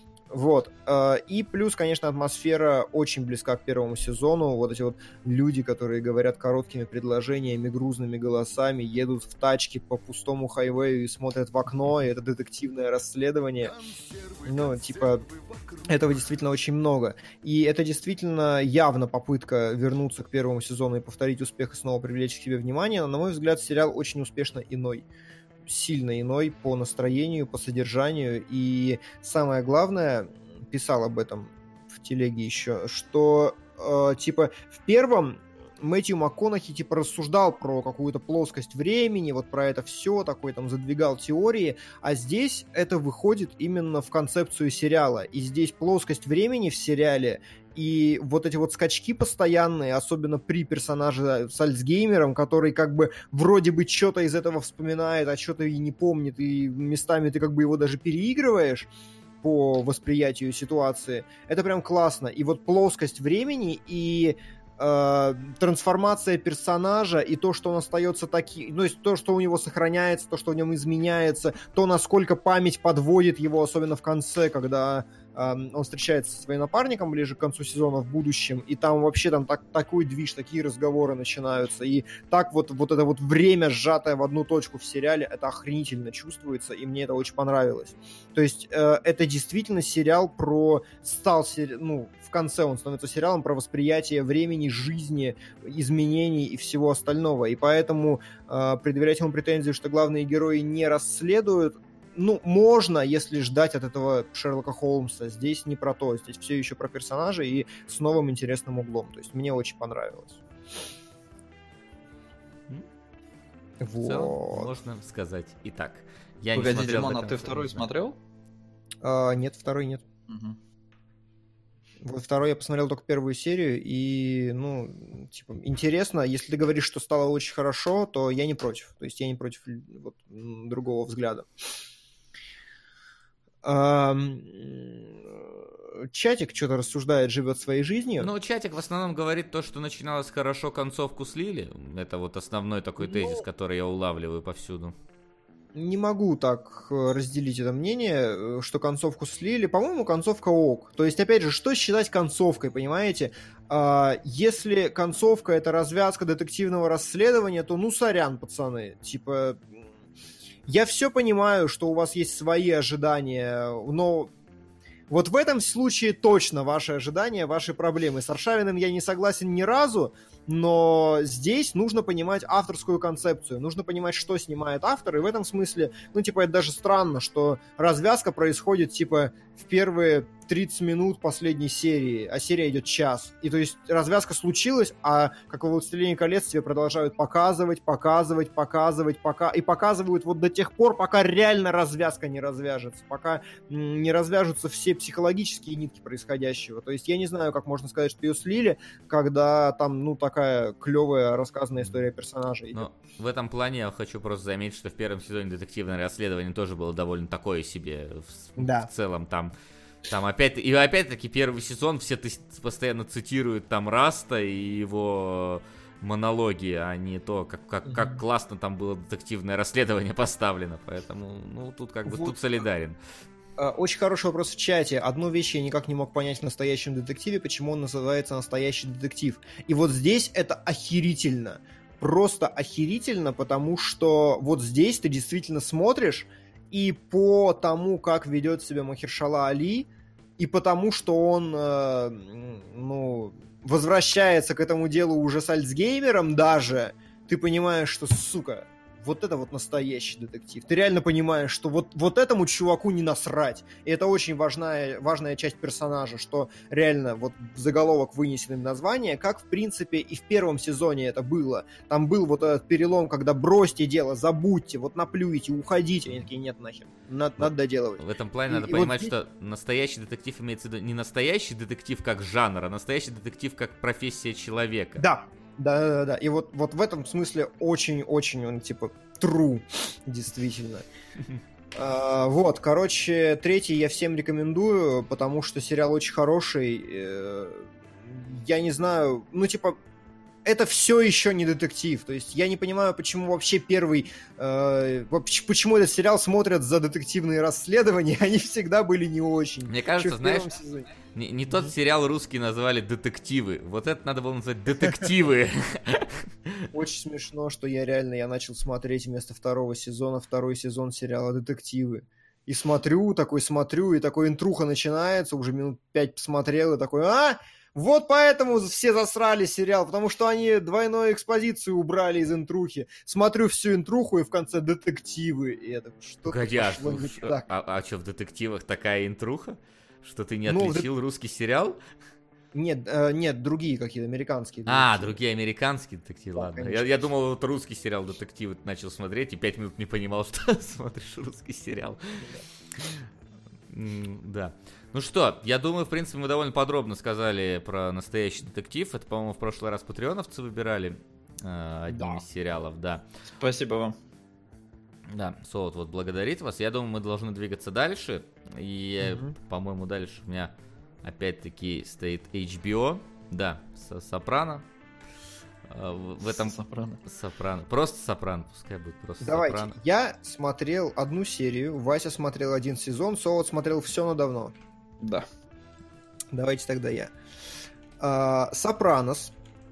Speaker 3: Вот. И плюс, конечно, атмосфера очень близка к первому сезону. Вот эти вот люди, которые говорят короткими предложениями, грузными голосами, едут в тачке по пустому хайвею и смотрят в окно, и это детективное расследование. Ну, типа, этого действительно очень много. И это действительно явно попытка вернуться к первому сезону и повторить успех и снова привлечь к себе внимание. Но, на мой взгляд, сериал очень успешно иной. Сильно иной по настроению, по содержанию. И самое главное, писал об этом в телеге еще, что э, типа в первом Мэтью МакКонахи типа рассуждал про какую-то плоскость времени, вот про это все, такой там задвигал теории, а здесь это выходит именно в концепцию сериала. И здесь плоскость времени в сериале и вот эти вот скачки постоянные, особенно при персонаже с Альцгеймером, который как бы вроде бы что-то из этого вспоминает, а что-то и не помнит, и местами ты как бы его даже переигрываешь по восприятию ситуации. Это прям классно. И вот плоскость времени и э, трансформация персонажа, и то, что он остается таким, ну, то есть то, что у него сохраняется, то, что в нем изменяется, то, насколько память подводит его, особенно в конце, когда он встречается со своим напарником ближе к концу сезона в будущем, и там вообще там так, такой движ, такие разговоры начинаются, и так вот, вот это вот время, сжатое в одну точку в сериале, это охренительно чувствуется, и мне это очень понравилось. То есть э, это действительно сериал про... стал сери... ну, в конце он становится сериалом про восприятие времени, жизни, изменений и всего остального, и поэтому э, предъявлять ему претензию, что главные герои не расследуют, ну, можно, если ждать от этого Шерлока Холмса. Здесь не про то. Здесь все еще про персонажей и с новым интересным углом. То есть мне очень понравилось.
Speaker 2: В
Speaker 3: вот.
Speaker 2: целом, можно сказать и так. Я
Speaker 4: Погоди,
Speaker 2: не смотрел
Speaker 4: Димон,
Speaker 2: до
Speaker 4: а ты
Speaker 2: конца,
Speaker 4: второй смотрел?
Speaker 3: А, нет, второй нет.
Speaker 4: Угу.
Speaker 3: Вот второй я посмотрел только первую серию, и, ну, типа, интересно. Если ты говоришь, что стало очень хорошо, то я не против. То есть я не против вот, другого взгляда. Чатик что-то рассуждает, живет своей жизнью.
Speaker 2: Ну, чатик в основном говорит то, что начиналось хорошо, концовку слили. Это вот основной такой тезис, ну, который я улавливаю повсюду.
Speaker 3: Не могу так разделить это мнение, что концовку слили. По-моему, концовка ок. То есть, опять же, что считать концовкой, понимаете? Если концовка — это развязка детективного расследования, то ну сорян, пацаны. Типа... Я все понимаю, что у вас есть свои ожидания, но вот в этом случае точно ваши ожидания, ваши проблемы. С Аршавиным я не согласен ни разу, но здесь нужно понимать авторскую концепцию, нужно понимать, что снимает автор, и в этом смысле, ну, типа, это даже странно, что развязка происходит, типа, в первые тридцать минут последней серии, а серия идет час. И то есть развязка случилась, а как во «Властелине колец» тебе продолжают показывать, показывать, показывать, пока и показывают вот до тех пор, пока реально развязка не развяжется, пока м- не развяжутся все психологические нитки происходящего. То есть я не знаю, как можно сказать, что ее слили, когда там, ну, такая клевая рассказанная история персонажей.
Speaker 2: Но в этом плане я хочу просто заметить, что в первом сезоне детективное расследование тоже было довольно такое себе. В,
Speaker 3: да.
Speaker 2: в целом там... Там опять, и опять-таки первый сезон все постоянно цитируют там Раста и его монологи, а не то, как, как, mm-hmm. как классно там было детективное расследование поставлено. Поэтому, ну, тут как бы вот. Тут солидарен.
Speaker 3: Очень хороший вопрос в чате. Одну вещь я никак не мог понять в настоящем детективе, почему он называется «Настоящий детектив». И вот здесь это охерительно. Просто охерительно, потому что вот здесь ты действительно смотришь, и по тому, как ведет себя Махершала Али, и потому, что он, э, ну, возвращается к этому делу уже с Альцгеймером даже, ты понимаешь, что, сука, вот это вот настоящий детектив. Ты реально понимаешь, что вот, вот этому чуваку не насрать. И это очень важная, важная часть персонажа, что реально вот в заголовок вынесено название, как, в принципе, и в первом сезоне это было. Там был вот этот перелом, когда бросьте дело, забудьте, вот наплюйте, уходите. Они такие, нет, нахер, надо, надо доделывать.
Speaker 2: В этом плане
Speaker 3: И-
Speaker 2: надо
Speaker 3: и
Speaker 2: понимать,
Speaker 3: вот-
Speaker 2: что настоящий детектив имеется в виду не настоящий детектив как жанр, а настоящий детектив как профессия человека.
Speaker 3: Да, да, да, да. И вот, вот в этом смысле очень-очень он, типа, true, действительно. А, вот, короче, третий я всем рекомендую, потому что сериал очень хороший. Э, Я не знаю, ну, типа, это все еще не детектив. То есть я не понимаю, почему вообще первый... э, вообще, почему этот сериал смотрят за детективные расследования, они всегда были не очень.
Speaker 2: Мне кажется,
Speaker 3: Еще в
Speaker 2: знаешь,
Speaker 3: первом сезоне.
Speaker 2: Не, не тот сериал русский назвали «Детективы». Вот это надо было назвать «Детективы».
Speaker 3: Очень смешно, что я реально я начал смотреть вместо второго сезона второй сезон сериала «Детективы». И смотрю, такой смотрю, и такой интруха начинается, уже минут пять посмотрел, и такой, а, вот поэтому все засрали сериал, потому что они двойную экспозицию убрали из интрухи. Смотрю всю интруху, и в конце «Детективы». И это что-то
Speaker 2: Погоди, а,
Speaker 3: пошло не
Speaker 2: что-
Speaker 3: так.
Speaker 2: а, а что в детективах такая интруха? Что ты не
Speaker 3: Ну, в
Speaker 2: отличил русский сериал?
Speaker 3: Нет, э, нет, другие какие-то американские.
Speaker 2: А,
Speaker 3: детективы.
Speaker 2: другие американские детективы,
Speaker 3: Да,
Speaker 2: ладно. Я,
Speaker 3: конечно.
Speaker 2: я думал, вот русский сериал «Детективы» ты начал смотреть, и пять минут не понимал, что смотришь русский сериал. М, Да. Ну что, я думаю, в принципе, мы довольно подробно сказали про настоящий детектив. Это, по-моему, в прошлый раз патреоновцы выбирали э, одним
Speaker 3: Да.
Speaker 2: из сериалов, да.
Speaker 4: Спасибо вам.
Speaker 2: Да, Солод вот благодарит вас. Я думаю, мы должны двигаться дальше. И,
Speaker 3: Мгм.
Speaker 2: по-моему, дальше у меня опять-таки стоит эйч би о. Да, со- Сопрано. А, В в этом...
Speaker 4: Сопрано.
Speaker 2: Сопрано. Просто Сопрано, пускай будет просто
Speaker 3: Давайте.
Speaker 2: Сопрано.
Speaker 3: Я смотрел одну серию, Вася смотрел один сезон, Солод смотрел все, но давно.
Speaker 4: Да.
Speaker 3: Давайте тогда я. А, Сопранос.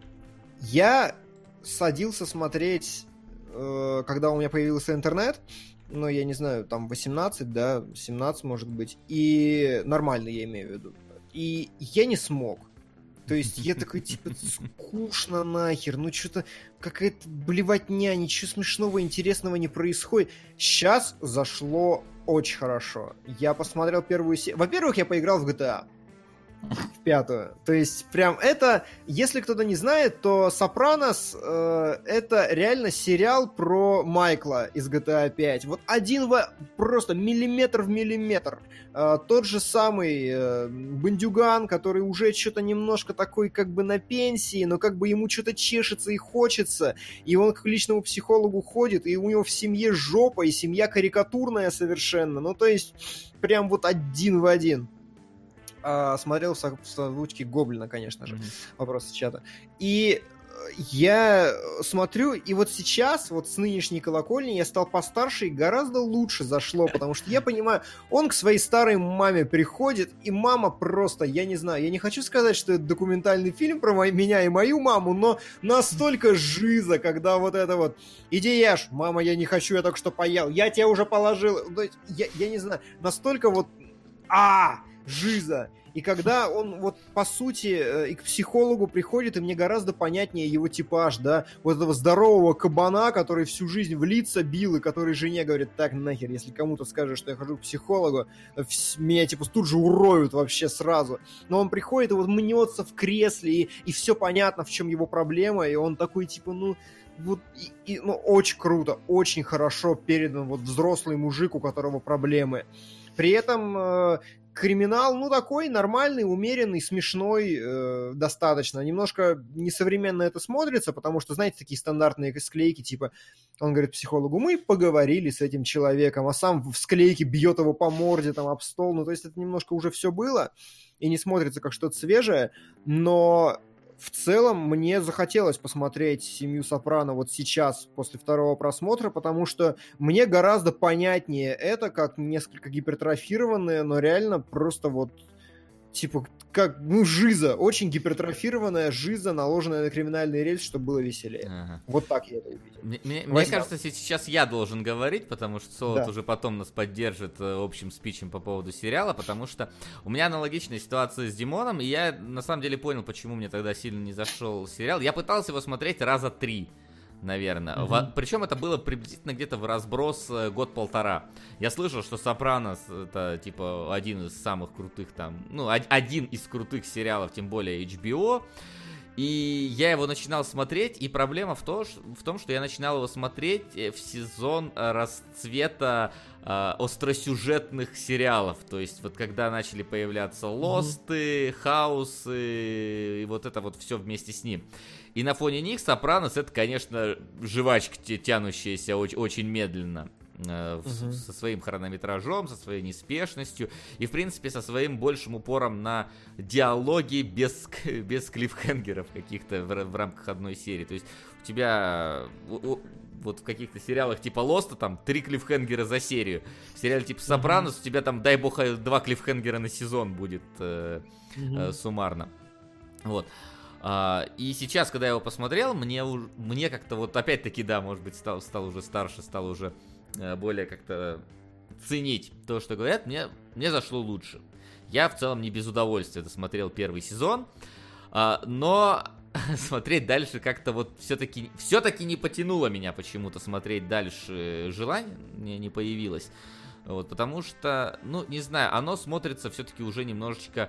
Speaker 3: Я садился смотреть, э, когда у меня появился интернет. Ну, я не знаю, там восемнадцать, да, семнадцать, может быть. И нормально, я имею в виду. И я не смог. То есть я такой, типа, скучно нахер, ну что-то какая-то блевотня, ничего смешного, интересного не происходит. Сейчас зашло очень хорошо. Я посмотрел первую серию. Во-первых, я поиграл в джи ти эй. В пятую. То есть, прям это, если кто-то не знает, то «Сопранос» э, это реально сериал про Майкла из джи ти эй пять. Вот один в... просто миллиметр в миллиметр. Э, тот же самый э, бандюган, который уже что-то немножко такой как бы на пенсии, но как бы ему что-то чешется и хочется, и он к личному психологу ходит, и у него в семье жопа, и семья карикатурная совершенно. Ну, то есть, прям вот один в один. А, смотрел в со- в озвучке Гоблина, конечно же. Вопрос из чата. И э, я смотрю, и вот сейчас, вот с нынешней колокольни, я стал постарше и гораздо лучше зашло, потому что я понимаю, он к своей старой маме приходит, и мама просто, я не знаю, я не хочу сказать, что это документальный фильм про мо- меня и мою маму, но настолько жиза, когда вот это вот, иди ешь, мама, я не хочу, я только что поел, я тебе уже положил, То есть я, я не знаю, настолько вот, а жиза. И когда он вот по сути э, и к психологу приходит, и мне гораздо понятнее его типаж, да, вот этого здорового кабана, который всю жизнь в лица бил, и который жене говорит, так, нахер, если кому-то скажешь, что я хожу к психологу, вс- меня типа тут же уроют вообще сразу. Но он приходит и вот мнется в кресле, и, и все понятно, в чем его проблема, и он такой типа, ну, вот, и, и, ну, очень круто, очень хорошо передан вот взрослый мужик, у которого проблемы. При этом э, криминал, ну, такой нормальный, умеренный, смешной, э, достаточно. Немножко несовременно это смотрится, потому что, знаете, такие стандартные склейки, типа, он говорит психологу, мы поговорили с этим человеком, а сам в склейке бьет его по морде, там, об стол. Ну, то есть это немножко уже все было, и не смотрится как что-то свежее, но... В целом, мне захотелось посмотреть «Семью Сопрано» вот сейчас, после второго просмотра, потому что мне гораздо понятнее это, как несколько гипертрофированное, но реально просто вот типа, как, ну, жиза, очень гипертрофированная жиза, наложенная на криминальный рельс, чтобы было веселее.
Speaker 2: Ага.
Speaker 3: Вот так я это увидел.
Speaker 2: Мне, мне, мне кажется, сейчас я должен говорить, потому что Солод
Speaker 3: Да.
Speaker 2: уже потом нас поддержит э, общим спичем по поводу сериала, потому что у меня аналогичная ситуация с Димоном, и я на самом деле понял, почему мне тогда сильно не зашел сериал. Я пытался его смотреть раза три, наверное.
Speaker 3: Мгм.
Speaker 2: Во- причем это было приблизительно где-то в разброс э, год-полтора. Я слышал, что «Сопранос» — это, типа, один из самых крутых там... Ну, од- один из крутых сериалов, тем более эйч би о. И я его начинал смотреть, и проблема в, то, ш- в том, что я начинал его смотреть э, в сезон э, расцвета э, остросюжетных сериалов. То есть вот когда начали появляться «Лосты», «Хаусы», и вот это вот все вместе с ним. И на фоне них «Сопранос» — это, конечно, жвачка, те- тянущаяся оч- очень медленно. э, в-
Speaker 3: Мгм.
Speaker 2: Со своим хронометражом, со своей неспешностью. И, в принципе, со своим большим упором на диалоги без, к- без клиффхенгеров каких-то в, ра- в рамках одной серии. То есть у тебя о- о- вот в каких-то сериалах типа «Лоста» там три клиффхенгера за серию. В сериале типа «Сопранос» у тебя там, дай бог, э, два клиффхенгера на сезон будет э, э, суммарно. Вот. А, и сейчас, когда я его посмотрел, мне, уж- мне как-то вот опять-таки, да, может быть, стал, стал уже старше, стал уже э, более как-то ценить то, что говорят, мне, мне зашло лучше. Я в целом не без удовольствия досмотрел первый сезон, а, но смотреть дальше как-то вот все-таки все-таки не потянуло меня почему-то смотреть дальше, желание не, не появилось. Вот, потому что, ну, не знаю, оно смотрится все-таки уже немножечко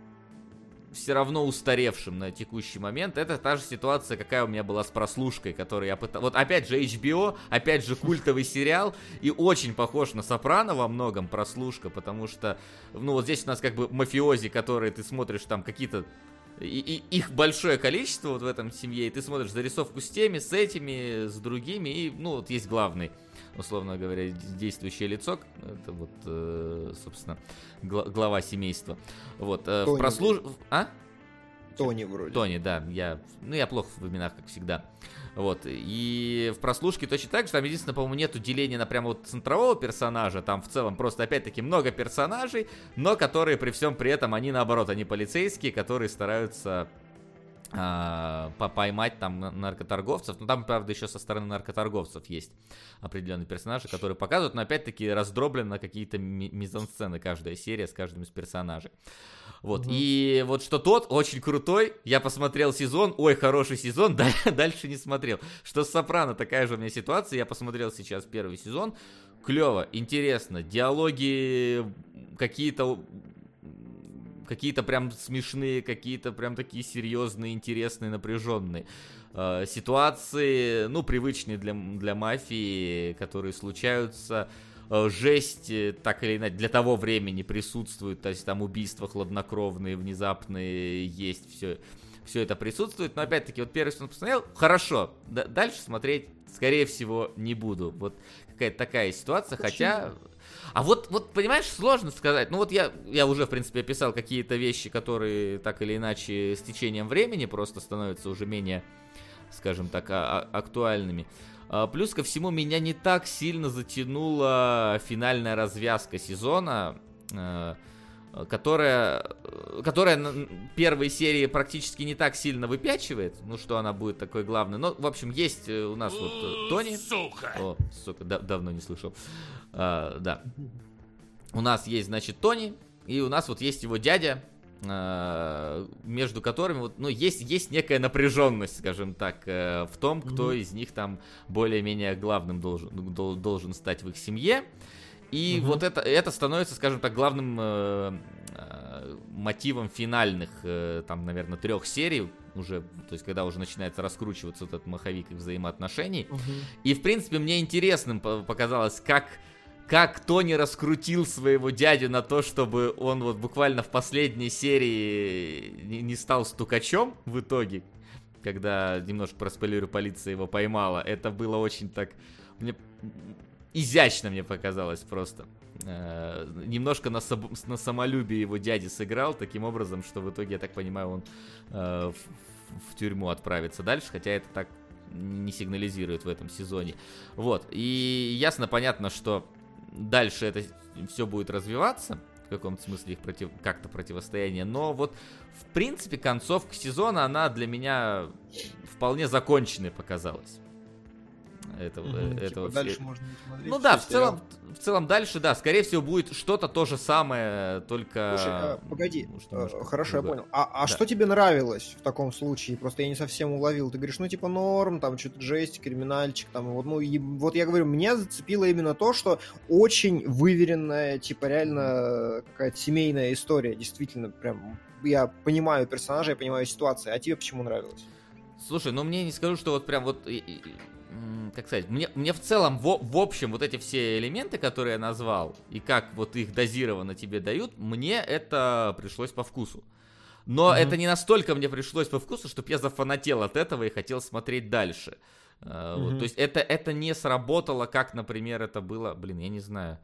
Speaker 2: все равно устаревшим на текущий момент. Это та же ситуация, какая у меня была с «Прослушкой», которую я пытался... Вот опять же эйч би о, опять же культовый сериал, и очень похож на «Сопрано» во многом «Прослушка», потому что, ну, вот здесь у нас как бы мафиози, которые ты смотришь там какие-то... И, и их большое количество вот в этом семье, и ты смотришь зарисовку с теми, с этими, с другими, и, ну, вот есть главный, условно говоря, действующее лицо, это вот, э, собственно, гла- глава семейства. Вот, э, в
Speaker 3: Тони.
Speaker 2: прослуж... А?
Speaker 3: Тони вроде.
Speaker 2: Тони, да, я, ну, я плохо в именах, как всегда. Вот, и в «Прослушке» точно так же, там единственное, по-моему, нету деления на прям вот центрового персонажа, там в целом просто, опять-таки, много персонажей, но которые при всем при этом, они наоборот, они полицейские, которые стараются а, по- поймать там на- наркоторговцев, ну, там, правда, еще со стороны наркоторговцев есть определенные персонажи, которые показывают, но, опять-таки, раздроблено на какие-то ми- мизансцены каждая серия с каждым из персонажей. Вот,
Speaker 3: Мгм.
Speaker 2: и вот что тот, очень крутой, я посмотрел сезон, ой, хороший сезон, да, дальше не смотрел. Что с «Сопрано», такая же у меня ситуация, я посмотрел сейчас первый сезон, клево, интересно, диалоги какие-то, какие-то прям смешные, какие-то прям такие серьезные, интересные, напряженные. Э, ситуации, ну, привычные для, для мафии, которые случаются. Э, Жесть, э, так или иначе, для того времени присутствует, то есть там убийства хладнокровные, внезапные есть, все, все это присутствует. Но опять-таки, вот первый сезон посмотрел, хорошо, д- дальше смотреть, скорее всего, не буду. Вот какая-то такая ситуация,
Speaker 3: Почему?
Speaker 2: хотя... А вот, вот, понимаешь, сложно сказать. Ну вот я, я уже, в принципе, описал какие-то вещи, которые так или иначе с течением времени просто становятся уже менее, скажем так, а- а- актуальными. А, плюс ко всему, меня не так сильно затянула финальная развязка сезона, э, которая, которая на первой серии практически не так сильно выпячивает, ну что она будет такой главной. Но, в общем, есть у нас вот э, Тони.
Speaker 1: Сука!
Speaker 2: О, сука, да- давно не слышал. А, да. У нас есть, значит, Тони, и у нас вот есть его дядя, а, между которыми вот, ну, есть, есть некая напряженность, скажем так, э, в том, кто
Speaker 3: Мгм.
Speaker 2: из них там более-менее главным должен, дол- должен стать в их семье. И
Speaker 3: Мгм.
Speaker 2: вот это, это становится, скажем так, главным э, э, мотивом финальных, э, там, наверное, трех серий уже, то есть когда уже начинается раскручиваться вот этот маховик их взаимоотношений.
Speaker 3: Мгм.
Speaker 2: И, в принципе, мне интересным по- показалось, как, как Тони раскрутил своего дядю на то, чтобы он вот буквально в последней серии не, не стал стукачом в итоге, когда, немножко проспойлерю, полиция его поймала. Это было очень так... Мне, изящно мне показалось просто. Э, немножко на, соб- на самолюбие его дяди сыграл, таким образом, что в итоге, я так понимаю, он э, в, в- в тюрьму отправится дальше, хотя это так не сигнализирует в этом сезоне. Вот, и ясно, понятно, что дальше это все будет развиваться. в каком-то смысле их против... как-то противостояние. Но вот, в принципе, концовка сезона, она для меня вполне законченной показалась. Этого,
Speaker 3: Mm-hmm.
Speaker 2: этого
Speaker 3: типа дальше можно не смотреть.
Speaker 2: Ну да, в целом, в целом дальше, да, скорее всего, будет что-то то же самое, только...
Speaker 3: Слушай, а, погоди,
Speaker 2: а,
Speaker 3: хорошо, я
Speaker 2: другое.
Speaker 3: понял. А, а
Speaker 2: Да.
Speaker 3: что тебе нравилось в таком случае? Просто я не совсем уловил. Ты говоришь, ну типа норм, там что-то жесть, криминальчик, там вот, ну и, вот я говорю, меня зацепило именно то, что очень выверенная, типа реально какая-то семейная история, действительно, прям я понимаю персонажа, я понимаю ситуацию. А тебе почему нравилось?
Speaker 2: Слушай, ну мне не скажу, что вот прям вот... и- и- м, Как сказать, мне, мне в целом, в, в общем, вот эти все элементы, которые я назвал, и как вот их дозированно тебе дают, мне это пришлось по вкусу. Но
Speaker 3: Мгм.
Speaker 2: это не настолько мне пришлось по вкусу, чтобы я зафанател от этого и хотел смотреть дальше. А, вот,
Speaker 3: Мгм.
Speaker 2: то есть это, это не сработало, как, например, это было... Блин, я не знаю.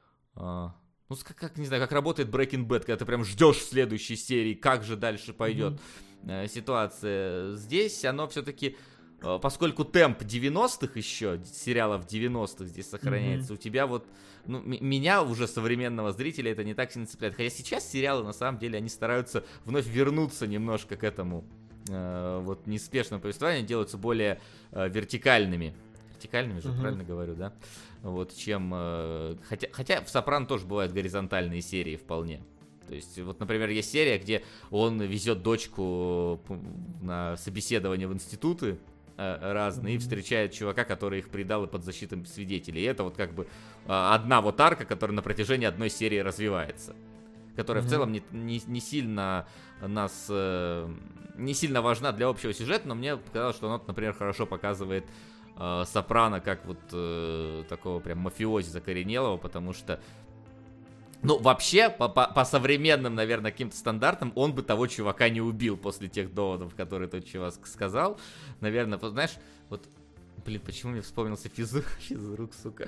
Speaker 2: А, ну, с- как, как, не знаю, как работает Breaking Bad, когда ты прям ждешь следующей серии, как же дальше пойдет э, ситуация. Здесь оно все-таки... Э, Поскольку темп девяностых еще, сериалов девяностых здесь сохраняется, у тебя вот, ну, м- меня уже современного зрителя это не так сильно цепляет. Хотя сейчас сериалы, на самом деле, они стараются вновь вернуться немножко к этому э, вот неспешному повествованию, делаются более э, вертикальными. Вертикальными же,
Speaker 3: Мгм.
Speaker 2: правильно говорю, да? Вот, чем... э, хотя, хотя в «Сопрано» тоже бывают горизонтальные серии вполне. То есть, вот, например, есть серия, где он везет дочку п- на собеседование в институты э, разные, и встречает чувака, который их предал и под защитой свидетелей. И это вот как бы э, одна вот арка, которая на протяжении одной серии развивается. Которая в
Speaker 3: Мгм.
Speaker 2: целом не, не, не сильно нас... э, не сильно важна для общего сюжета, но мне показалось, что она, например, хорошо показывает э, Сопрано как вот э, такого прям мафиози закоренелого, потому что ну, вообще, по, по, по современным, наверное, каким-то стандартам, он бы того чувака не убил после тех доводов, которые тот чувак сказал. Наверное, вот, знаешь, вот, блин, почему мне вспомнился физрук, физрук, сука.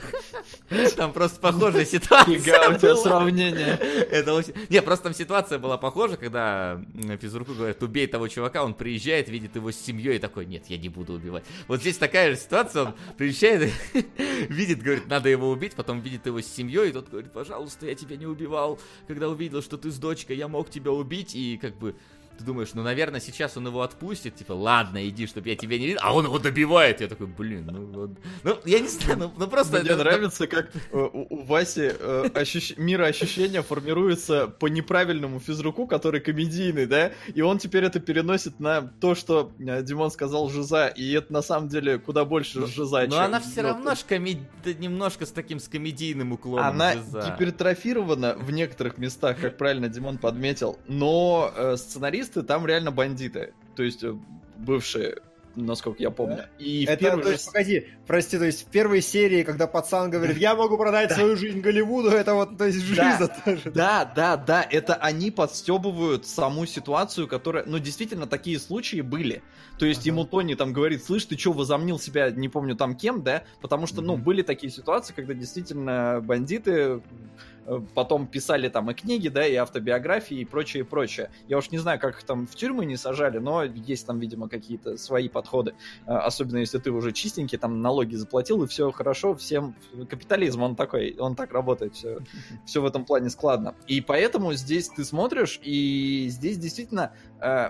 Speaker 2: Там просто похожая ситуация
Speaker 4: Фига у тебя
Speaker 2: была.
Speaker 4: сравнение.
Speaker 2: Это очень... Не, просто там ситуация была похожа, когда м, физруку говорят, убей того чувака, он приезжает, видит его с семьей и такой, нет, я не буду убивать. Вот здесь такая же ситуация, он приезжает, видит, говорит, надо его убить, потом видит его с семьей, и тот говорит, пожалуйста, я тебя не убивал, когда увидел, что ты с дочкой, я мог тебя убить, и как бы... Ты думаешь, ну, наверное, сейчас он его отпустит, типа, ладно, иди, чтобы я тебя не видел, а он его добивает. Я такой, блин, ну вот. Ну, я не знаю, ну, ну просто...
Speaker 4: Мне
Speaker 2: это-
Speaker 4: нравится, как э, у, у Васи э, ощущ- мироощущение формируется по неправильному физруку, который комедийный, да, и он теперь это переносит на то, что э, Димон сказал Жиза, и это на самом деле куда больше Жиза,
Speaker 2: Но
Speaker 4: чем
Speaker 2: она все
Speaker 4: Йота.
Speaker 2: равно ж комед... да, немножко с таким с комедийным уклоном.
Speaker 4: Она
Speaker 2: Жиза.
Speaker 4: гипертрофирована в некоторых местах, как правильно Димон подметил, но э, сценаристы там реально бандиты, то есть э, бывшие, насколько я помню. И в
Speaker 3: Это,
Speaker 4: первой
Speaker 3: то
Speaker 4: же
Speaker 3: есть, погоди, прости, то есть в первой серии, когда пацан говорит, я могу продать свою жизнь Голливуду, это вот, то есть,
Speaker 4: Да.
Speaker 3: жизнь тоже.
Speaker 4: Да, да, да, это они подстебывают саму ситуацию, которая... Ну, действительно, такие случаи были. То есть
Speaker 3: Ага.
Speaker 4: ему Тони там говорит, слышь, ты что, возомнил себя, не помню там кем, да? Потому что, ну,
Speaker 2: Мгм.
Speaker 4: были такие ситуации, когда действительно бандиты э, потом писали там и книги, да, и автобиографии, и прочее, и прочее. Я уж не знаю, как их там в тюрьмы не сажали, но есть там, видимо, какие-то свои подходы. Э, Особенно, если ты уже чистенький, там налоги заплатил, и все хорошо, всем... Капитализм, он такой, он так работает, все, все в этом плане складно. И поэтому здесь ты смотришь, и здесь действительно... э,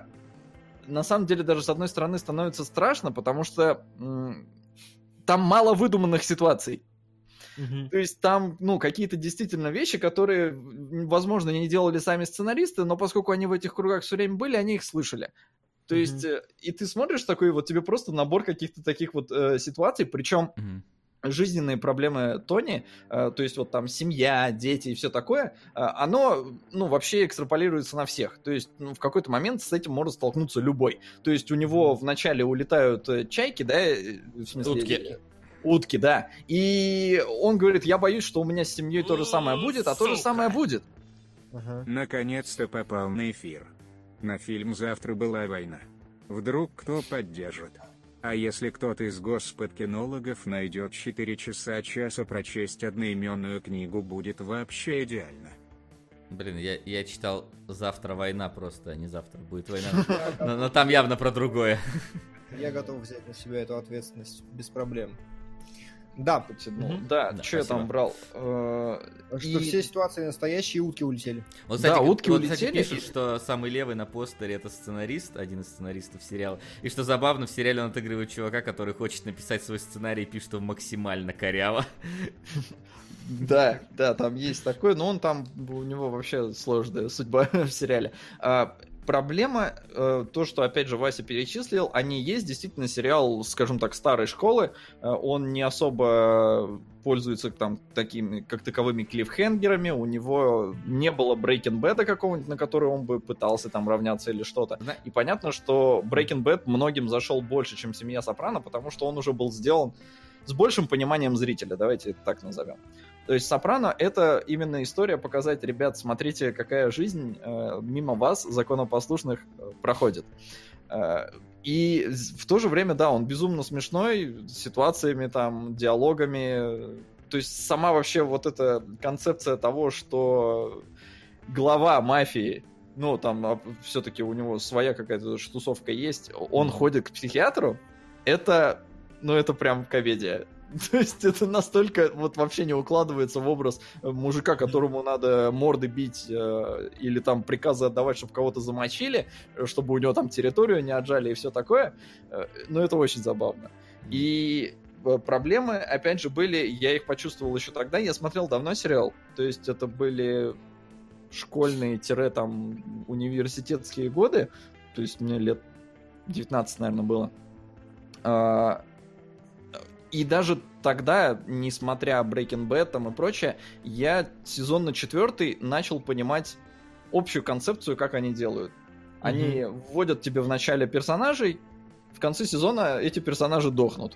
Speaker 4: на самом деле даже с одной стороны становится страшно, потому что м, там мало выдуманных ситуаций. То есть там, ну, какие-то действительно вещи, которые, м, возможно, не делали сами сценаристы, но поскольку они в этих кругах все время были, они их слышали. То
Speaker 3: Мгм.
Speaker 4: есть, э, и ты смотришь такой, вот тебе просто набор каких-то таких вот э, ситуаций, причем
Speaker 2: Мгм.
Speaker 4: жизненные проблемы Тони, э, то есть вот там семья, дети и все такое, э, оно, ну, вообще экстраполируется на всех. То есть, ну, в какой-то момент с этим может столкнуться любой. То есть у него вначале улетают э, чайки, да, э, в смысле...
Speaker 2: Утки.
Speaker 4: Утки, да. И он говорит, я боюсь, что у меня с семьей то же самое будет, а то же
Speaker 2: Сука.
Speaker 4: самое будет.
Speaker 3: Ага.
Speaker 5: Наконец-то попал на эфир. На фильм «Завтра была война». Вдруг кто поддержит. А если кто-то из господкинологов найдет четыре часа часа прочесть одноименную книгу, будет вообще идеально.
Speaker 2: Блин, я, я читал «Завтра война» просто, а не «Завтра будет война». Но, но там явно про другое.
Speaker 3: Я готов взять на себя эту ответственность без проблем. Да.
Speaker 4: Подтянул.
Speaker 3: Мгм.
Speaker 4: Да,
Speaker 2: Да,
Speaker 4: что я
Speaker 2: спасибо.
Speaker 4: там брал? Э,
Speaker 3: Что
Speaker 4: и-
Speaker 3: все ситуации настоящие, утки улетели.
Speaker 2: Вот, кстати,
Speaker 4: Да, утки
Speaker 2: вот, кстати,
Speaker 4: улетели,
Speaker 2: пишут,
Speaker 4: и-
Speaker 2: что самый левый на постере это сценарист, один из сценаристов сериала. И что забавно, в сериале он отыгрывает чувака, который хочет написать свой сценарий и пишет его максимально коряво.
Speaker 4: Да, да, там есть такой, но он там, у него вообще сложная судьба в сериале. А, проблема, э, то, что, опять же, Вася перечислил, они есть, действительно, сериал, скажем так, старой школы, э, он не особо пользуется там такими, как таковыми клиффхенгерами, у него не было Breaking Bad'а какого-нибудь, на который он бы пытался там равняться или что-то.
Speaker 2: Да.
Speaker 4: И понятно, что Breaking Bad многим зашел больше, чем «Семья Сопрано», потому что он уже был сделан с большим пониманием зрителя, давайте это так назовем. То есть «Сопрано» — это именно история показать, ребят, смотрите, какая жизнь э, мимо вас, законопослушных, э, проходит. Э, и в то же время, да, он безумно смешной, с ситуациями, там, диалогами. То есть сама вообще вот эта концепция того, что глава мафии, ну, там все-таки у него своя какая-то штусовка есть, он mm-hmm. ходит к психиатру, это, ну, это прям комедия. То есть это настолько вот вообще не укладывается в образ мужика, которому надо морды бить э, или там приказы отдавать, чтобы кого-то замочили, чтобы у него там территорию не отжали и все такое. Э, но это очень забавно. И проблемы, опять же, были, я их почувствовал еще тогда, я смотрел давно сериал, то есть это были школьные-там университетские годы, то есть мне лет девятнадцать, наверное, было. А, И даже тогда, несмотря Breaking Bad там и прочее, я сезон на четвертый начал понимать общую концепцию, как они делают. Они mm-hmm. вводят тебе в начале персонажей, в конце сезона эти персонажи дохнут.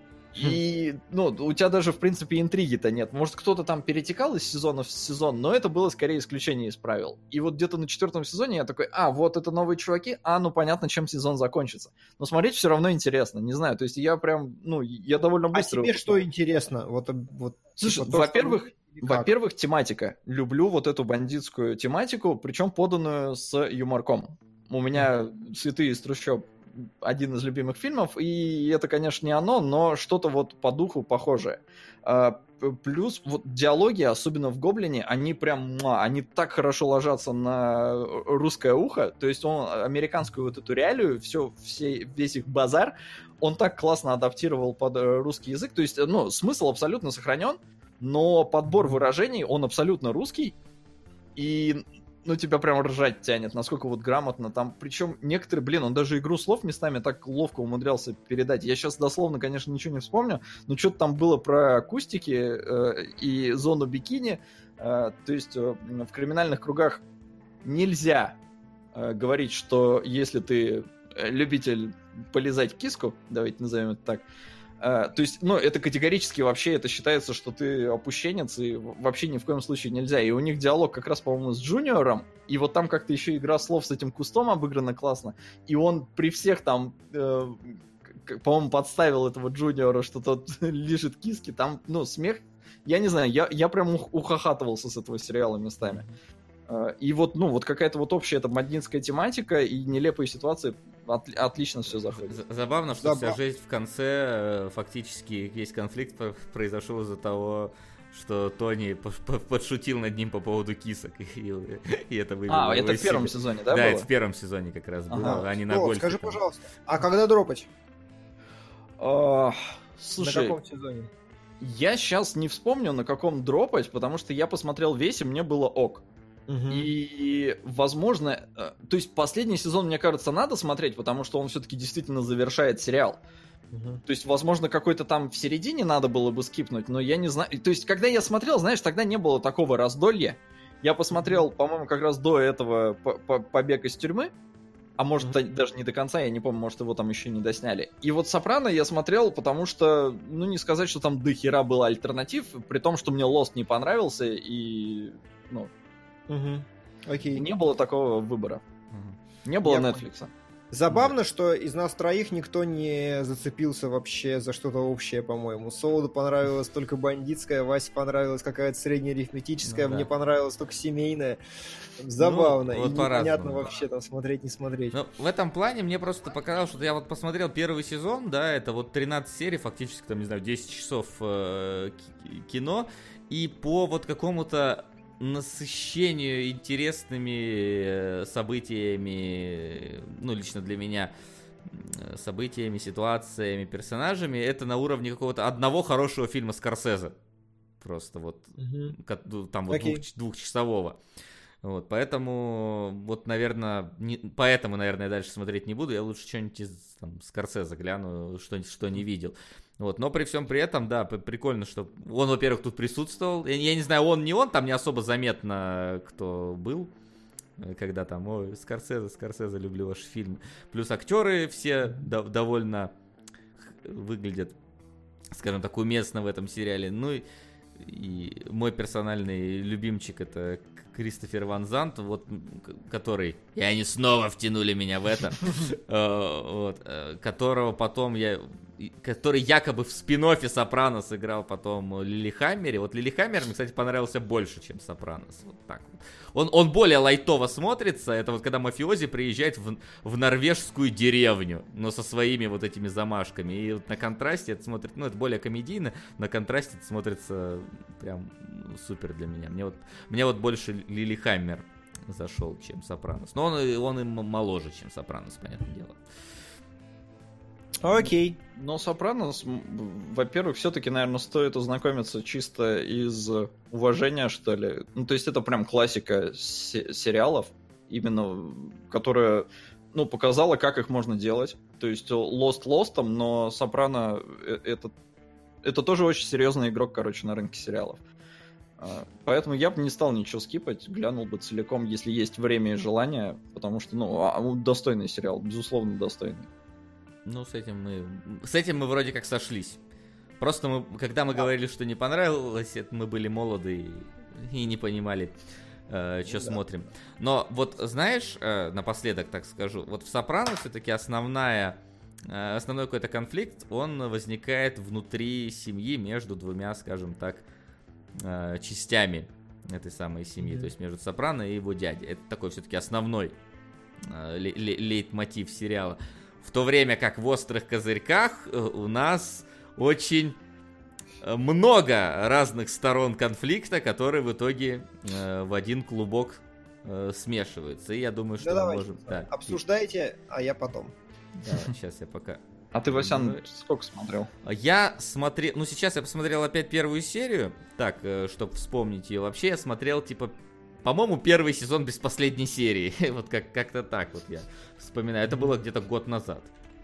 Speaker 4: И, ну, у тебя даже, в принципе, интриги-то нет. Может, кто-то там перетекал из сезона в сезон, но это было скорее исключение из правил. И вот где-то на четвертом сезоне я такой, а, вот это новые чуваки, а, ну, понятно, чем сезон закончится. Но смотреть все равно интересно, не знаю, то есть я прям, ну, я довольно быстро...
Speaker 3: А тебе что интересно? Вот, вот,
Speaker 4: Слушай,
Speaker 3: типа, то,
Speaker 4: во-первых,
Speaker 3: что...
Speaker 4: во-первых, тематика. Люблю вот эту бандитскую тематику, причем поданную с юморком. У меня «Цветы из трущоб» один из любимых фильмов, и это, конечно, не оно, но что-то вот по духу похожее. А, плюс вот диалоги, особенно в «Гоблине», они прям, муа, они так хорошо ложатся на русское ухо, то есть он американскую вот эту реалию, все, все, весь их базар, он так классно адаптировал под русский язык, то есть, ну, смысл абсолютно сохранен, но подбор выражений, он абсолютно русский, и... ну, тебя прям ржать тянет, насколько вот грамотно там. Причем некоторые, блин, он даже игру слов местами так ловко умудрялся передать. Я сейчас дословно, конечно, ничего не вспомню, но что-то там было про акустики э, и зону бикини. Э, то есть э, в криминальных кругах нельзя э, говорить, что если ты любитель полизать киску, давайте назовем это так, Uh, то есть, ну, это категорически вообще, это считается, что ты опущенец, и вообще ни в коем случае нельзя. И у них диалог как раз, по-моему, с Джуниором, и вот там как-то еще игра слов с этим кустом обыграна классно, и он при всех там, э, по-моему, подставил этого Джуниора, что тот лежит киски, там, ну, смех, я не знаю, я, я прям ух- ухахатывался с этого сериала местами. И вот, ну, вот какая-то вот общая эта бандитская тематика и нелепые ситуации от, отлично все заходит.
Speaker 2: Забавно, что
Speaker 3: Забав...
Speaker 2: вся жизнь в конце, фактически весь конфликт произошел из-за того, что Тони подшутил над ним по поводу кисок. И, и это вывело
Speaker 4: А, это
Speaker 2: в
Speaker 4: в первом
Speaker 2: себе.
Speaker 4: сезоне, да,
Speaker 2: Да,
Speaker 4: было?
Speaker 2: это в первом сезоне как раз было,
Speaker 3: ага.
Speaker 2: а не
Speaker 3: Что?
Speaker 2: на гольфе.
Speaker 3: Скажи,
Speaker 2: там.
Speaker 3: пожалуйста, а когда дропать?
Speaker 4: А, слушай,
Speaker 3: на каком сезоне?
Speaker 4: Я сейчас не вспомню, на каком дропать, потому что я посмотрел весь, и мне было ок. Uh-huh. И, возможно, то есть последний сезон, мне кажется, надо смотреть, потому что он все-таки действительно завершает сериал. Uh-huh. То есть, возможно, какой-то там в середине надо было бы скипнуть, но я не знаю. То есть, когда я смотрел, знаешь, тогда не было такого раздолья. Я посмотрел, по-моему, как раз до этого «Побег из тюрьмы», а может, uh-huh. даже не до конца, я не помню, может, его там еще не досняли. И вот «Сопрано» я смотрел, потому что, ну, не сказать, что там до хера было альтернатив, при том, что мне «Лост» не понравился, и, ну...
Speaker 3: Угу. Окей.
Speaker 4: Не было такого выбора.
Speaker 2: Угу.
Speaker 4: Не было
Speaker 3: Я
Speaker 4: Netflix.
Speaker 3: Забавно, что из нас троих никто не зацепился вообще за что-то общее, по-моему. Солоду понравилась только бандитская, Васе понравилась какая-то среднеарифметическая,
Speaker 2: Ну да.
Speaker 3: мне понравилась только семейная. Забавно.
Speaker 2: Ну, вот
Speaker 3: и
Speaker 2: по-разному,
Speaker 3: непонятно
Speaker 2: да.
Speaker 3: вообще там смотреть, не смотреть.
Speaker 2: Ну, в этом плане мне просто показалось, что я вот посмотрел первый сезон, да, это вот тринадцать серий, фактически, там, не знаю, десять часов э, ки- кино, и по вот какому-то насыщению интересными э, событиями, ну, лично для меня, э, событиями, ситуациями, персонажами, это на уровне какого-то одного хорошего фильма Скорсезе. Просто вот,
Speaker 3: Мгм.
Speaker 2: ка- ну, там вот
Speaker 3: Окей.
Speaker 2: двух, двухчасового. Вот, поэтому, вот, наверное, не, поэтому, наверное, я дальше смотреть не буду. Я лучше что-нибудь из там, Скорсезе гляну, что, что не видел. Вот, но при всем при этом, да, п- прикольно, что он, во-первых, тут присутствовал. Я, я не знаю, он не он, там не особо заметно, кто был. э, Когда там, ой, Скорсезе, Скорсезе, люблю ваши фильмы. Плюс актеры все до- довольно х- выглядят, скажем так, уместно в этом сериале. Ну и, и мой персональный любимчик — это Кристофер Ван Зант, вот, м, к- который... И они снова втянули меня в это. Э, вот, э, которого потом я... и- Который якобы в спин-оффе «Сопрано» сыграл потом Лилихаммере. Вот Лилихаммер мне, кстати, понравился больше, чем «Сопранос». Вот так вот. Он, он более лайтово смотрится. Это вот когда мафиози приезжает в, в норвежскую деревню, но со своими вот этими замашками. И вот на контрасте это смотрит... Ну, это более комедийно. На контрасте это смотрится прям ну, супер для меня. Мне вот, мне вот больше Лилихаммер зашел, чем «Сопранос». Но он, и- он и м- моложе, чем «Сопранос», понятное дело.
Speaker 3: Окей.
Speaker 4: Но «Сопранос», м, во-первых, все-таки, наверное, стоит ознакомиться чисто из уважения, что ли. Ну, то есть это прям классика се- сериалов, именно, которая, ну, показала, как их можно делать. То есть Lost Lost, но «Сопрано» э- это, это тоже очень серьезный игрок, короче, на рынке сериалов. А, Поэтому я бы не стал ничего скипать, глянул бы целиком, если есть время и желание, потому что, ну, а, ну, достойный сериал, безусловно, достойный.
Speaker 2: Ну, с этим мы... С этим мы вроде как сошлись. Просто мы, когда мы говорили, что не понравилось, это мы были молоды и, и не понимали, э, что
Speaker 3: Ну да.
Speaker 2: смотрим. Но вот, знаешь, э, напоследок так скажу, вот в «Сопрано» все-таки основная, э, основной какой-то конфликт, он возникает внутри семьи между двумя, скажем так, э, частями этой самой семьи.
Speaker 3: Мгм.
Speaker 2: То есть между «Сопрано» и его дядей. Это такой все-таки основной э, ле- ле- лейтмотив сериала. В то время как в «Острых козырьках» э, у нас очень э, много разных сторон конфликта, которые в итоге э, в один клубок э, смешиваются. И я думаю, что
Speaker 3: Да
Speaker 2: мы
Speaker 3: давайте,
Speaker 2: можем... Да,
Speaker 3: обсуждайте, а я потом.
Speaker 2: да, сейчас я пока...
Speaker 4: А ты, Васян,
Speaker 2: Ну,
Speaker 4: сколько смотрел?
Speaker 2: Я смотрел... Ну, сейчас я посмотрел опять первую серию. Так, чтобы вспомнить ее. Вообще я смотрел, типа, по-моему, первый сезон без последней серии. Вот как- как-то так вот я вспоминаю. Это было где-то год назад.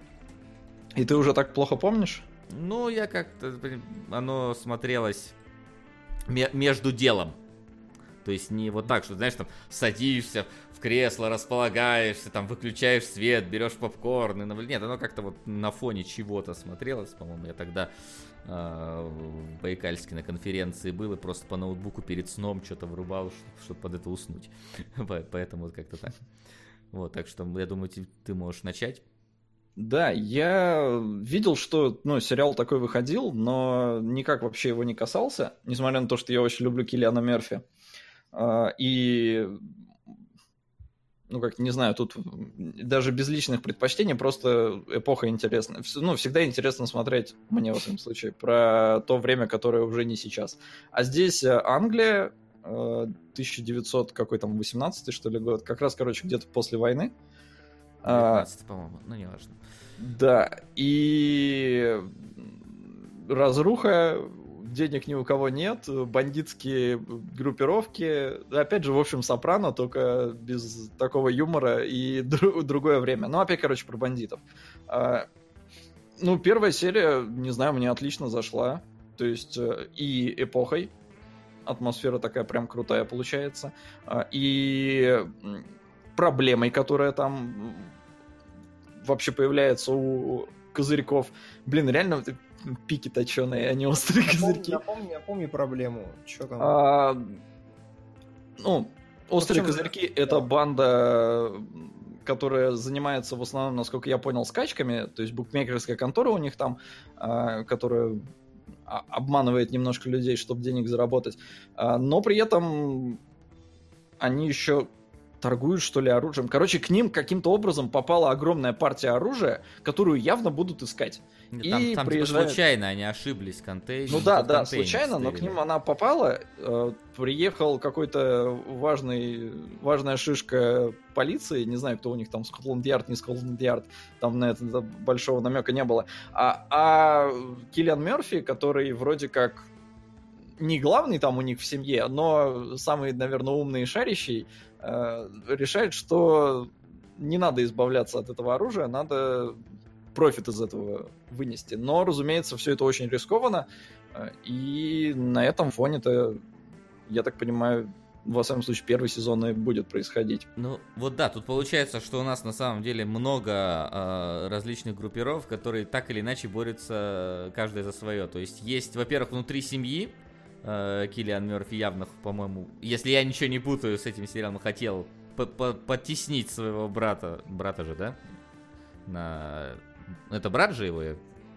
Speaker 4: И ты уже так плохо помнишь?
Speaker 2: Ну, я как-то... блин, Оно смотрелось ме- между делом. То есть не вот так, что, знаешь, там садишься в кресло, располагаешься, там выключаешь свет, берешь попкорн. И... нав- Нет, оно как-то вот на фоне чего-то смотрелось. По-моему, я тогда э, в Байкальске на конференции был и просто по ноутбуку перед сном что-то врубал, чтобы под это уснуть. По- Поэтому вот как-то так. Вот, так что я думаю, ты, ты можешь начать.
Speaker 4: Да, я видел, что, ну, сериал такой выходил, но никак вообще его не касался, несмотря на то, что я очень люблю Киллиана Мерфи. А, И, ну, как, не знаю, тут даже без личных предпочтений, просто эпоха интересна. Вс- Ну, всегда интересно смотреть, мне, во всяком случае, про то время, которое уже не сейчас. А здесь э, Англия, э, тысяча девятьсот, какой там, восемнадцатый, что ли, год, как раз, короче, где-то после войны. А,
Speaker 2: девятнадцать, по-моему, ну не важно.
Speaker 4: Да, и разруха, денег ни у кого нет, бандитские группировки, опять же, в общем, «Сопрано», только без такого юмора и дру- другое время. Ну, опять, короче, про бандитов. А, Ну, первая серия, не знаю, мне отлично зашла, то есть э, и эпохой, атмосфера такая прям крутая получается, а, и м, проблемой, которая там вообще появляется у козырьков. Блин, реально вот пики точеные, а не острые козырьки.
Speaker 3: Напомни, напомни проблему. Что там?
Speaker 4: А, ну, острые
Speaker 3: Причем-
Speaker 4: козырьки — это банда которая занимается в основном, насколько я понял, скачками, то есть букмекерская контора у них там, которая обманывает немножко людей, чтобы денег заработать, но при этом они еще торгуют, что ли, оружием. Короче, к ним каким-то образом попала огромная партия оружия, которую явно будут искать.
Speaker 2: Там,
Speaker 4: и
Speaker 2: там
Speaker 4: приезжают...
Speaker 2: случайно они ошиблись, контейнер.
Speaker 4: Ну да, да, случайно, но к ним она попала. Э, приехал какой-то важный, важная шишка полиции, не знаю, кто у них там, Скотланд-Ярд, не Скотланд-Ярд, там на это большого намека не было. А, а Киллиан Мерфи, который вроде как не главный там у них в семье, но самый, наверное, умный и шарящий, э, решает, что не надо избавляться от этого оружия, надо профит из этого вынести. Но, разумеется, все это очень рискованно, и на этом фоне-то, я так понимаю, во всяком случае, первый сезон и будет происходить.
Speaker 2: Ну, вот да, тут получается, что у нас на самом деле много э, различных группировок, которые так или иначе борются каждая за свое. То есть есть, во-первых, внутри семьи, э, Киллиан Мерфи явно, по-моему, если я ничего не путаю с этим сериалом, хотел подтеснить своего брата, брата же, да? На... Это брат же его?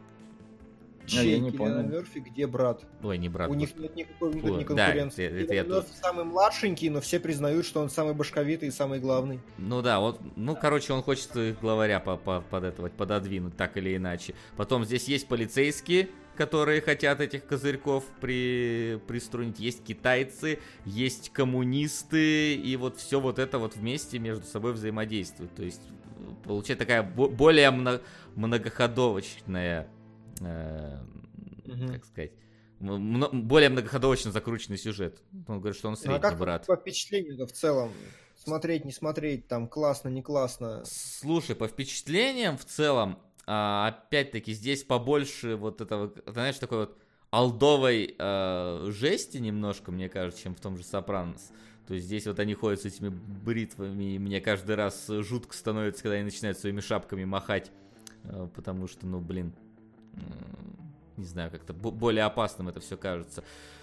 Speaker 3: Чей
Speaker 4: я не
Speaker 3: Киллиан
Speaker 4: понял.
Speaker 3: Мерфи, где брат?
Speaker 2: Ой, не брат.
Speaker 3: У них нет никакой
Speaker 2: Фу,
Speaker 3: внутренней конкуренции.
Speaker 2: Да, это, это
Speaker 3: Киллиан
Speaker 2: я
Speaker 3: Мерфи самый младшенький, но все признают, что он самый башковитый и самый главный.
Speaker 2: Ну да, вот, ну, короче, он хочет их главаря по, по, под этого, пододвинуть, так или иначе. Потом здесь есть полицейские, которые хотят этих козырьков при, приструнить. Есть китайцы, есть коммунисты, и вот все вот это вот вместе между собой взаимодействует. То есть получается такая бо- более много, многоходовочная, э,
Speaker 3: Угу.
Speaker 2: как сказать, м- более многоходовочно закрученный сюжет. Он говорит, что он
Speaker 3: Ну,
Speaker 2: средний
Speaker 3: а как
Speaker 2: брат.
Speaker 3: по впечатлению-то в целом? Смотреть, не смотреть, там, классно, не классно.
Speaker 2: Слушай, по впечатлениям в целом, а, опять-таки, здесь побольше вот этого, знаешь, такой вот олдовой э, жести немножко, мне кажется, чем в том же «Сопранос». То есть здесь вот они ходят с этими бритвами, и мне каждый раз жутко становится, когда они начинают своими шапками махать, э, потому что, ну, блин, э, не знаю, как-то б- более опасным это все кажется.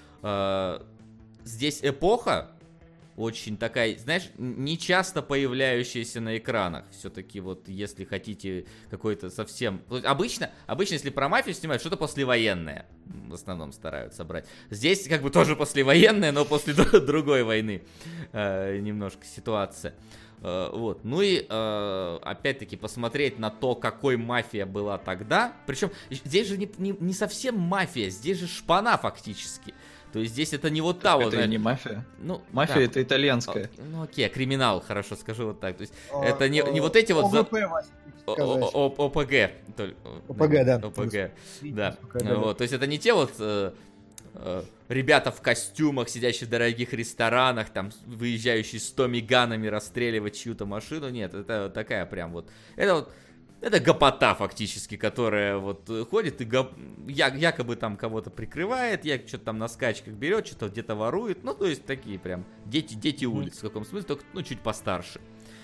Speaker 2: Э, здесь эпоха очень такая, знаешь, не часто появляющаяся на экранах. Все-таки вот, если хотите какой-то совсем... Обычно, обычно, если про мафию снимают, что-то послевоенное в основном стараются брать. Здесь как бы тоже послевоенное, но после другой войны э, немножко ситуация. Э, вот. Ну и э, опять-таки посмотреть на то, какой мафия была тогда. Причем здесь же не, не, не совсем мафия, здесь же шпана фактически. То есть здесь это не вот та вот...
Speaker 4: Это и не мафия.
Speaker 2: Ну,
Speaker 4: Мафия
Speaker 2: да.
Speaker 4: это итальянская.
Speaker 2: Ну окей, криминал, хорошо, скажу вот так. То есть
Speaker 3: А,
Speaker 2: это не, не
Speaker 3: а,
Speaker 2: вот эти вот... за-
Speaker 3: ОВП, Вася,
Speaker 2: О-
Speaker 3: сказать.
Speaker 2: о- о- ОПГ. только-
Speaker 3: ОПГ, да.
Speaker 2: ОПГ, да.
Speaker 3: ОПГ, да.
Speaker 2: Вот, то есть это не те вот э, э, ребята в костюмах, сидящие в дорогих ресторанах, там, выезжающие с Томми Ганнами расстреливать чью-то машину. Нет, это такая прям вот... Это вот... Это гопота фактически, которая вот ходит и гоп... я, якобы там кого-то прикрывает, я что-то там на скачках берет, что-то где-то ворует. Ну, то есть такие прям дети, дети улиц в каком смысле, только ну, чуть постарше.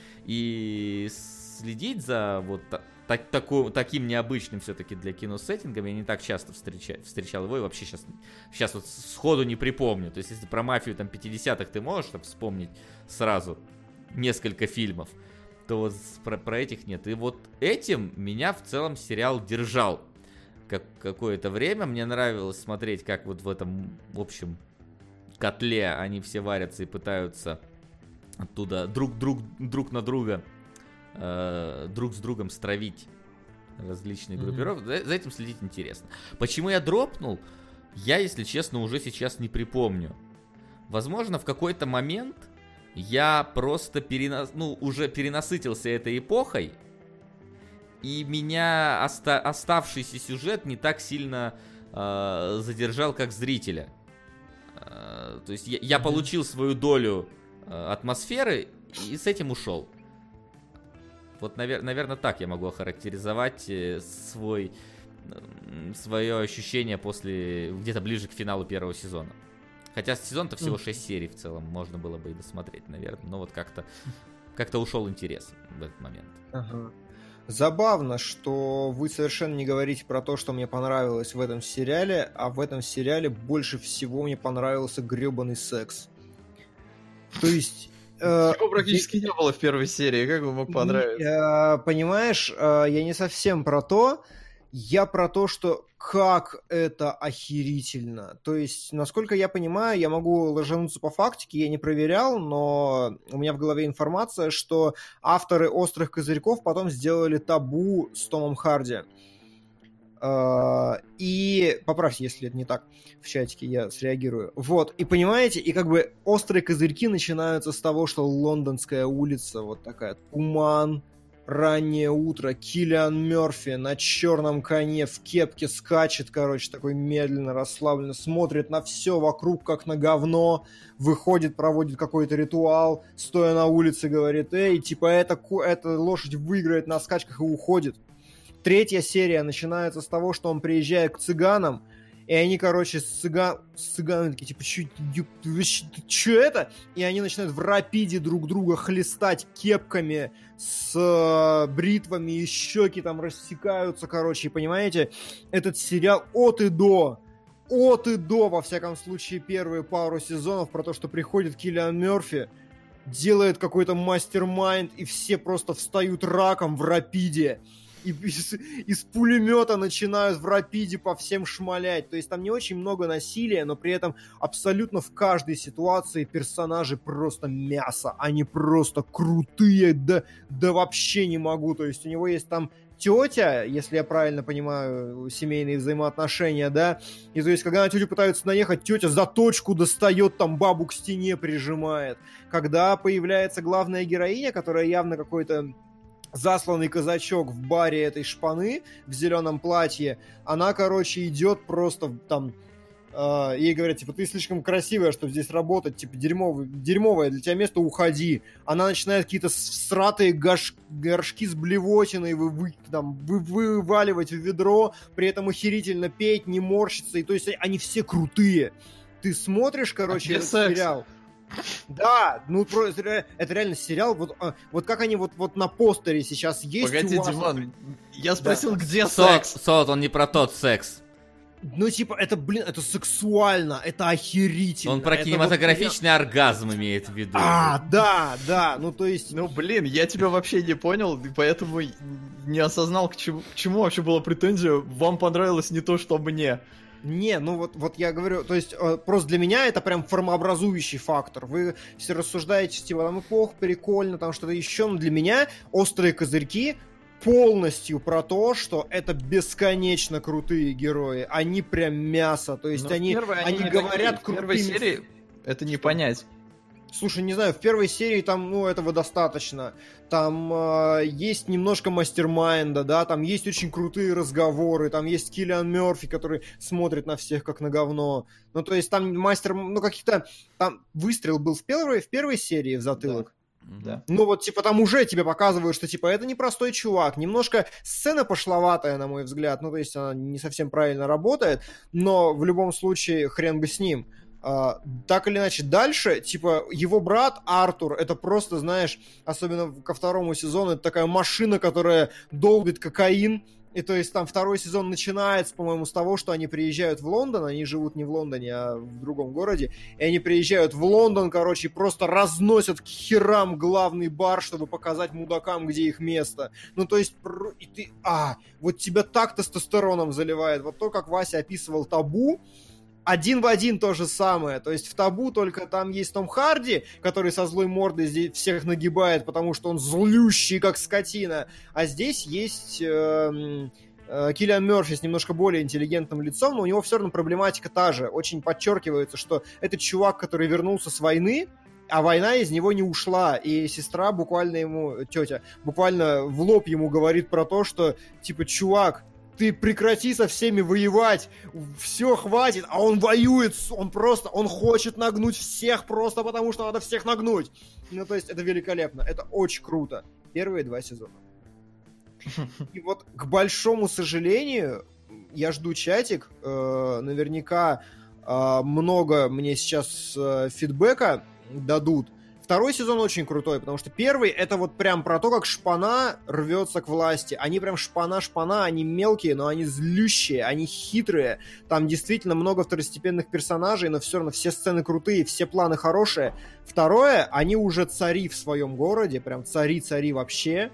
Speaker 2: И следить за вот та- так, таку, таким необычным все-таки для кино сеттингом я не так часто встреча, встречал его и вообще сейчас, сейчас вот сходу не припомню. То есть если про мафию там пятидесятых ты можешь там, вспомнить сразу несколько фильмов, то вот про, про этих нет. И вот этим меня в целом сериал держал как, какое-то время. Мне нравилось смотреть, как вот в этом, в общем, котле они все варятся и пытаются оттуда друг, друг, друг на друга, э, друг с другом стравить различные
Speaker 3: Mm-hmm.
Speaker 2: группировки. За, за этим следить интересно. Почему я дропнул, я, если честно, уже сейчас не припомню. Возможно, в какой-то момент я просто перенас... ну, уже перенасытился этой эпохой, и меня оста... оставшийся сюжет не так сильно э, задержал, как зрителя. Э, то есть я, я
Speaker 3: Mm-hmm.
Speaker 2: получил свою долю э, атмосферы и с этим ушел. Вот, навер... наверное, так я могу охарактеризовать э, свой... э, свое ощущение после... где-то ближе к финалу первого сезона. Хотя сезон-то всего шесть серий в целом, можно было бы и досмотреть, наверное. Но вот как-то, как-то ушел интерес в этот момент.
Speaker 3: Ага. Забавно, что вы совершенно не говорите про то, что мне понравилось в этом сериале, а в этом сериале больше всего мне понравился гребаный секс. То есть,
Speaker 4: Его практически не было в первой серии, как бы мог понравиться?
Speaker 3: Понимаешь, я не совсем про то, я про то, что как это охерительно. То есть, насколько я понимаю, я могу ложануться по фактике, я не проверял, но у меня в голове информация, что авторы «Острых козырьков» потом сделали «Табу» с Томом Харди. И поправьте, если это не так, в чатике я среагирую. Вот, и понимаете, и как бы «Острые козырьки» начинаются с того, что Лондонская улица, вот такая, туман, раннее утро, Киллиан Мёрфи на черном коне в кепке скачет, короче, такой медленно, расслабленно, смотрит на все вокруг, как на говно, выходит, проводит какой-то ритуал, стоя на улице, говорит, эй, типа, эта, эта лошадь выиграет на скачках и уходит. Третья серия начинается с того, что он приезжает к цыганам, и они, короче, с, цыган... с цыганами такие, типа, что это? И они начинают в рапиде друг друга хлестать кепками с э, бритвами, и щеки там рассекаются, короче, и понимаете, этот сериал от и до, от и до, во всяком случае, первые пару сезонов про то, что приходит Киллиан Мёрфи, делает какой-то мастер-майнд, и все просто встают раком в рапиде. И из, из пулемета начинают в рапиде по всем шмалять. То есть там не очень много насилия, но при этом абсолютно в каждой ситуации персонажи просто мясо. Они просто крутые, да, да вообще не могу. То есть у него есть там тетя, если я правильно понимаю, семейные взаимоотношения, да, и то есть когда на тетю пытаются наехать, тетя за точку достает, там бабу к стене прижимает. Когда появляется главная героиня, которая явно какой-то засланный казачок в баре этой шпаны в зеленом платье, она, короче, идет просто там, э, ей говорят, типа, ты слишком красивая, чтобы здесь работать, типа, дерьмовое, дерьмовое для тебя место, уходи. Она начинает какие-то сратые гош, горшки с блевотиной вы, вы, там, вы, вываливать в ведро, при этом охерительно петь, не морщиться, и то есть они все крутые. Ты смотришь, короче, этот сериал. Да, ну просто это реально сериал, вот, вот как они вот, вот на постере сейчас есть.
Speaker 4: Погоди, у вас... Диман, я спросил, да. Где
Speaker 2: Сот,
Speaker 4: секс?
Speaker 2: Сот, он не про тот секс.
Speaker 3: Ну типа, это, блин, это сексуально, это охерительно.
Speaker 2: Он про
Speaker 3: это
Speaker 2: кинематографичный вот... оргазм имеет в виду.
Speaker 3: А, да, да, ну то есть...
Speaker 4: Ну блин, я тебя вообще не понял, поэтому не осознал, к чему, к чему вообще была претензия. Вам понравилось не то, что мне.
Speaker 3: Не, ну вот, вот я говорю, то есть э, просто для меня это прям формообразующий фактор. Вы все рассуждаете, типа, там эпох, прикольно, там что-то еще, но для меня «Острые козырьки» полностью про то, что это бесконечно крутые герои. Они прям мясо, то есть они, они, они говорят
Speaker 4: крутыми. В первой серии это не понять.
Speaker 3: Слушай, не знаю, в первой серии там, ну, этого достаточно. Там э, есть немножко мастер-майнда, да, там есть очень крутые разговоры, там есть Киллиан Мёрфи, который смотрит на всех как на говно. Ну, то есть там мастер, ну, каких-то... Там выстрел был в первой, в первой серии в затылок.
Speaker 4: Да.
Speaker 3: Ну, вот, типа, там уже тебе показывают, что, типа, это непростой чувак. Немножко сцена пошловатая, на мой взгляд. Ну, то есть она не совсем правильно работает, но в любом случае хрен бы с ним. Uh, так или иначе, дальше, типа, его брат Артур, это просто, знаешь, особенно ко второму сезону, это такая машина, которая долбит кокаин, и то есть там второй сезон начинается, по-моему, с того, что они приезжают в Лондон, они живут не в Лондоне, а в другом городе, и они приезжают в Лондон, короче, и просто разносят к херам главный бар, чтобы показать мудакам, где их место. Ну, то есть, и ты, а, вот тебя так тестостероном заливает, вот то, как Вася описывал «Табу», один в один то же самое. То есть в «Табу» только там есть Том Харди, который со злой мордой здесь всех нагибает, потому что он злющий, как скотина. А здесь есть э, э, Киллиан Мёрфи с немножко более интеллигентным лицом, но у него все равно проблематика та же. Очень подчеркивается, что это чувак, который вернулся с войны, а война из него не ушла, и сестра буквально ему, тетя, буквально в лоб ему говорит про то, что, типа, чувак, ты прекрати со всеми воевать, все, хватит, а он воюет, он просто, он хочет нагнуть всех просто потому, что надо всех нагнуть. Ну, то есть, это великолепно, это очень круто. Первые два сезона. И вот, к большому сожалению, я жду чатик, э, наверняка э, много мне сейчас э, фидбэка дадут. Второй сезон очень крутой, потому что первый это вот прям про то, как шпана рвется к власти. Они прям шпана-шпана, они мелкие, но они злющие, они хитрые. Там действительно много второстепенных персонажей, но все равно все сцены крутые, все планы хорошие. Второе, они уже цари в своем городе, прям цари-цари вообще.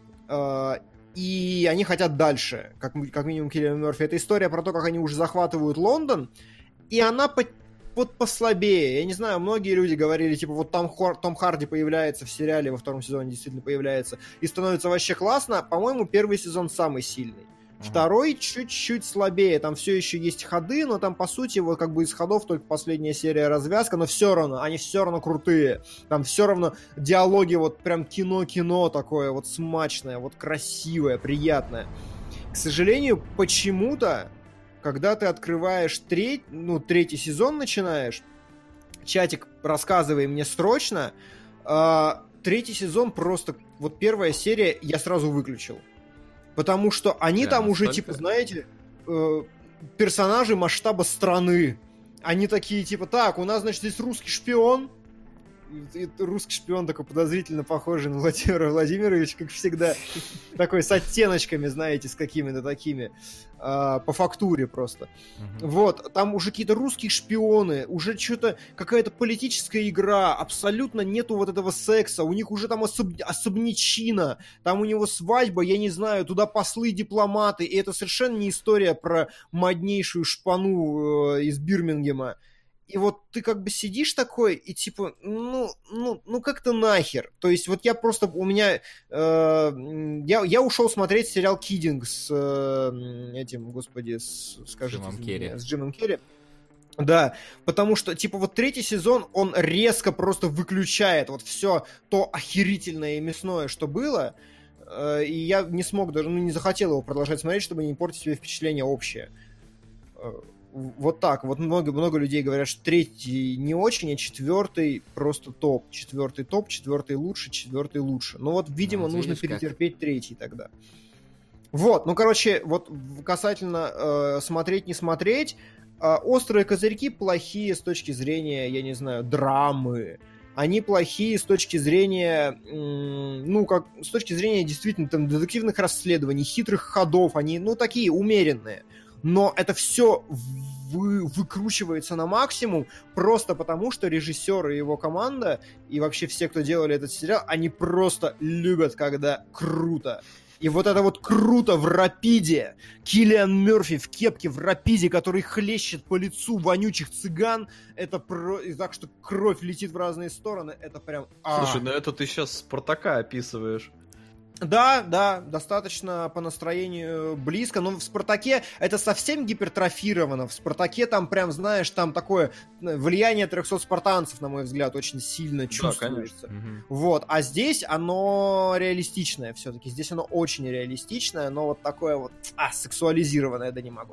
Speaker 3: И они хотят дальше, как, как минимум Киллиан Мерфи. Это история про то, как они уже захватывают Лондон, и она по, вот послабее. Я не знаю, многие люди говорили, типа, вот там Хор, Том Харди появляется в сериале, во втором сезоне действительно появляется, и становится вообще классно. По-моему, первый сезон самый сильный. Второй чуть-чуть слабее, там все еще есть ходы, но там, по сути, вот как бы из ходов только последняя серия развязка, но все равно, они все равно крутые. Там все равно диалоги вот прям кино-кино такое, вот смачное, вот красивое, приятное. К сожалению, почему-то, когда ты открываешь треть, ну, третий сезон начинаешь, чатик, рассказывай мне срочно, э, третий сезон просто, вот первая серия я сразу выключил. Потому что они Прямо там уже, столько? типа, знаете, э, персонажи масштаба страны. Они такие, типа, так, у нас, значит, здесь русский шпион. И, и русский шпион такой подозрительно похожий на Владимира Владимировича, как всегда. Такой с оттеночками, знаете, с какими-то такими. Э, по фактуре просто. Uh-huh. Вот, там уже какие-то русские шпионы, уже что-то, какая-то политическая игра, абсолютно нету вот этого секса, у них уже там особ... особнячина, там у него свадьба, я не знаю, туда послы, дипломаты, и это совершенно не история про моднейшую шпану э, из Бирмингема. И вот ты как бы сидишь такой, и типа, ну, ну, ну как-то нахер. То есть вот я просто, у меня, э, я, я ушел смотреть сериал «Киддинг» с э, этим, господи, с, скажите,
Speaker 2: Джимом Керри.
Speaker 3: с Джимом Керри. Да, потому что, типа, вот третий сезон, он резко просто выключает вот все то охерительное и мясное, что было, э, и я не смог даже, ну, не захотел его продолжать смотреть, чтобы не портить себе впечатление общее. Вот так. Вот много, много людей говорят, что третий не очень, а четвертый просто топ. Четвертый топ, четвертый лучше, четвертый лучше. Ну вот, видимо, ну, нужно перетерпеть как... третий тогда. Вот, ну, короче, вот касательно э, смотреть, не смотреть, э, острые козырьки плохие с точки зрения, я не знаю, драмы. Они плохие с точки зрения, ну, как, с точки зрения действительно там детективных расследований, хитрых ходов. Они, ну, такие умеренные. Но это все вы, выкручивается на максимум просто потому, что режиссер и его команда, и вообще все, кто делали этот сериал, они просто любят, когда круто. И вот это вот круто в рапиде. Киллиан Мерфи в кепке в рапиде, который хлещет по лицу вонючих цыган. Это про... И так, что кровь летит в разные стороны. Это прям...
Speaker 4: Слушай, ну это ты сейчас Спартака описываешь.
Speaker 3: Да, да, достаточно по настроению близко, но в «Спартаке» это совсем гипертрофировано. В «Спартаке» там прям, знаешь, там такое влияние трехсот спартанцев, на мой взгляд, очень сильно чувствуется. Да, вот, а здесь оно реалистичное все-таки. Здесь оно очень реалистичное, но вот такое вот, а, сексуализированное, да не могу.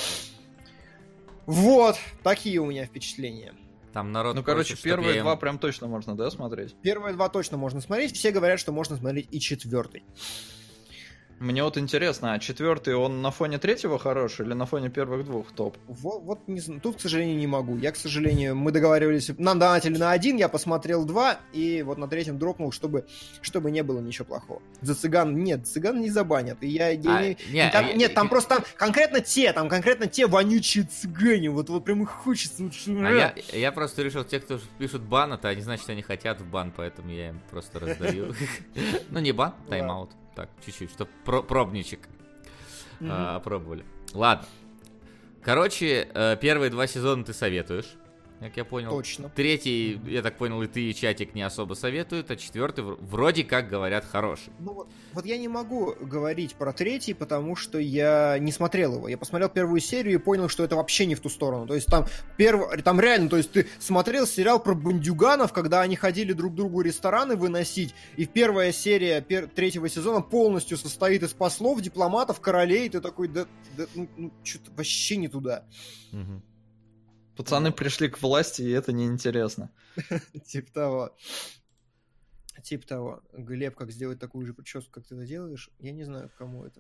Speaker 3: Вот, такие у меня впечатления.
Speaker 2: Там народ
Speaker 4: ну, короче,
Speaker 2: просит,
Speaker 4: первые
Speaker 2: я...
Speaker 4: два прям точно можно, да, смотреть?
Speaker 3: Первые два точно можно смотреть. Все говорят, что можно смотреть и четвертый.
Speaker 4: Мне вот интересно, а четвертый он на фоне третьего хороший или на фоне первых двух топ?
Speaker 3: Вот, вот не знаю, тут, к сожалению, не могу. Я, к сожалению, мы договаривались, нам донатили на один, я посмотрел два, и вот на третьем дропнул, чтобы, чтобы не было ничего плохого. За цыган, нет, цыган не забанят. И я, я
Speaker 2: а,
Speaker 3: не,
Speaker 2: не,
Speaker 3: там,
Speaker 2: а,
Speaker 3: нет, там
Speaker 2: я...
Speaker 3: просто там конкретно те, там конкретно те вонючие цыгане, вот, вот прям их хочется. Вот,
Speaker 2: а я, я просто решил, те, кто пишут бан, это они, значит, они хотят в бан, поэтому я им просто раздаю. Ну, не бан, тайм-аут. Так, чуть-чуть, чтобы про- пробничек mm-hmm. а, опробовали. Ладно. Короче, э, первые два сезона ты советуешь, как я понял.
Speaker 3: Точно.
Speaker 2: Третий, я так понял, и ты, и чатик не особо советуют, а четвертый вроде как говорят хороший.
Speaker 3: Ну вот, вот я не могу говорить про третий, потому что я не смотрел его. Я посмотрел первую серию и понял, что это вообще не в ту сторону. То есть там, перв... там реально, то есть ты смотрел сериал про бандюганов, когда они ходили друг другу рестораны выносить, и первая серия пер... третьего сезона полностью состоит из послов, дипломатов, королей, и ты такой, да, да ну, ну что-то вообще не туда.
Speaker 2: Угу.
Speaker 4: Пацаны пришли к власти, и это неинтересно.
Speaker 3: Типа того. Типа того. Глеб, как сделать такую же прическу, как ты это делаешь, я не знаю, кому это.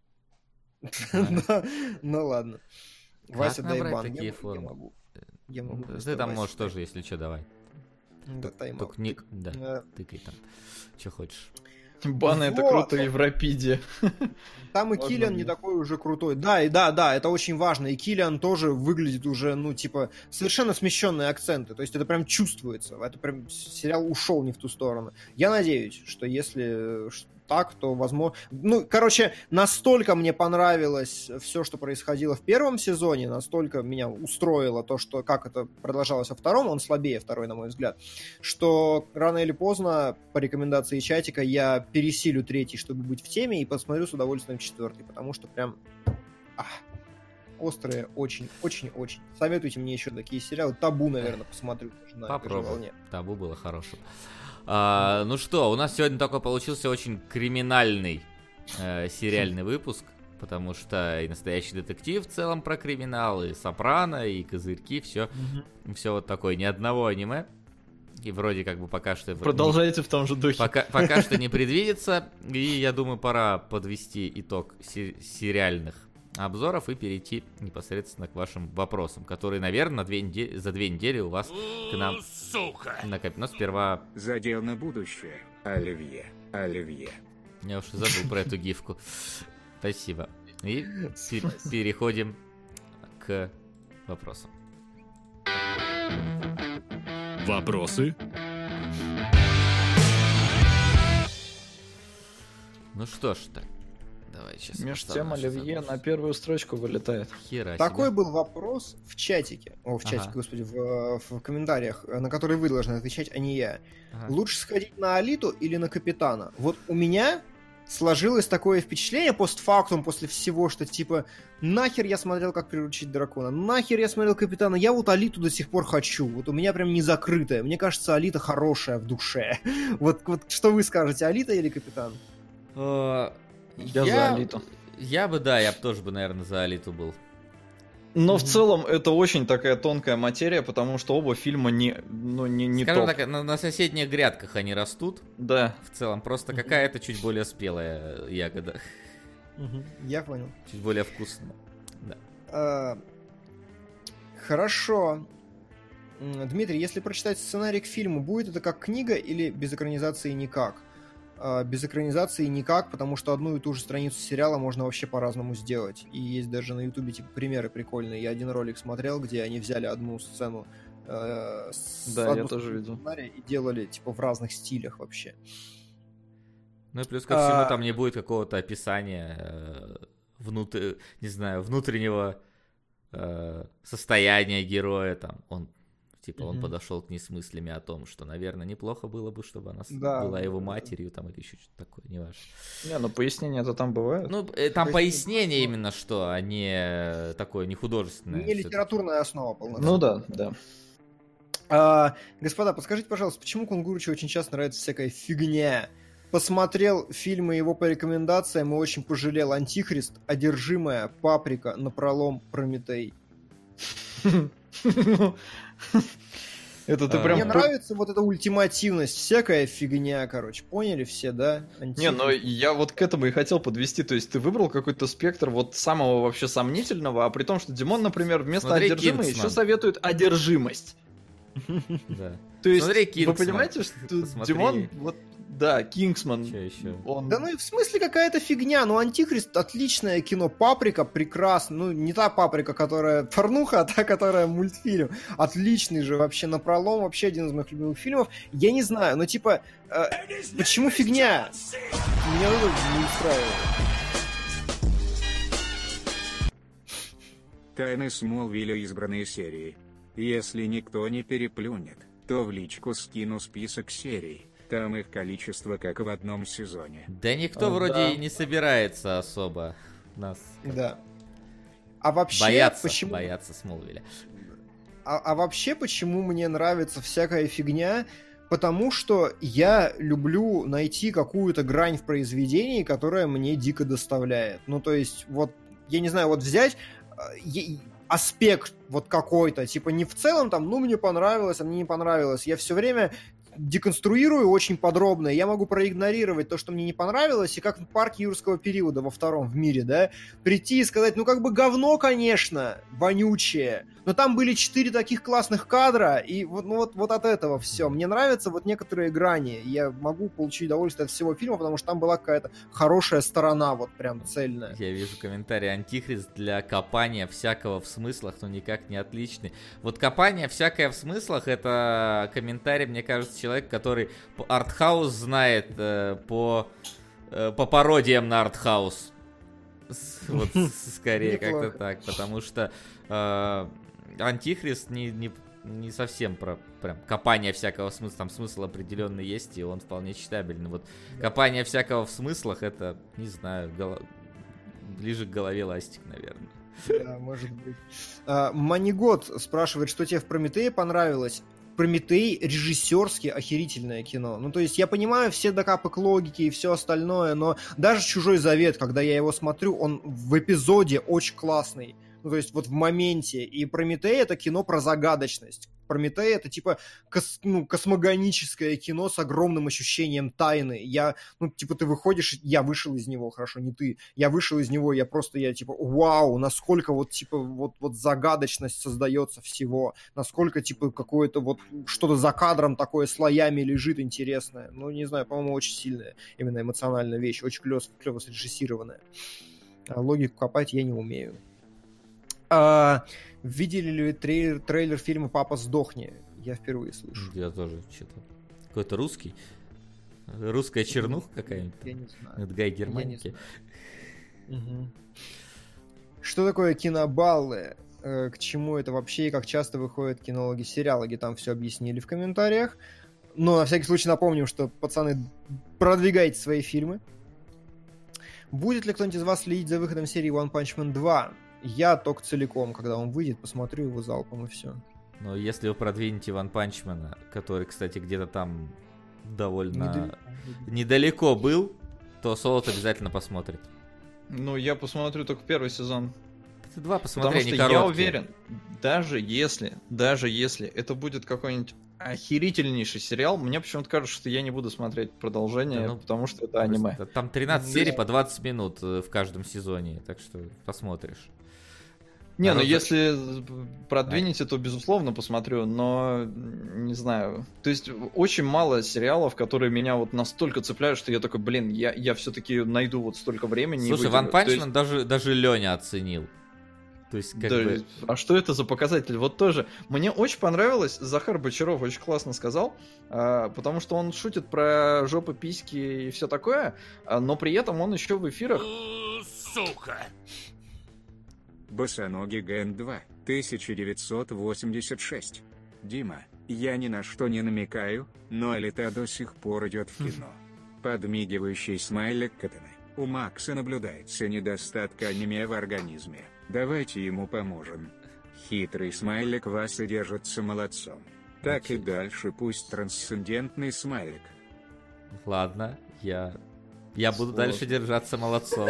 Speaker 3: Ну ладно. Вася, дай бан.
Speaker 2: такие формы?
Speaker 3: Я могу.
Speaker 2: Ты там можешь тоже, если что, давай.
Speaker 3: Да, тайм-аут.
Speaker 2: Только не... Да,
Speaker 3: Да.
Speaker 2: тыкай там, что хочешь.
Speaker 4: Баны это
Speaker 3: Вот.
Speaker 4: круто и в Рапиде.
Speaker 3: Там и
Speaker 4: Можно
Speaker 3: Киллиан не
Speaker 4: мне?
Speaker 3: такой уже крутой. Да, и да, да, это очень важно. И Киллиан тоже выглядит уже, ну, типа, совершенно смещенные акценты. То есть это прям чувствуется. Это прям сериал ушел не в ту сторону. Я надеюсь, что если так, то возможно... Ну, короче, настолько мне понравилось все, что происходило в первом сезоне, настолько меня устроило то, что как это продолжалось во втором, он слабее второй, на мой взгляд, что рано или поздно, по рекомендации чатика, я пересилю третий, чтобы быть в теме, и посмотрю с удовольствием четвертый, потому что прям... Ах, острые, очень, очень, очень. Советуйте мне еще такие сериалы. Табу, наверное, посмотрю. Тоже на этой же
Speaker 2: Попробуй.
Speaker 3: волне.
Speaker 2: Табу было хорошим. А, ну что, у нас сегодня такой получился очень криминальный э, сериальный выпуск, потому что и настоящий детектив в целом про криминал, и Сопрано, и Козырьки, все, все вот такое, ни одного аниме. И вроде как бы пока что...
Speaker 4: Продолжайте в том же духе.
Speaker 2: Пока, пока что не предвидится, и я думаю, пора подвести итог се- сериальных обзоров и перейти непосредственно к вашим вопросам, которые, наверное, на две недели, за две недели у вас к нам накопят. Но сперва...
Speaker 5: Задел на будущее. Оливье. Оливье.
Speaker 2: Я уж и забыл про эту гифку. Спасибо. И пе- переходим к вопросам.
Speaker 1: Вопросы?
Speaker 2: Ну что ж так. Давай сейчас...
Speaker 4: Меж тем Оливье на первую строчку вылетает.
Speaker 2: Хера
Speaker 3: Такой
Speaker 2: себе.
Speaker 3: был вопрос в чатике. О, в чатике,
Speaker 2: Ага.
Speaker 3: господи, в, в комментариях, на который вы должны отвечать, а не я.
Speaker 2: Ага.
Speaker 3: Лучше сходить на Алиту или на Капитана? Вот у меня сложилось такое впечатление постфактум, после всего, что типа, нахер я смотрел, как приручить дракона, нахер я смотрел Капитана, я вот Алиту до сих пор хочу. Вот у меня прям не закрытая. Мне кажется, Алита хорошая в душе. Вот, вот что вы скажете, Алита или Капитан?
Speaker 2: Э,
Speaker 4: Я за Алиту.
Speaker 2: Я бы, да, я бы тоже бы, наверное, за Алиту был.
Speaker 4: Но в целом это очень такая тонкая материя, потому что оба фильма не, ну, не, не
Speaker 2: Скажем
Speaker 4: топ.
Speaker 2: так, на, на соседних грядках они растут.
Speaker 4: Да.
Speaker 2: В целом, просто какая-то чуть более спелая ягода.
Speaker 3: Я понял.
Speaker 2: Чуть более вкусная. Да.
Speaker 3: А, Хорошо. М, Дмитрий, если прочитать сценарий к фильму, будет это как книга или без экранизации никак? А, Без экранизации никак, потому что одну и ту же страницу сериала можно вообще по-разному сделать. И есть даже на ютубе типа примеры прикольные. Я один ролик смотрел, где они взяли одну сцену э, с
Speaker 4: Да, я
Speaker 3: одну
Speaker 4: тоже
Speaker 3: сцену
Speaker 4: видел.
Speaker 3: сценария и делали типа в разных стилях вообще.
Speaker 2: Ну и плюс ко всему,
Speaker 3: А-
Speaker 2: там не будет какого-то описания э, внутр... не знаю, внутреннего э, состояния героя. Там он, типа, он
Speaker 3: Мгм.
Speaker 2: подошел к ней с мыслями о том, что, наверное, неплохо было бы, чтобы она с-
Speaker 3: Да,
Speaker 2: была
Speaker 3: да,
Speaker 2: его
Speaker 3: да, да.
Speaker 2: матерью, там, или еще что-то такое, неважно.
Speaker 4: Не, ну пояснения-то там бывают.
Speaker 2: Ну, э, там
Speaker 3: есть-
Speaker 2: пояснение именно что, а не такое, не художественное.
Speaker 3: Не
Speaker 2: всё-таки.
Speaker 3: литературная основа полноценная.
Speaker 4: Ну да, да.
Speaker 3: А, господа, подскажите, пожалуйста, почему Кунгурычу очень часто нравится всякая фигня? Посмотрел фильмы его по рекомендациям и очень пожалел. Антихрист, Одержимая, Паприка, Напролом, Прометей.
Speaker 4: Это ты
Speaker 2: А,
Speaker 4: прям...
Speaker 3: Мне
Speaker 4: по-
Speaker 3: нравится вот эта ультимативность, всякая фигня, короче. Поняли все, да?
Speaker 4: Не, но я вот к этому и хотел подвести. То есть ты выбрал какой-то спектр вот самого вообще сомнительного, а при том, что Димон, например, вместо
Speaker 2: Смотри,
Speaker 4: одержимой
Speaker 2: Кингсман.
Speaker 4: еще советует одержимость.
Speaker 2: Да.
Speaker 4: То есть
Speaker 2: Смотри,
Speaker 4: вы
Speaker 2: Кингсман.
Speaker 4: понимаете, что
Speaker 2: Посмотри.
Speaker 4: Димон, вот, да, Кингсман,
Speaker 2: Что еще?
Speaker 4: он...
Speaker 3: Да ну и в смысле какая-то фигня. Ну, Антихрист отличное кино. Паприка прекрасно. Ну, не та Паприка, которая порнуха, а та, которая мультфильм. Отличный же вообще. Напролом вообще один из моих любимых фильмов. Я не знаю, но типа... э, почему фигня? Меня это не устраивает.
Speaker 5: Тайны Смолвиля избранные серии. Если никто не переплюнет, то в личку скину список серий. Там их количество, как в одном сезоне.
Speaker 2: Да никто
Speaker 4: А,
Speaker 2: вроде
Speaker 4: да.
Speaker 2: и не собирается особо нас
Speaker 3: Да. А вообще,
Speaker 2: бояться,
Speaker 3: почему...
Speaker 2: бояться Смолвиля.
Speaker 3: А, а вообще, почему мне нравится всякая фигня? Потому что я люблю найти какую-то грань в произведении, которая мне дико доставляет. Ну, то есть, вот, я не знаю, вот взять э, е- аспект вот какой-то, типа не в целом там, ну, мне понравилось, а мне не понравилось. Я все время деконструирую очень подробно, я могу проигнорировать то, что мне не понравилось, и как в парке юрского периода во втором в мире, да, прийти и сказать, ну как бы говно, конечно, вонючее, но там были четыре таких классных кадра, и вот, ну, вот, вот от этого все. Мне нравятся вот некоторые грани, я могу получить удовольствие от всего фильма, потому что там была какая-то хорошая сторона, вот прям цельная.
Speaker 2: Я вижу комментарий: антихрист для копания всякого в смыслах, но никак не отличный. Вот копание всякое в смыслах — это комментарий, мне кажется, человек, который артхаус знает э, по, э, по пародиям на артхаус. Вот скорее как-то так, потому что э, антихрист не, не, не совсем про прям копание всякого смысла, там смысл определенный есть, и он вполне читабельный. Вот копание всякого в смыслах — это, не знаю, голо... ближе к голове ластик, наверное.
Speaker 3: Да, может быть. А, Манигот спрашивает, что тебе в «Прометее» понравилось. «Прометей» режиссерски охерительное кино. Ну, то есть я понимаю все докапы к логике и все остальное, но даже «Чужой завет», когда я его смотрю, он в эпизоде очень классный. Ну, то есть вот в моменте. И «Прометей» — это кино про загадочность. «Прометей» — это типа кос, ну, космогоническое кино с огромным ощущением тайны. Я, ну, типа ты выходишь, я вышел из него, хорошо, не ты. Я вышел из него, я просто, я типа, вау, насколько вот, типа, вот, вот загадочность создается всего. Насколько, типа, какое-то вот что-то за кадром такое слоями лежит интересное. Ну, не знаю, по-моему, очень сильная именно эмоциональная вещь. Очень клево, клево срежиссированная. А логику копать я не умею. А, видели ли вы трейлер, трейлер фильма «Папа, сдохни»? Я впервые слышу.
Speaker 2: Я тоже что-то... Какой-то русский? Русская чернуха какая-нибудь?
Speaker 3: Я не знаю.
Speaker 2: Это Гай Германики.
Speaker 3: Угу. Что такое кинобаллы? Э, к чему это вообще и как часто выходят кинологи, сериалоги? Там все объяснили в комментариях. Но на всякий случай напомним, что, пацаны, продвигайте свои фильмы. Будет ли кто-нибудь из вас следить за выходом серии One Punch Man два? Я только целиком, когда он выйдет, посмотрю его залпом и все.
Speaker 2: Но если вы продвинете Ван Панчмена, который, кстати, где-то там довольно
Speaker 3: Недалеко.
Speaker 2: недалеко был, то Солод обязательно посмотрит.
Speaker 4: Ну, я посмотрю только первый сезон.
Speaker 2: Ты два посмотри,
Speaker 4: Потому
Speaker 2: они
Speaker 4: что я
Speaker 2: короткие.
Speaker 4: уверен, даже если, даже если это будет какой-нибудь охерительнейший сериал, мне почему-то кажется, что я не буду смотреть продолжение,
Speaker 2: Да, ну,
Speaker 4: потому что это аниме.
Speaker 2: Там тринадцать
Speaker 3: Да.
Speaker 2: серий по двадцать минут э, в каждом сезоне, так что посмотришь.
Speaker 4: Не, ну
Speaker 2: Роза-
Speaker 4: если продвинете, то безусловно посмотрю, но не знаю. То есть очень мало сериалов, которые меня вот настолько цепляют, что я такой, блин, я, я все-таки найду вот столько времени.
Speaker 2: Слушай,
Speaker 4: и
Speaker 2: Ван
Speaker 4: выделю. То есть-
Speaker 2: Панчмен даже, даже Леня оценил. То есть, как
Speaker 4: Да,
Speaker 2: бы...
Speaker 4: а что это за показатель? Вот тоже. Мне очень понравилось, Захар Бочаров очень классно сказал, а, потому что он шутит про жопы, письки и все такое, а, но при этом он еще в эфирах...
Speaker 1: Сука!
Speaker 5: Босоногий Ген два, тысяча девятьсот восемьдесят шесть. Дима, я ни на что не намекаю, но Алита до сих пор идет в кино. Подмигивающий смайлик Катаны. У Макса наблюдается недостатка аниме в организме. Давайте ему поможем. Хитрый смайлик вас и держится молодцом. Так и дальше, пусть трансцендентный смайлик.
Speaker 2: Ладно, я... Я буду
Speaker 4: Сложно.
Speaker 2: дальше держаться молодцом.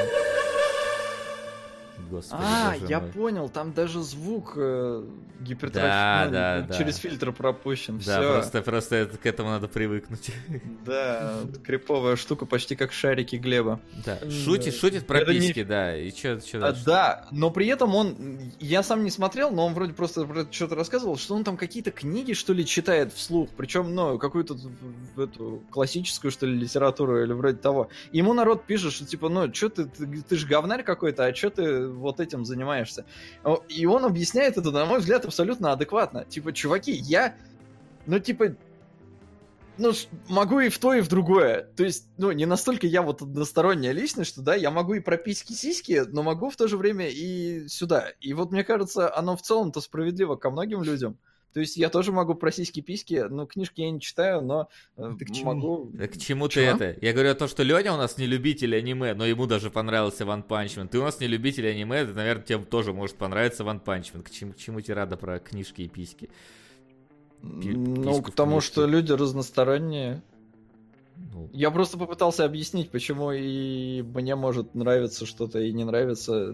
Speaker 2: Господи,
Speaker 4: А,
Speaker 2: боже
Speaker 4: я
Speaker 2: мой.
Speaker 4: понял, там даже звук э, гипертрофи-
Speaker 2: Да,
Speaker 4: ну,
Speaker 2: да, да.
Speaker 4: через фильтр пропущен.
Speaker 2: Да,
Speaker 4: Всё.
Speaker 2: просто, просто это- к этому надо привыкнуть.
Speaker 4: Да, криповая штука, почти как шарики Глеба.
Speaker 2: Да,
Speaker 3: Да.
Speaker 2: шутит, шутит про
Speaker 4: Это не-
Speaker 2: письки, да, и чё, чё
Speaker 4: А,
Speaker 2: дальше?
Speaker 4: да, но при этом он, я сам не смотрел, но он вроде просто про это что-то рассказывал, что он там какие-то книги, что ли, читает вслух, причем, ну, какую-то в- в эту классическую, что ли, литературу или вроде того. И ему народ пишет, что типа, ну, что ты, ты, ты же говнарь какой-то, а что ты вот этим занимаешься? О, и он объясняет это, на мой взгляд, абсолютно адекватно. Типа, чуваки, я, ну, типа, ну, ш- могу и в то, и в другое. То есть, ну, не настолько я вот односторонняя личность, что, да, я могу и про письки-сиськи, но могу в то же время и сюда. И вот, мне кажется, оно в целом-то справедливо ко многим людям. То есть, я тоже могу про сиськи-письки, ну, книжки я не читаю, но э,
Speaker 3: Ты к чему?
Speaker 4: могу...
Speaker 2: Да к чему ты
Speaker 4: Чего?
Speaker 2: это? Я говорю о том, что Леня у нас не любитель аниме, но ему даже понравился Ван Панчмен. Ты у нас не любитель аниме, это, наверное, тебе тоже может понравиться Ван Панчмен. К чему, к чему тебе рада про книжки и письки? Пи-
Speaker 4: Ну,
Speaker 2: письку
Speaker 4: к
Speaker 2: в
Speaker 4: тому,
Speaker 2: книжке.
Speaker 4: что люди разносторонние.
Speaker 2: Ну,
Speaker 4: Я просто попытался объяснить, почему и мне может нравиться что-то и не нравится.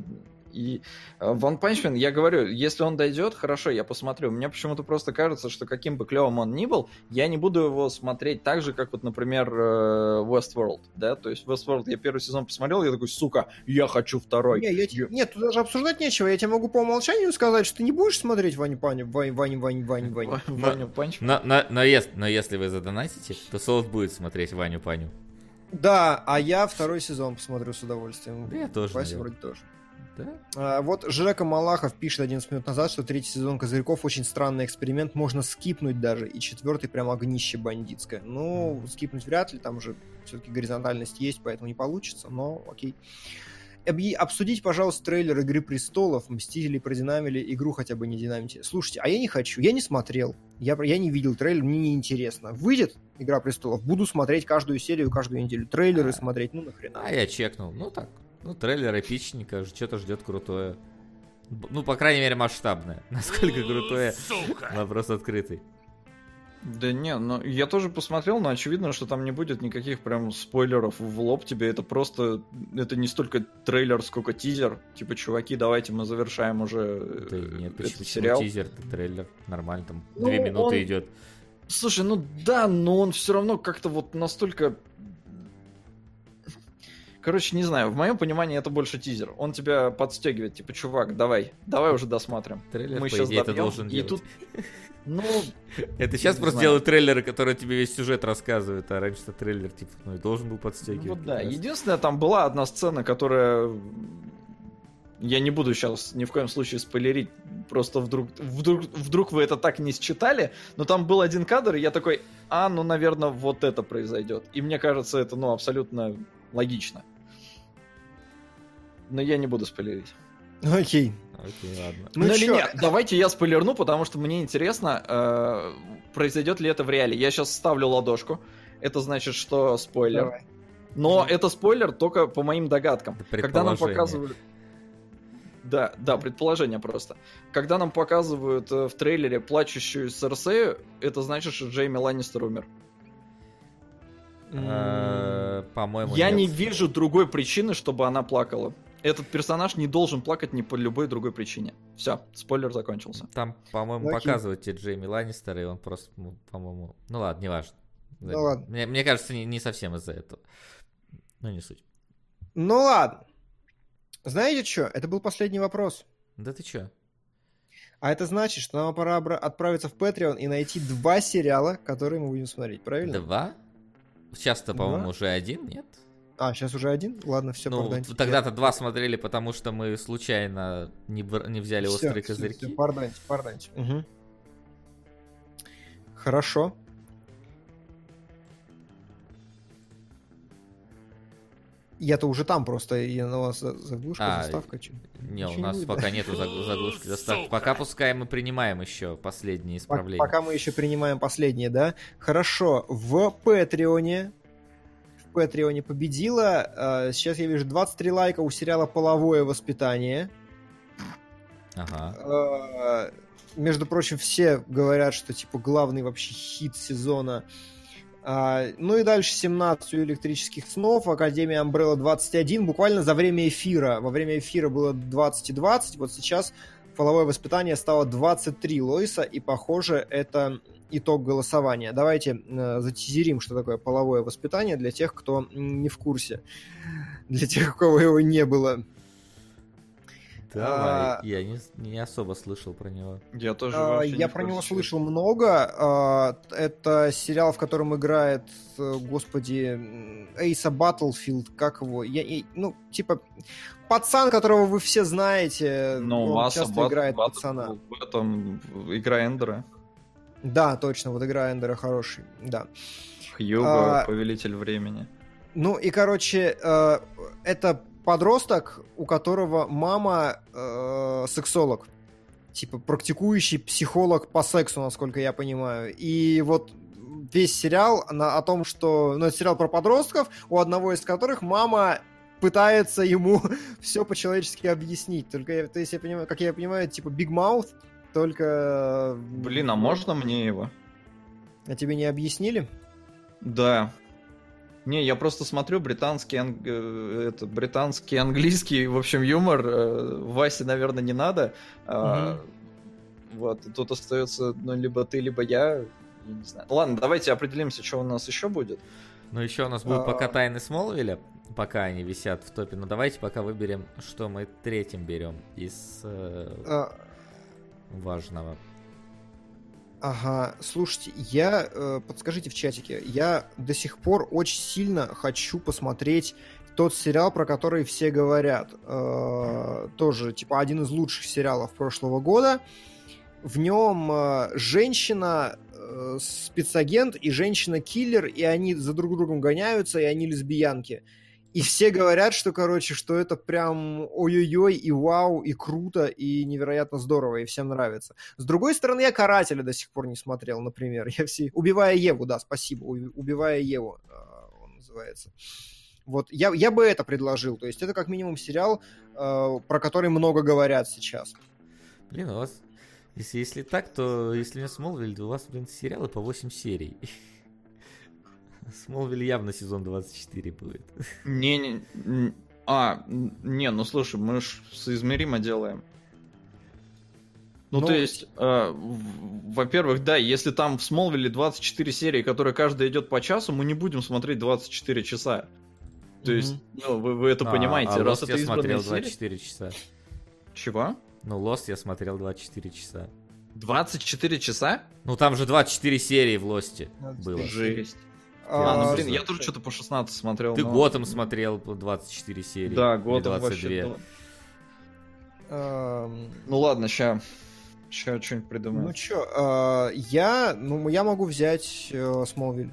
Speaker 4: И One Punch Man, я говорю, если он дойдет, хорошо, я посмотрю. Мне почему-то просто кажется, что каким бы клевым он ни был, я не буду его смотреть так же, как вот, например, Westworld, да, то есть Westworld я первый сезон посмотрел, я такой, сука, я хочу второй.
Speaker 3: Не, я, я... Нет, тут даже обсуждать нечего, я тебе могу по умолчанию сказать, что ты не будешь смотреть Ваню Паню, Вань, Вань, Вань, Вань, Вань.
Speaker 4: Ваню Панч.
Speaker 2: Но, но, но, если, но если вы задонатите, то Солод будет смотреть Ваню Паню.
Speaker 3: Да, а я второй сезон посмотрю с удовольствием.
Speaker 2: Да я тоже,
Speaker 3: Вася
Speaker 2: наверное.
Speaker 3: вроде тоже.
Speaker 2: Да?
Speaker 3: А, вот Жека Малахов пишет одиннадцать минут назад, что третий сезон Козырьков очень странный эксперимент, можно скипнуть даже, и четвертый прям огнище бандитское. Ну, скипнуть вряд ли, там уже все-таки горизонтальность есть, поэтому не получится, но окей. Объ... Обсудите, пожалуйста, трейлер «Игры престолов», «Мстители» продинамили, игру хотя бы не динамите. Слушайте, а я не хочу, я не смотрел, я, я не видел трейлер, мне не интересно. Выйдет «Игра престолов», буду смотреть каждую серию, каждую неделю, трейлеры
Speaker 2: А,
Speaker 3: смотреть, ну нахрена.
Speaker 2: А я чекнул, ну так, ну трейлер эпичненько, что-то ждет крутое. Ну, по крайней мере, масштабное. Насколько крутое, вопрос открытый.
Speaker 4: Да не, ну я тоже посмотрел, но очевидно, что там не будет никаких прям спойлеров в лоб тебе. Это просто, это не столько трейлер, сколько тизер. Типа, чуваки, давайте мы завершаем уже
Speaker 2: Да нет,
Speaker 4: этот
Speaker 2: почему
Speaker 4: сериал.
Speaker 2: тизер, это трейлер, нормально, там
Speaker 4: Ну,
Speaker 2: две минуты
Speaker 4: он-
Speaker 2: идет.
Speaker 4: Слушай, ну да, но он все равно как-то вот настолько... Короче, не знаю, в моем понимании это больше тизер. Он тебя подстегивает, типа, чувак, давай, давай уже досмотрим.
Speaker 2: Трейлер,
Speaker 4: Мы
Speaker 2: по
Speaker 4: щас
Speaker 2: идее, это
Speaker 4: добьем,
Speaker 2: должен
Speaker 4: и
Speaker 2: делать.
Speaker 4: тут, ну,
Speaker 2: Это сейчас
Speaker 4: не
Speaker 2: просто
Speaker 4: знаю.
Speaker 2: делают трейлеры, которые тебе весь сюжет рассказывают, а раньше-то трейлер, типа, ну и должен был подстегивать.
Speaker 4: ну
Speaker 2: как
Speaker 4: да,
Speaker 2: раз.
Speaker 4: единственное, там была одна сцена, которая... Я не буду сейчас ни в коем случае спойлерить, просто вдруг, вдруг, вдруг вы это так не считали, но там был один кадр, и я такой, а, ну, наверное, вот это произойдет. И мне кажется, это, ну, абсолютно логично. Но я не буду спойлерить.
Speaker 3: Окей.
Speaker 2: Окей, ладно.
Speaker 3: Ну
Speaker 4: Ну, или
Speaker 3: чё?
Speaker 4: нет, давайте я спойлерну, потому что мне интересно, э, произойдет ли это в реале. Я сейчас ставлю ладошку, это значит, что спойлер.
Speaker 3: Давай.
Speaker 4: Но
Speaker 3: Мгм.
Speaker 4: это спойлер только по моим догадкам.
Speaker 2: Это
Speaker 4: Когда нам
Speaker 2: предположение.
Speaker 4: показывают... Да, да, предположение просто. Когда нам показывают э, в трейлере плачущую Серсею, это значит, что Джейми Ланнистер умер.
Speaker 2: Э, По-моему,
Speaker 4: Я
Speaker 2: нет.
Speaker 4: не вижу другой причины, чтобы она плакала. Этот персонаж не должен плакать ни по любой другой причине. Все, спойлер закончился.
Speaker 2: Там, по-моему,
Speaker 3: Окей.
Speaker 2: показывают тебе Джейми Ланнистера, и он просто, ну, по-моему... Ну ладно, неважно.
Speaker 3: Ну ладно.
Speaker 2: Мне, мне кажется, не, не совсем из-за этого. Ну, не суть.
Speaker 3: Ну ладно. Знаете что? Это был последний вопрос.
Speaker 2: Да ты чё?
Speaker 3: А это значит, что нам пора обра- отправиться в Patreon и найти два сериала, которые мы будем смотреть, правильно?
Speaker 2: Два? Сейчас-то,
Speaker 3: Два?
Speaker 2: по-моему, уже один, нет?
Speaker 3: А, сейчас уже один? Ладно, все,
Speaker 2: Ну, тогда-то два смотрели, потому что мы случайно не, бр- не взяли острые козырьки.
Speaker 3: Парданьте, парданьте. Угу. Хорошо. Я-то уже там просто, и на вас за- заглушка,
Speaker 2: А,
Speaker 3: заставка. чё?
Speaker 2: Не,
Speaker 3: Ничего
Speaker 2: у
Speaker 3: не
Speaker 2: нас
Speaker 3: будет,
Speaker 2: пока
Speaker 3: да?
Speaker 2: нету заг- заглушки доставки. Пока пускай мы принимаем еще последние
Speaker 3: Пок-
Speaker 2: исправления.
Speaker 3: Пока мы еще принимаем последнее, да? Хорошо. В Патреоне в Патреоне победила. э, сейчас я вижу двадцать три лайка у сериала «Половое воспитание».
Speaker 2: Ага.
Speaker 3: Э, Между прочим, все говорят, что типа главный вообще хит сезона. А, ну и дальше семнадцать у электрических снов, Академия Umbrella двадцать один, буквально за время эфира. Во время эфира было двадцать и двадцать, вот сейчас половое воспитание стало двадцать три Лойса, и похоже, это итог голосования. Давайте э, затизерим, что такое половое воспитание для тех, кто не в курсе, для тех, у кого его не было.
Speaker 2: Давай.
Speaker 3: А,
Speaker 2: Я не, не особо слышал про него.
Speaker 4: Я тоже
Speaker 3: А,
Speaker 4: вообще не
Speaker 3: Я
Speaker 4: в
Speaker 3: про
Speaker 4: курсе,
Speaker 3: него
Speaker 4: что
Speaker 3: слышал много. А, Это сериал, в котором играет, э, господи, Эйса Баттлфилд, как его? Я, я- ну, типа, пацан, которого вы все знаете.
Speaker 4: Ну,
Speaker 3: он
Speaker 4: масса
Speaker 3: часто
Speaker 4: бат-
Speaker 3: играет
Speaker 4: бат-
Speaker 3: пацана.
Speaker 4: В этом игра Эндера.
Speaker 3: Да, точно, вот игра Эндера хороший, да.
Speaker 4: Хьюго,
Speaker 3: А,
Speaker 4: Повелитель Времени.
Speaker 3: Ну и, короче, э, это подросток, у которого мама э, сексолог. Типа практикующий психолог по сексу, насколько я понимаю. И вот весь сериал на, о том, что... Ну, это сериал про подростков, у одного из которых мама пытается ему все по-человечески объяснить. Только, я- то есть, я понимаю, как я понимаю, типа Big Mouth, только...
Speaker 4: Блин, а можно мне его?
Speaker 3: А тебе не объяснили?
Speaker 4: Да. Не, я просто смотрю британский, анг... э, это, британский, английский, в общем, юмор. э, Васе, наверное, не надо. А, вот, и тут остается, ну, либо ты, либо я. Я не знаю. Ладно, давайте определимся, что у нас еще будет.
Speaker 2: Ну, еще у нас будут
Speaker 3: А.
Speaker 2: пока тайны Смолвиля, пока они висят в топе. Но давайте пока выберем, что мы третьим берем из э,
Speaker 3: А,
Speaker 2: важного.
Speaker 3: Ага, слушайте, я, э, подскажите в чатике, я до сих пор очень сильно хочу посмотреть тот сериал, про который все говорят. Э, тоже, типа, один из лучших сериалов прошлого года. В нем э, женщина э, спецагент и женщина-киллер, и они за друг другом гоняются, и они лесбиянки. И все говорят, что, короче, что это прям ой-ой-ой, и вау, и круто, и невероятно здорово, и всем нравится. С другой стороны, я «Карателя» до сих пор не смотрел, например. Я все... «Убивая Еву», да, спасибо, «Убивая Еву» он называется. Вот, я, я бы это предложил. То есть это как минимум сериал, э, про который много говорят сейчас.
Speaker 2: Блин, у вас... Если, если так, то если не Смолвиль, то у вас, блин, сериалы по восемь серий. Смолвиль явно сезон двадцать четыре будет.
Speaker 4: Не, не, н- а, н- не, ну слушай, мы ж соизмеримо делаем. Ну,
Speaker 3: Ну,
Speaker 4: то есть, э, в- во-первых, да, если там в Смолвиле двадцать четыре серии, которые каждая идет по часу, мы не будем смотреть двадцать четыре часа. То есть, ну, вы, вы это
Speaker 2: А,
Speaker 4: понимаете,
Speaker 2: а
Speaker 4: раз
Speaker 2: Lost
Speaker 4: это
Speaker 2: я
Speaker 4: избранные
Speaker 2: смотрел
Speaker 4: серии...
Speaker 2: двадцать четыре часа.
Speaker 4: Чего?
Speaker 2: Ну, Lost я смотрел двадцать четыре часа.
Speaker 4: двадцать четыре часа?
Speaker 2: Ну, там же двадцать четыре серии в Лосте было.
Speaker 4: Жесть.
Speaker 3: А,
Speaker 4: А, ну,
Speaker 2: А,
Speaker 4: блин, я
Speaker 3: слушай,
Speaker 4: тоже что-то по шестнадцать смотрел.
Speaker 2: Ты
Speaker 4: но-
Speaker 2: Готэм смотрел по двадцать четыре серии.
Speaker 4: Да,
Speaker 2: или
Speaker 4: Готэм
Speaker 2: двадцать две.
Speaker 4: вообще...
Speaker 3: эм,
Speaker 4: Ну ладно, ща, ща что-нибудь придумаю.
Speaker 3: Ну чё, а, я, ну, я могу взять э, Смолвиль.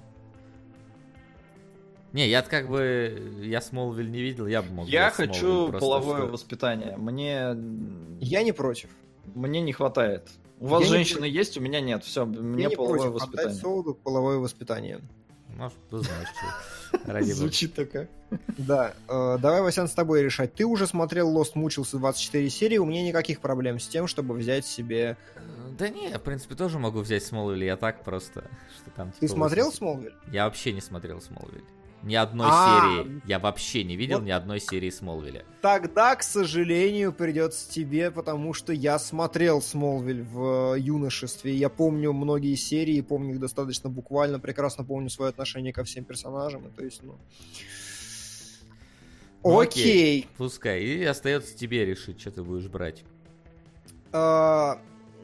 Speaker 2: Не, я как бы... Я Смолвиль не видел, я бы мог
Speaker 4: Я
Speaker 2: взять Смолвиль,
Speaker 4: хочу
Speaker 2: просто
Speaker 4: половое
Speaker 2: что-
Speaker 4: воспитание. Мне...
Speaker 3: Я не против.
Speaker 4: Мне не хватает. У вас
Speaker 3: Я не
Speaker 4: женщины есть, у меня нет. Все, мне
Speaker 3: я не
Speaker 4: половое
Speaker 3: против
Speaker 4: воспитание.
Speaker 3: отдать Солоду половое воспитание.
Speaker 2: Может, ты знаешь, что. Ради бога.
Speaker 4: Звучит такая.
Speaker 3: Да, э, давай, Васян, с тобой решать. Ты уже смотрел Lost, мучился двадцать четыре серии, у меня никаких проблем с тем, чтобы взять себе...
Speaker 2: Да не, я, в принципе, тоже могу взять Смолвиль, я так просто, что там...
Speaker 3: Ты
Speaker 2: типа,
Speaker 3: смотрел
Speaker 2: восемьдесят.
Speaker 3: Смолвиль?
Speaker 2: Я вообще не смотрел Смолвиль. Ни одной
Speaker 3: А,
Speaker 2: серии. Я вообще не видел
Speaker 3: вот.
Speaker 2: ни одной серии Смолвиля.
Speaker 3: Тогда, к сожалению, придется тебе, потому что я смотрел Смолвиль в э, юношестве. Я помню многие серии, помню их достаточно буквально, прекрасно помню свое отношение ко всем персонажам. И, то есть, ну...
Speaker 2: Ну,
Speaker 3: Окей.
Speaker 2: Пускай. И остается тебе решить, что ты будешь брать.
Speaker 3: А,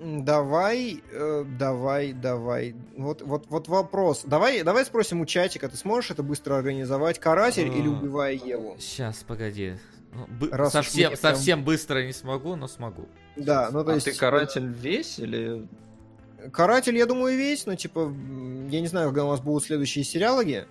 Speaker 3: Давай, э, давай, давай. Вот, вот, вот вопрос. Давай, давай спросим у чатика, ты сможешь это быстро организовать? Каратель или
Speaker 2: А,
Speaker 3: Убивая Еву?
Speaker 2: Сейчас, погоди. Ну, бы-
Speaker 3: Раз уж
Speaker 2: совсем,
Speaker 3: мне прям-
Speaker 2: совсем быстро не смогу, но смогу.
Speaker 3: Да, ну то
Speaker 4: А
Speaker 3: есть...
Speaker 4: ты каратель весь или...
Speaker 3: Каратель, я думаю, весь, но типа, м, я не знаю, когда у нас будут следующие сериалоги.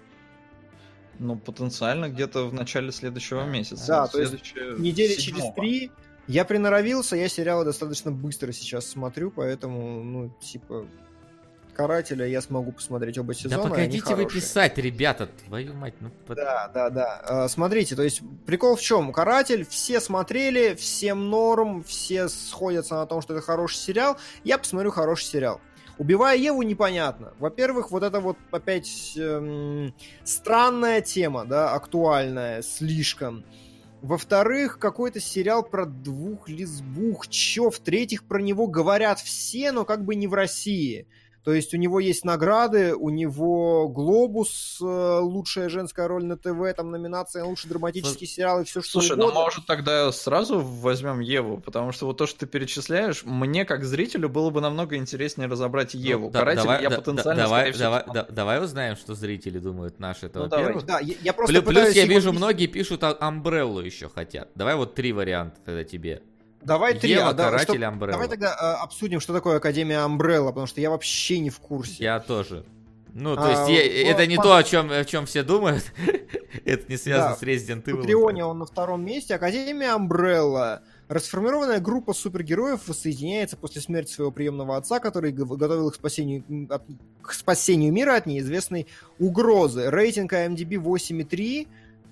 Speaker 4: Ну, потенциально где-то в начале следующего месяца.
Speaker 3: Да, то есть
Speaker 4: Следующее-
Speaker 3: Недели
Speaker 4: седьмого.
Speaker 3: через три. Я приноровился, я сериалы достаточно быстро сейчас смотрю, поэтому, ну, типа, Карателя я смогу посмотреть оба сезона.
Speaker 2: Да
Speaker 3: они
Speaker 2: погодите вы
Speaker 3: хорошие.
Speaker 2: писать, ребята, твою мать. Ну, под-
Speaker 3: Да, да, да. А, Смотрите, то есть прикол в чем? Каратель все смотрели, всем норм, все сходятся на том, что это хороший сериал. Я посмотрю хороший сериал. Убивая Еву непонятно. Во-первых, вот это вот опять эм, странная тема, да, актуальная, слишком. Во-вторых, какой-то сериал про двух лесбух. Чё? В-третьих, про него говорят все, но как бы не в России. То есть у него есть награды, у него Глобус, э, лучшая женская роль на ТВ, там номинация на лучший драматический сериал и все что
Speaker 4: Слушай, ну
Speaker 3: угодно.
Speaker 4: может тогда сразу возьмем Еву, потому что вот то, что ты перечисляешь, мне как зрителю было бы намного интереснее разобрать Еву.
Speaker 2: Ну, да-
Speaker 4: Карателя
Speaker 2: давай,
Speaker 4: я
Speaker 2: да-
Speaker 4: потенциально,
Speaker 2: да- давай,
Speaker 4: скорее всего,
Speaker 2: давай,
Speaker 4: посмотрю.
Speaker 2: да- давай узнаем, что зрители думают наши. Это
Speaker 4: Ну,
Speaker 2: во-первых.
Speaker 3: Да, я, я просто
Speaker 2: Плю- Плюс,
Speaker 3: пытаюсь
Speaker 2: я
Speaker 3: его
Speaker 2: вижу,
Speaker 3: ввести-
Speaker 2: многие пишут а- Umbrella еще хотят. Давай вот три варианта тогда тебе.
Speaker 3: Давай три,
Speaker 2: Ева,
Speaker 3: а, да,
Speaker 2: Каратель,
Speaker 3: что-
Speaker 2: Umbrella.
Speaker 3: Давай тогда э, обсудим, что такое Академия Umbrella, потому что я вообще не в курсе.
Speaker 2: Я тоже. Ну, то
Speaker 3: А,
Speaker 2: есть, я-
Speaker 3: вот
Speaker 2: это не
Speaker 3: по-
Speaker 2: то, о чем, о чем все думают. Это не связано
Speaker 3: Да,
Speaker 2: с Resident
Speaker 3: В
Speaker 2: Evil.
Speaker 3: Патреоне он на втором месте. Академия Umbrella. Расформированная группа супергероев воссоединяется после смерти своего приемного отца, который г- готовил их к спасению, м, от- к спасению мира от неизвестной угрозы. Рейтинг ай эм ди би восемь и три.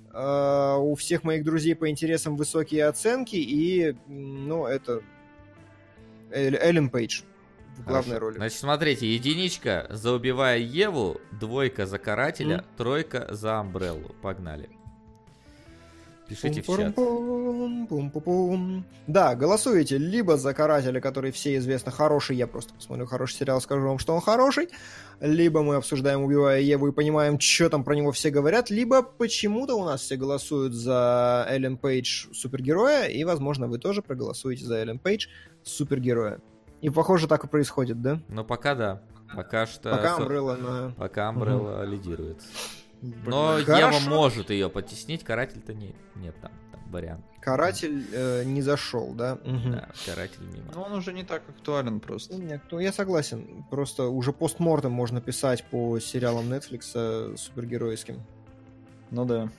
Speaker 3: Э, у всех моих друзей по интересам высокие оценки. И, м, ну, это... Эль- Эллен Пейдж. в главной
Speaker 2: Хорошо.
Speaker 3: роли.
Speaker 2: Значит, смотрите, единичка за убивая Еву, двойка за карателя,
Speaker 3: М.
Speaker 2: тройка за Амбреллу. Погнали. Пишите в чат.
Speaker 3: Пум-пум-пум, пум-пум-пум. Да, голосуете либо за карателя, который все известно хороший, я просто посмотрю хороший сериал, скажу вам, что он хороший, либо мы обсуждаем «Убивая Еву» и понимаем, что там про него все говорят, либо почему-то у нас все голосуют за Эллен Пейдж супергероя, и, возможно, вы тоже проголосуете за Эллен Пейдж супергероя. И, похоже, так и происходит, да?
Speaker 2: Ну, пока да. Пока что...
Speaker 3: Пока
Speaker 2: со-
Speaker 3: Амбрелла на...
Speaker 2: Пока Амбрелла лидирует.
Speaker 3: Блин,
Speaker 2: Но
Speaker 3: хорошо.
Speaker 2: Ева может ее потеснить, каратель-то не... нет там, там вариант.
Speaker 3: Каратель э, не зашел, да? Мгм.
Speaker 2: Да, каратель мимо.
Speaker 4: Но он уже не так актуален просто.
Speaker 3: Ну, нет, ну, я согласен. Просто уже постмортем можно писать по сериалам Netflix э, супергеройским.
Speaker 4: Ну да.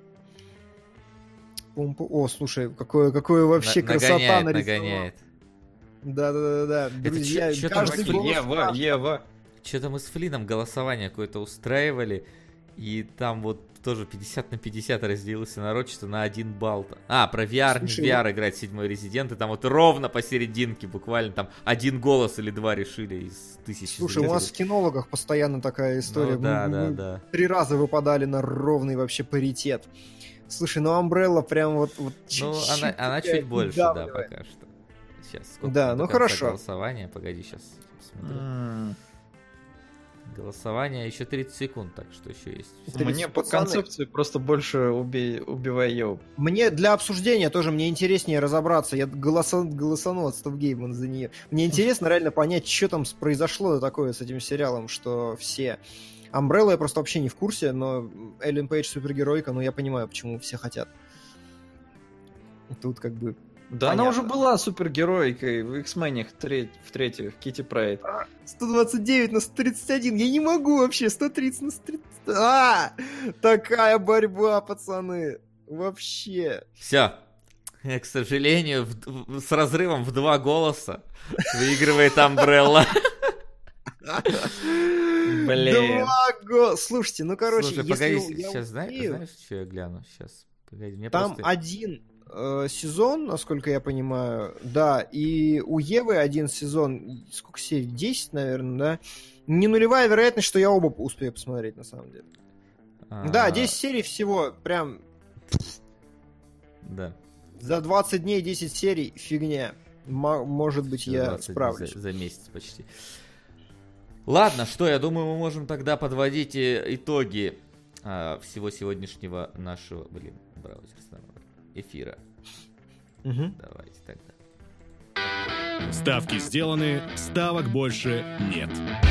Speaker 3: Пум-пу- О, слушай, какое, какое вообще
Speaker 2: На-
Speaker 3: красота
Speaker 2: нагоняет,
Speaker 3: нарисовала.
Speaker 2: нагоняет.
Speaker 3: Да-да-да-да. Друзья,
Speaker 2: чё- чё там
Speaker 3: каждый
Speaker 2: за
Speaker 3: голос
Speaker 4: Ева,
Speaker 3: важен.
Speaker 4: Ева.
Speaker 2: Что-то мы с Флином голосование какое-то устраивали, и там вот тоже пятьдесят на пятьдесят разделился народ, что на один балл. А, про ви ар,
Speaker 3: Слушай,
Speaker 2: не ви ар играть седьмой резидент, и там вот ровно посерединке буквально там один голос или два решили из тысячи
Speaker 3: Слушай, у нас в
Speaker 2: зрителей.
Speaker 3: кинологах постоянно такая история.
Speaker 2: Ну, да,
Speaker 3: Мы-
Speaker 2: да,
Speaker 3: мы
Speaker 2: да.
Speaker 3: Три раза выпадали на ровный вообще паритет. Слушай, ну Umbrella прям вот, вот
Speaker 2: Ну,
Speaker 3: чуть-чуть
Speaker 2: она, она
Speaker 3: такая
Speaker 2: чуть больше, да,
Speaker 3: придавливает.
Speaker 2: пока что. Сейчас, сколько
Speaker 3: Да,
Speaker 2: там до
Speaker 3: ну
Speaker 2: конца
Speaker 3: хорошо.
Speaker 2: голосования, погоди, сейчас смотрю.
Speaker 4: М,
Speaker 2: Голосование еще тридцать секунд, так что еще есть.
Speaker 3: Ты
Speaker 4: Мне
Speaker 3: ведь,
Speaker 4: по
Speaker 3: пацаны,
Speaker 4: концепции просто больше убей, убивай Еву.
Speaker 3: Мне для обсуждения тоже мне интереснее разобраться. Я голоса, голосанул от Стоп-Гейман за нее. Мне интересно реально понять, что там с- произошло такое с этим сериалом, что все... Umbrella я просто вообще не в курсе, но Эллен Пейдж супергеройка, ну я понимаю, почему все хотят. Тут как бы...
Speaker 4: Да она
Speaker 3: Понятно.
Speaker 4: уже была супергеройкой в X-Men в третьих, Китти Прайд.
Speaker 3: сто двадцать девять на сто тридцать один, я не могу вообще, сто тридцать на сто тридцать... А! Такая борьба, пацаны! Вообще.
Speaker 2: Все. К сожалению, в- в- с разрывом в два голоса выигрывает Амбрелла. Блин.
Speaker 3: Два го... Слушайте, ну короче,
Speaker 2: Слушай,
Speaker 3: если
Speaker 2: погоди,
Speaker 3: я
Speaker 2: сейчас знаешь,
Speaker 3: успею-
Speaker 2: знаешь, что я гляну? Сейчас, погоди, мне
Speaker 3: Там
Speaker 2: просто...
Speaker 3: один э, сезон, насколько я понимаю, да, и у Евы один сезон, сколько серий, десять, наверное, да? Не нулевая вероятность, что я оба успею посмотреть, на самом деле.
Speaker 2: а,
Speaker 3: Да, десять серий всего, прям
Speaker 2: Да.
Speaker 3: за двадцать дней десять серий, фигня. Мо- может быть,
Speaker 2: Всё,
Speaker 3: я
Speaker 2: двадцать
Speaker 3: справлюсь.
Speaker 2: За, за месяц почти. Ладно, что, я думаю, мы можем тогда подводить э, итоги а, всего сегодняшнего нашего, блин, браузер снова, эфира.
Speaker 3: Мгм.
Speaker 2: Давайте тогда.
Speaker 1: Ставки сделаны, ставок больше нет.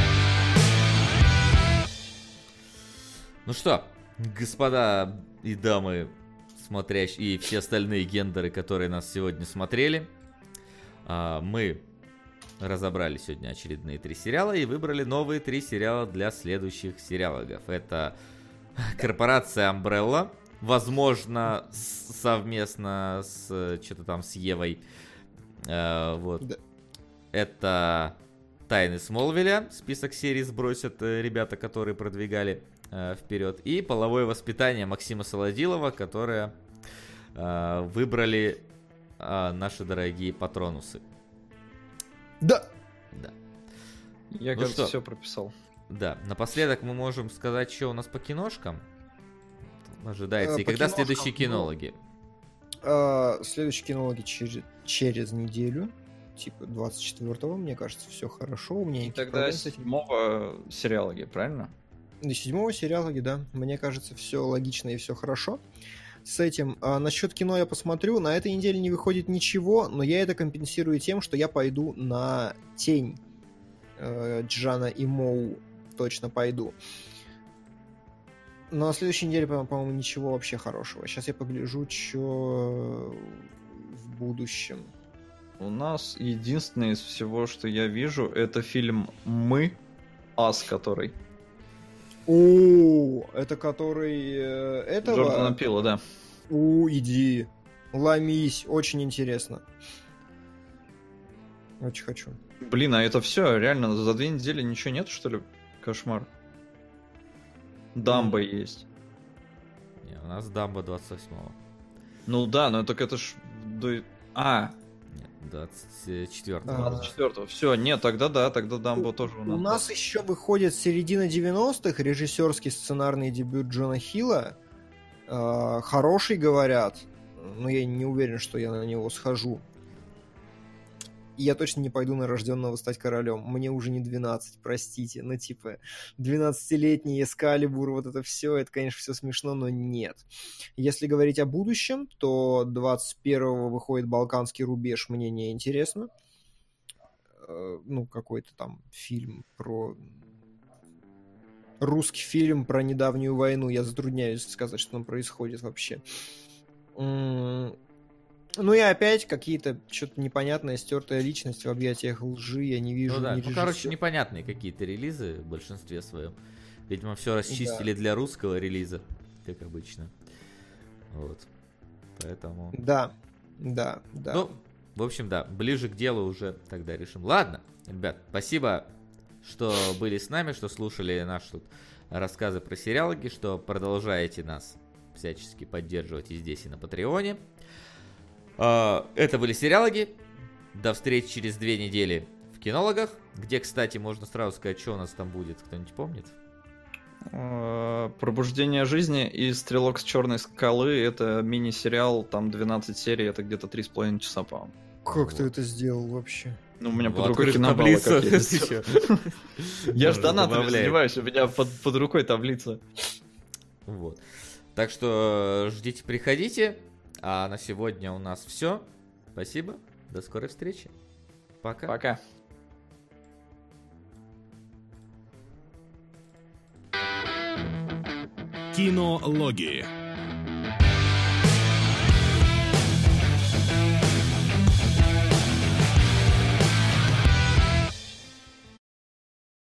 Speaker 2: Ну что, господа и дамы, смотрящие, и все остальные гендеры, которые нас сегодня смотрели, а, мы разобрали сегодня очередные три сериала и выбрали новые три сериала для следующих сериалогов. Это Корпорация Umbrella, возможно, с- совместно с что-то там с Евой. Э, вот.
Speaker 3: Да.
Speaker 2: Это Тайны Смолвиля, список серий сбросят э, ребята, которые продвигали э, вперед. И Половое воспитание Максима Солодилова, которое э, выбрали э, наши дорогие патронусы.
Speaker 3: Да.
Speaker 2: Да.
Speaker 4: Я,
Speaker 2: Ну
Speaker 4: кажется,
Speaker 2: что?
Speaker 4: все прописал.
Speaker 2: Да, напоследок мы можем сказать, что у нас по киношкам ожидается.
Speaker 3: Э,
Speaker 2: И
Speaker 3: по
Speaker 2: когда
Speaker 3: киношкам,
Speaker 2: следующие
Speaker 3: ну,
Speaker 2: кинологи?
Speaker 3: А, следующие кинологи через, через неделю. Типа двадцать четвёртого, мне кажется, все хорошо. У меня
Speaker 4: И
Speaker 3: никаких
Speaker 4: тогда
Speaker 3: проблем с этим.
Speaker 4: седьмого сериалоги, правильно?
Speaker 3: И седьмого сериала, да. Мне кажется, все логично и все хорошо с этим. А насчет кино я посмотрю. На этой неделе не выходит ничего, но я это компенсирую тем, что я пойду на Тень э, Джана и Моу. Точно пойду. Но на следующей неделе, по- по-моему, ничего вообще хорошего. Сейчас я погляжу, что в будущем.
Speaker 4: У нас единственное из всего, что я вижу, это фильм «Мы», Ас, который.
Speaker 3: О, это который э, этого.
Speaker 4: Джордана Пила, да.
Speaker 3: У, иди. Ломись. Очень интересно. Очень хочу.
Speaker 4: Блин, а это все, реально, за две недели ничего нет, что ли? Кошмар. Дамба есть.
Speaker 2: Не, у нас Дамбо двадцать восьмого.
Speaker 4: Ну да, но так это ж... до- А,
Speaker 2: Нет, двадцать четвёртого.
Speaker 4: двадцать четвёртого. Все, нет, тогда да, тогда Дамбо тоже у нас.
Speaker 3: У нас еще выходит середина девяностых, режиссерский сценарный дебют Джона Хилла. Э, хороший, говорят, но я не уверен, что я на него схожу. И я точно не пойду на рожденного стать королем. Мне уже не двенадцать, простите. Ну, типа, двенадцатилетний Эскалибур, вот это все, это, конечно, все смешно, но нет. Если говорить о будущем, то двадцать первого выходит «Балканский рубеж», мне не интересно. Ну, какой-то там фильм про... Русский фильм про недавнюю войну. Я затрудняюсь сказать, что там происходит вообще. Ну и опять какие-то что-то непонятная стертая личность в объятиях лжи, я не вижу.
Speaker 2: Ну да,
Speaker 3: ни
Speaker 2: ну
Speaker 3: режиссера.
Speaker 2: короче, непонятные какие-то релизы в большинстве своем. Видимо, все расчистили да. для русского релиза, как обычно. Вот. Поэтому...
Speaker 3: Да, да, да.
Speaker 2: Ну, в общем, да, ближе к делу уже тогда решим. Ладно, ребят, спасибо, что были с нами, что слушали наши тут рассказы про сериалоги, что продолжаете нас всячески поддерживать и здесь, и на Патреоне. Это были сериалоги. До встречи через две недели в кинологах, где, кстати, можно сразу сказать, что у нас там будет. Кто-нибудь помнит?
Speaker 4: Пробуждение жизни и Стрелок с черной скалы. Это мини-сериал, там двенадцать серий, это где-то три с половиной часа, по-моему.
Speaker 3: Как
Speaker 2: вот.
Speaker 3: ты это сделал вообще?
Speaker 4: Ну, у меня
Speaker 2: вот,
Speaker 4: под рукой кинобалла, как я Я ж донатами занимаюсь, у меня под рукой таблица.
Speaker 2: Вот. Так что ждите, приходите. А на сегодня у нас все. Спасибо. До скорой встречи. Пока.
Speaker 4: Пока.
Speaker 1: Кинологии.